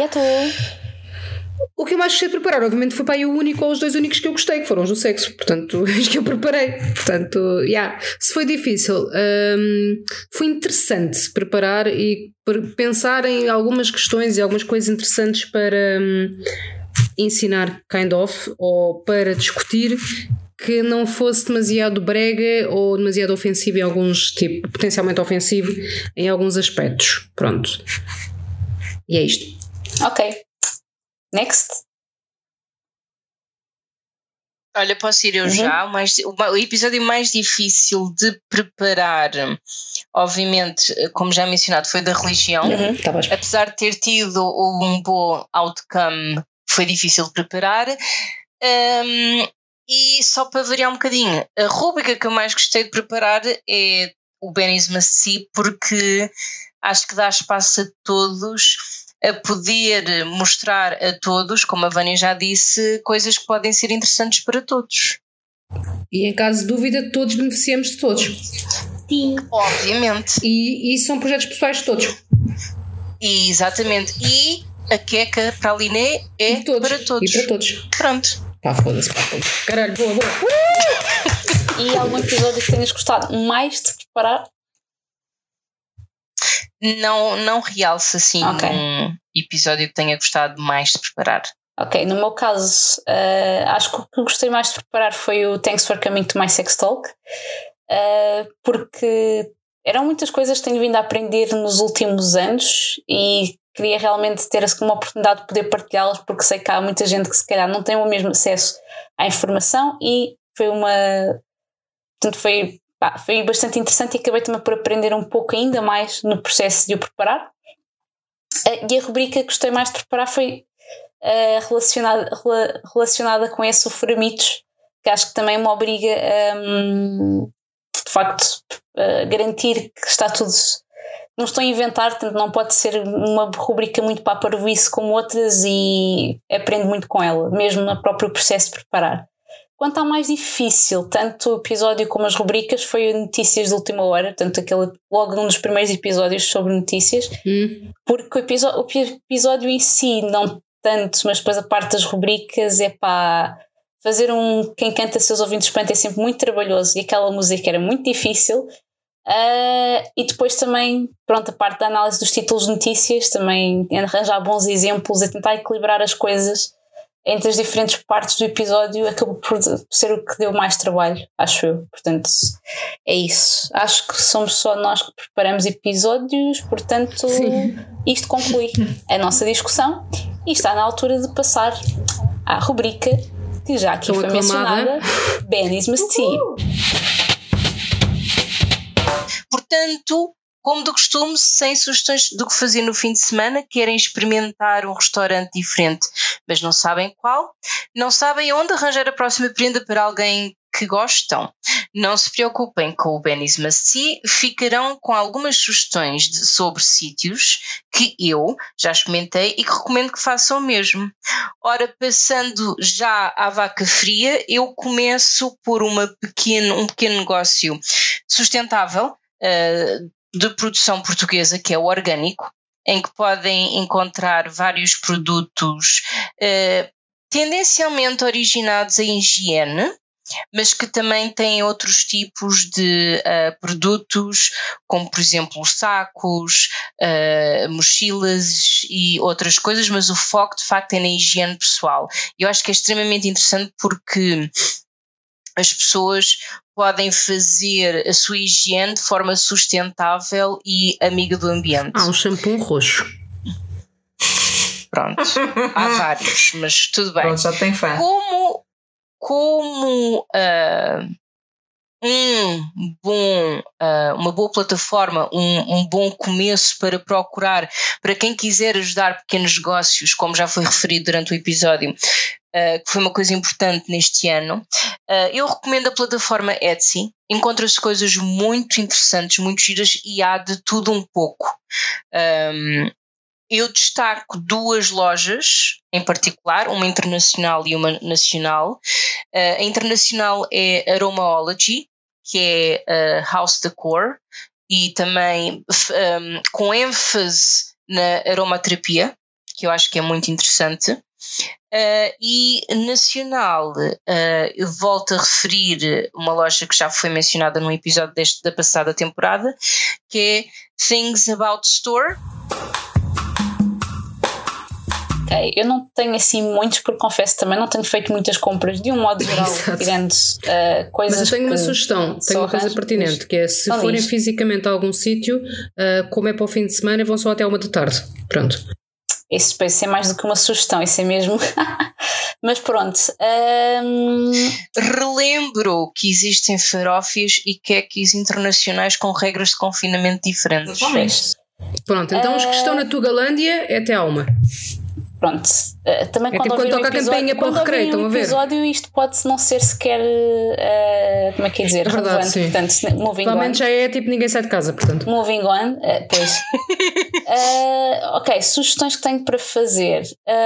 O que eu mais gostei de preparar, obviamente, foi para aí o único ou os 2 únicos que eu gostei, que foram os do sexo, portanto, os que eu preparei. Portanto, se foi difícil, foi interessante preparar e pensar em algumas questões e algumas coisas interessantes para ensinar, ou para discutir, que não fosse demasiado brega ou demasiado ofensivo em alguns, potencialmente ofensivo em alguns aspectos. Pronto. E é isto. Ok. Next. Olha, posso ir eu já. O episódio mais difícil de preparar, obviamente, como já mencionado, foi da religião. Apesar de ter tido um bom outcome, foi difícil de preparar. E só para variar um bocadinho, a rubrica que eu mais gostei de preparar é o Benny's Must See, porque acho que dá espaço a todos a poder mostrar a todos, como a Vânia já disse, coisas que podem ser interessantes para todos. E em caso de dúvida, todos beneficiamos de todos. Sim. Obviamente. E são projetos pessoais de todos. Exatamente. E a queca para a Liné é para todos. E para todos. Pronto. Foda-se. Caralho, boa. E algum episódio que tenhas gostado mais de preparar? Não realça assim um episódio que tenha gostado mais de preparar. Ok, no meu caso, acho que o que gostei mais de preparar foi o Thanks for Coming to My Sex Talk, porque eram muitas coisas que tenho vindo a aprender nos últimos anos e queria realmente ter uma oportunidade de poder partilhá-las, porque sei que há muita gente que se calhar não tem o mesmo acesso à informação, e foi bastante interessante, e acabei também por aprender um pouco ainda mais no processo de o preparar. E a rubrica que gostei mais de preparar foi relacionada com esse sofrimitos, que acho que também me obriga de facto a garantir que está tudo, não estou a inventar, portanto não pode ser uma rubrica muito para a parvoíce como outras, e aprendo muito com ela, mesmo no próprio processo de preparar. Quanto ao mais difícil, tanto o episódio como as rubricas, foi notícias de última hora, portanto aquele logo num dos primeiros episódios sobre notícias, porque o episódio em si não tanto, mas depois a parte das rubricas é para fazer quem canta seus ouvintes espanta é sempre muito trabalhoso, e aquela música era muito difícil. E depois também, pronto, a parte da análise dos títulos de notícias, também arranjar bons exemplos, a tentar equilibrar as coisas entre as diferentes partes do episódio, acabou por ser o que deu mais trabalho, acho eu. Portanto, é isso. Acho que somos só nós que preparamos episódios, portanto, sim, isto conclui a nossa discussão e está na altura de passar à rubrica que já aqui foi mencionada, Benny's Must See. Portanto, como de costume, sem sugestões do que fazer no fim de semana, querem experimentar um restaurante diferente, mas não sabem qual, não sabem onde arranjar a próxima prenda para alguém que gostam. Não se preocupem com o Benny's Must See, ficarão com algumas sugestões sobre sítios que eu já experimentei e que recomendo que façam o mesmo. Ora, passando já à vaca fria, eu começo por um pequeno negócio sustentável, de produção portuguesa, que é o orgânico, em que podem encontrar vários produtos tendencialmente originados em higiene, mas que também têm outros tipos de produtos, como por exemplo sacos, mochilas e outras coisas, mas o foco de facto é na higiene pessoal. Eu acho que é extremamente interessante porque as pessoas podem fazer a sua higiene de forma sustentável e amiga do ambiente. Há um shampoo roxo. Pronto, há vários, mas tudo bem. Pronto, já tem fã. Como uma boa plataforma, um bom começo para procurar, para quem quiser ajudar pequenos negócios, como já foi referido durante o episódio, que foi uma coisa importante neste ano, eu recomendo a plataforma Etsy. Encontra-se coisas muito interessantes, muito giras, e há de tudo um pouco. Eu destaco duas lojas em particular, uma internacional e uma nacional. A internacional é Aromaology, que é House Decor, e também com ênfase na aromaterapia, que eu acho que é muito interessante. E nacional, eu volto a referir uma loja que já foi mencionada num episódio da passada temporada, que é Things About Store. Ok, eu não tenho assim muitos, porque confesso também não tenho feito muitas compras de um modo geral, grandes coisas. Mas eu tenho uma sugestão, tenho uma coisa pertinente, que é se forem fisicamente a algum sítio, como é para o fim de semana, vão só até 1 da tarde. Pronto. Isso é mais do que uma sugestão, isso é mesmo. Mas pronto. Relembro que existem farófias e queques internacionais com regras de confinamento diferentes. Pronto, então os que estão na Tugalândia é até à 1. Pronto, também quando toca a campainha para o recreio, estão a ver? Episódio, isto pode não ser sequer, como é que é dizer, é verdade, sim. Portanto, moving Provavelmente on. já é tipo ninguém sai de casa, portanto. Moving on, pois. Ok, sugestões que tenho para fazer.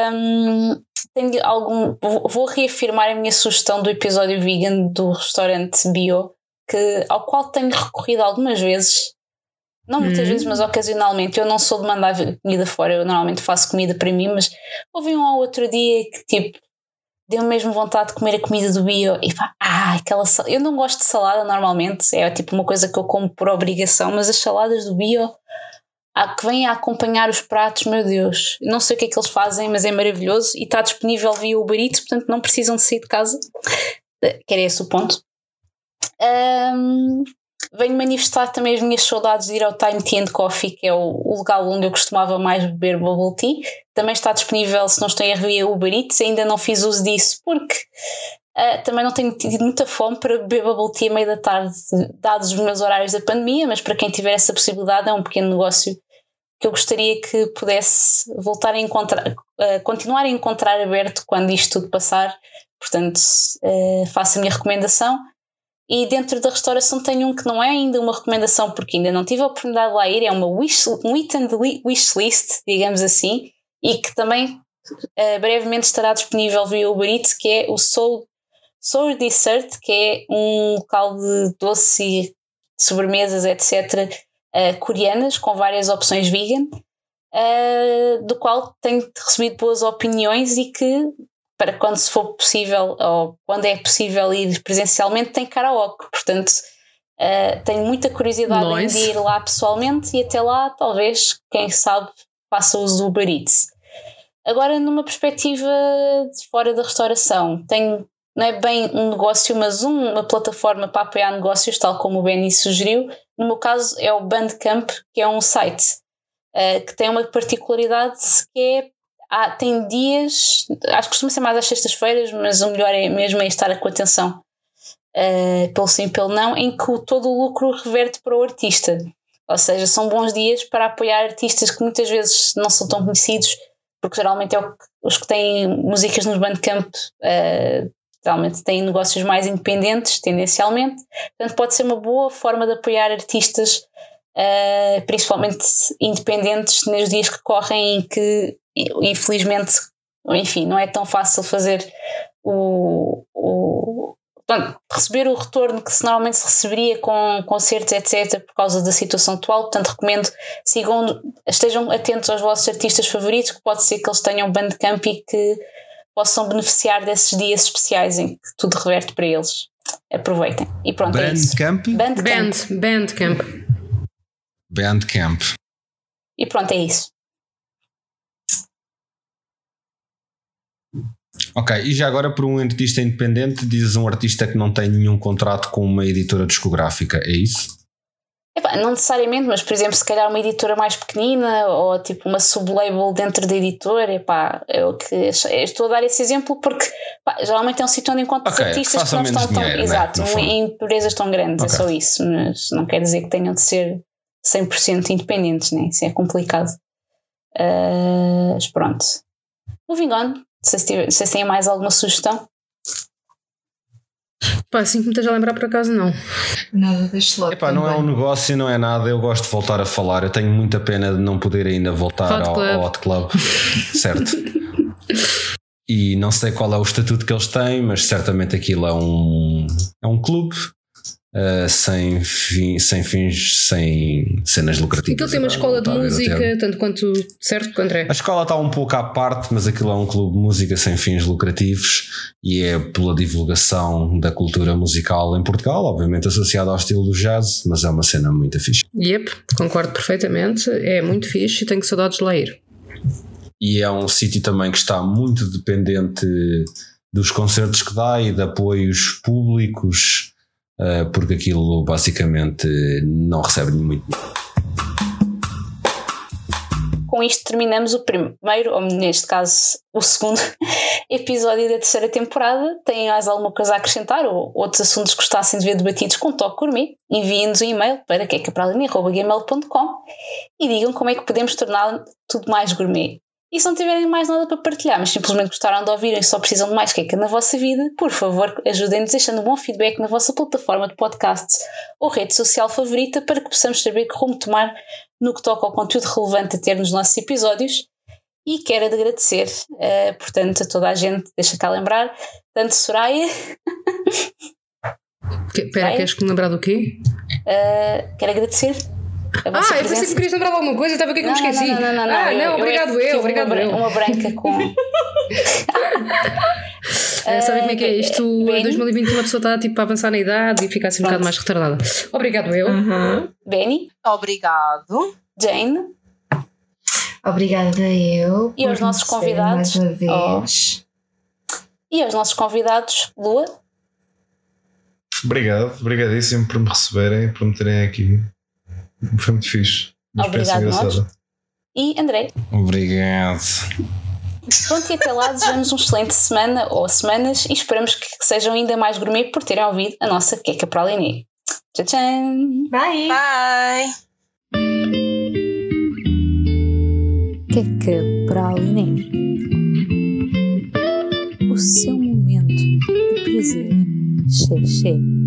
Vou reafirmar a minha sugestão do episódio vegan do restaurante Bio, ao qual tenho recorrido algumas vezes. Não muitas vezes, mas ocasionalmente. Eu não sou de mandar comida fora, eu normalmente faço comida para mim, mas houve um ao outro dia que tipo deu mesmo vontade de comer a comida do Bio e pá, eu não gosto de salada normalmente, é tipo uma coisa que eu como por obrigação, mas as saladas do Bio que vêm a acompanhar os pratos, meu Deus, não sei o que é que eles fazem, mas é maravilhoso e está disponível via Uber Eats, portanto não precisam de sair de casa, que era esse o ponto. venho manifestar também as minhas saudades de ir ao Time Tea and Coffee, que é o local onde eu costumava mais beber bubble tea. Também está disponível, se não estou em erro, via Uber Eats. Ainda não fiz uso disso porque também não tenho tido muita fome para beber bubble tea à meia da tarde, dados os meus horários da pandemia, mas para quem tiver essa possibilidade é um pequeno negócio que eu gostaria que pudesse voltar a encontrar, continuar a encontrar aberto quando isto tudo passar. Portanto, faço a minha recomendação. E dentro da restauração tenho um que não é ainda uma recomendação porque ainda não tive a oportunidade de lá ir, é uma um item de wishlist, digamos assim, e que também brevemente estará disponível via Uber Eats, que é o Soul Dessert, que é um local de doce e sobremesas, etc., coreanas, com várias opções vegan, do qual tenho recebido boas opiniões e que, para quando se for possível, ou quando é possível ir presencialmente, tem karaoke. Portanto, tenho muita curiosidade em ir lá pessoalmente e até lá, talvez, quem sabe, faça uso do Uber Eats. Agora, numa perspectiva de fora da restauração, tenho, não é bem um negócio, mas uma plataforma para apoiar negócios, tal como o Benny sugeriu. No meu caso é o Bandcamp, que é um site que tem uma particularidade que é tem dias, acho que costuma ser mais às sextas-feiras, mas o melhor é mesmo estar com atenção, pelo sim, pelo não, em que todo o lucro reverte para o artista. Ou seja, são bons dias para apoiar artistas que muitas vezes não são tão conhecidos, porque geralmente os que têm músicas nos Bandcamp geralmente têm negócios mais independentes, tendencialmente. Portanto, pode ser uma boa forma de apoiar artistas, principalmente independentes, nos dias que correm, em que infelizmente, enfim, não é tão fácil fazer portanto, receber o retorno que normalmente se receberia com concertos, etc., por causa da situação atual. Portanto, recomendo, estejam atentos aos vossos artistas favoritos, que pode ser que eles tenham Bandcamp e que possam beneficiar desses dias especiais em que tudo reverte para eles. Aproveitem. E pronto, é isso. Bandcamp. E pronto, é isso. Ok, e já agora, por um artista independente, dizes um artista que não tem nenhum contrato com uma editora discográfica, é isso? Não necessariamente, mas por exemplo, se calhar uma editora mais pequenina ou tipo uma sublabel dentro da editora, eu estou a dar esse exemplo porque geralmente é um sítio onde encontro artistas que não estão tão dinheiro, exato, né? em empresas tão grandes, é só isso, mas não quer dizer que tenham de ser 100% independentes, né? Isso é complicado. Mas pronto. Moving on, se têm mais alguma sugestão? Assim que me esteja a lembrar, por acaso não. Nada, deixa lá. Não é um negócio, não é nada. Eu gosto de voltar a falar. Eu tenho muita pena de não poder ainda voltar ao Hot Club. Certo. E não sei qual é o estatuto que eles têm, mas certamente aquilo é um clube sem fins, sem cenas lucrativas. Aquilo tem uma escola de música, tanto quanto, certo, André? A escola está um pouco à parte, mas aquilo é um clube de música sem fins lucrativos e é pela divulgação da cultura musical em Portugal, obviamente associada ao estilo do jazz, mas é uma cena muito fixe. Yep, concordo perfeitamente, é muito fixe e tenho saudades de lá ir. E é um sítio também que está muito dependente dos concertos que dá e de apoios públicos, porque aquilo basicamente não recebe muito. Com isto terminamos o primeiro, ou neste caso o segundo episódio da terceira temporada. Têm mais alguma coisa a acrescentar ou outros assuntos que gostassem de ver debatidos com Toque Gourmet? Enviem-nos um e-mail para quecapralini@gmail.com e digam como é que podemos tornar tudo mais gourmet. E se não tiverem mais nada para partilhar, mas simplesmente gostaram de ouvir e só precisam de mais queca na vossa vida, por favor, ajudem-nos deixando um bom feedback na vossa plataforma de podcasts ou rede social favorita para que possamos saber que rumo tomar no que toca ao conteúdo relevante a ter nos nossos episódios. E quero agradecer, portanto, a toda a gente, deixa cá lembrar, tanto Soraya... Espera, queres que me lembrar do quê? Quero agradecer... eu pensei que querias lembrar de alguma coisa, estava aqui que me esqueci. Não, obrigado eu. Uma branca com... Sabe como é que é isto? Em 2021 a pessoa está tipo, a avançar na idade e fica assim um bocado mais retardada. Obrigado eu. Benny. Obrigado. Jane. Obrigada eu. E aos nossos convidados. Mais uma vez. E aos nossos convidados, Lua. Obrigadíssimo por me receberem, por me terem aqui. Foi muito fixe. Uma experiência engraçada. E André? Obrigado. Pronto, e até lá desejamos uma excelente semana ou semanas e esperamos que sejam ainda mais gourmet por terem ouvido a nossa queca praliné. Tchau, tchau! Bye! Bye! Queca praliné. O seu momento de prazer. Xê, xê.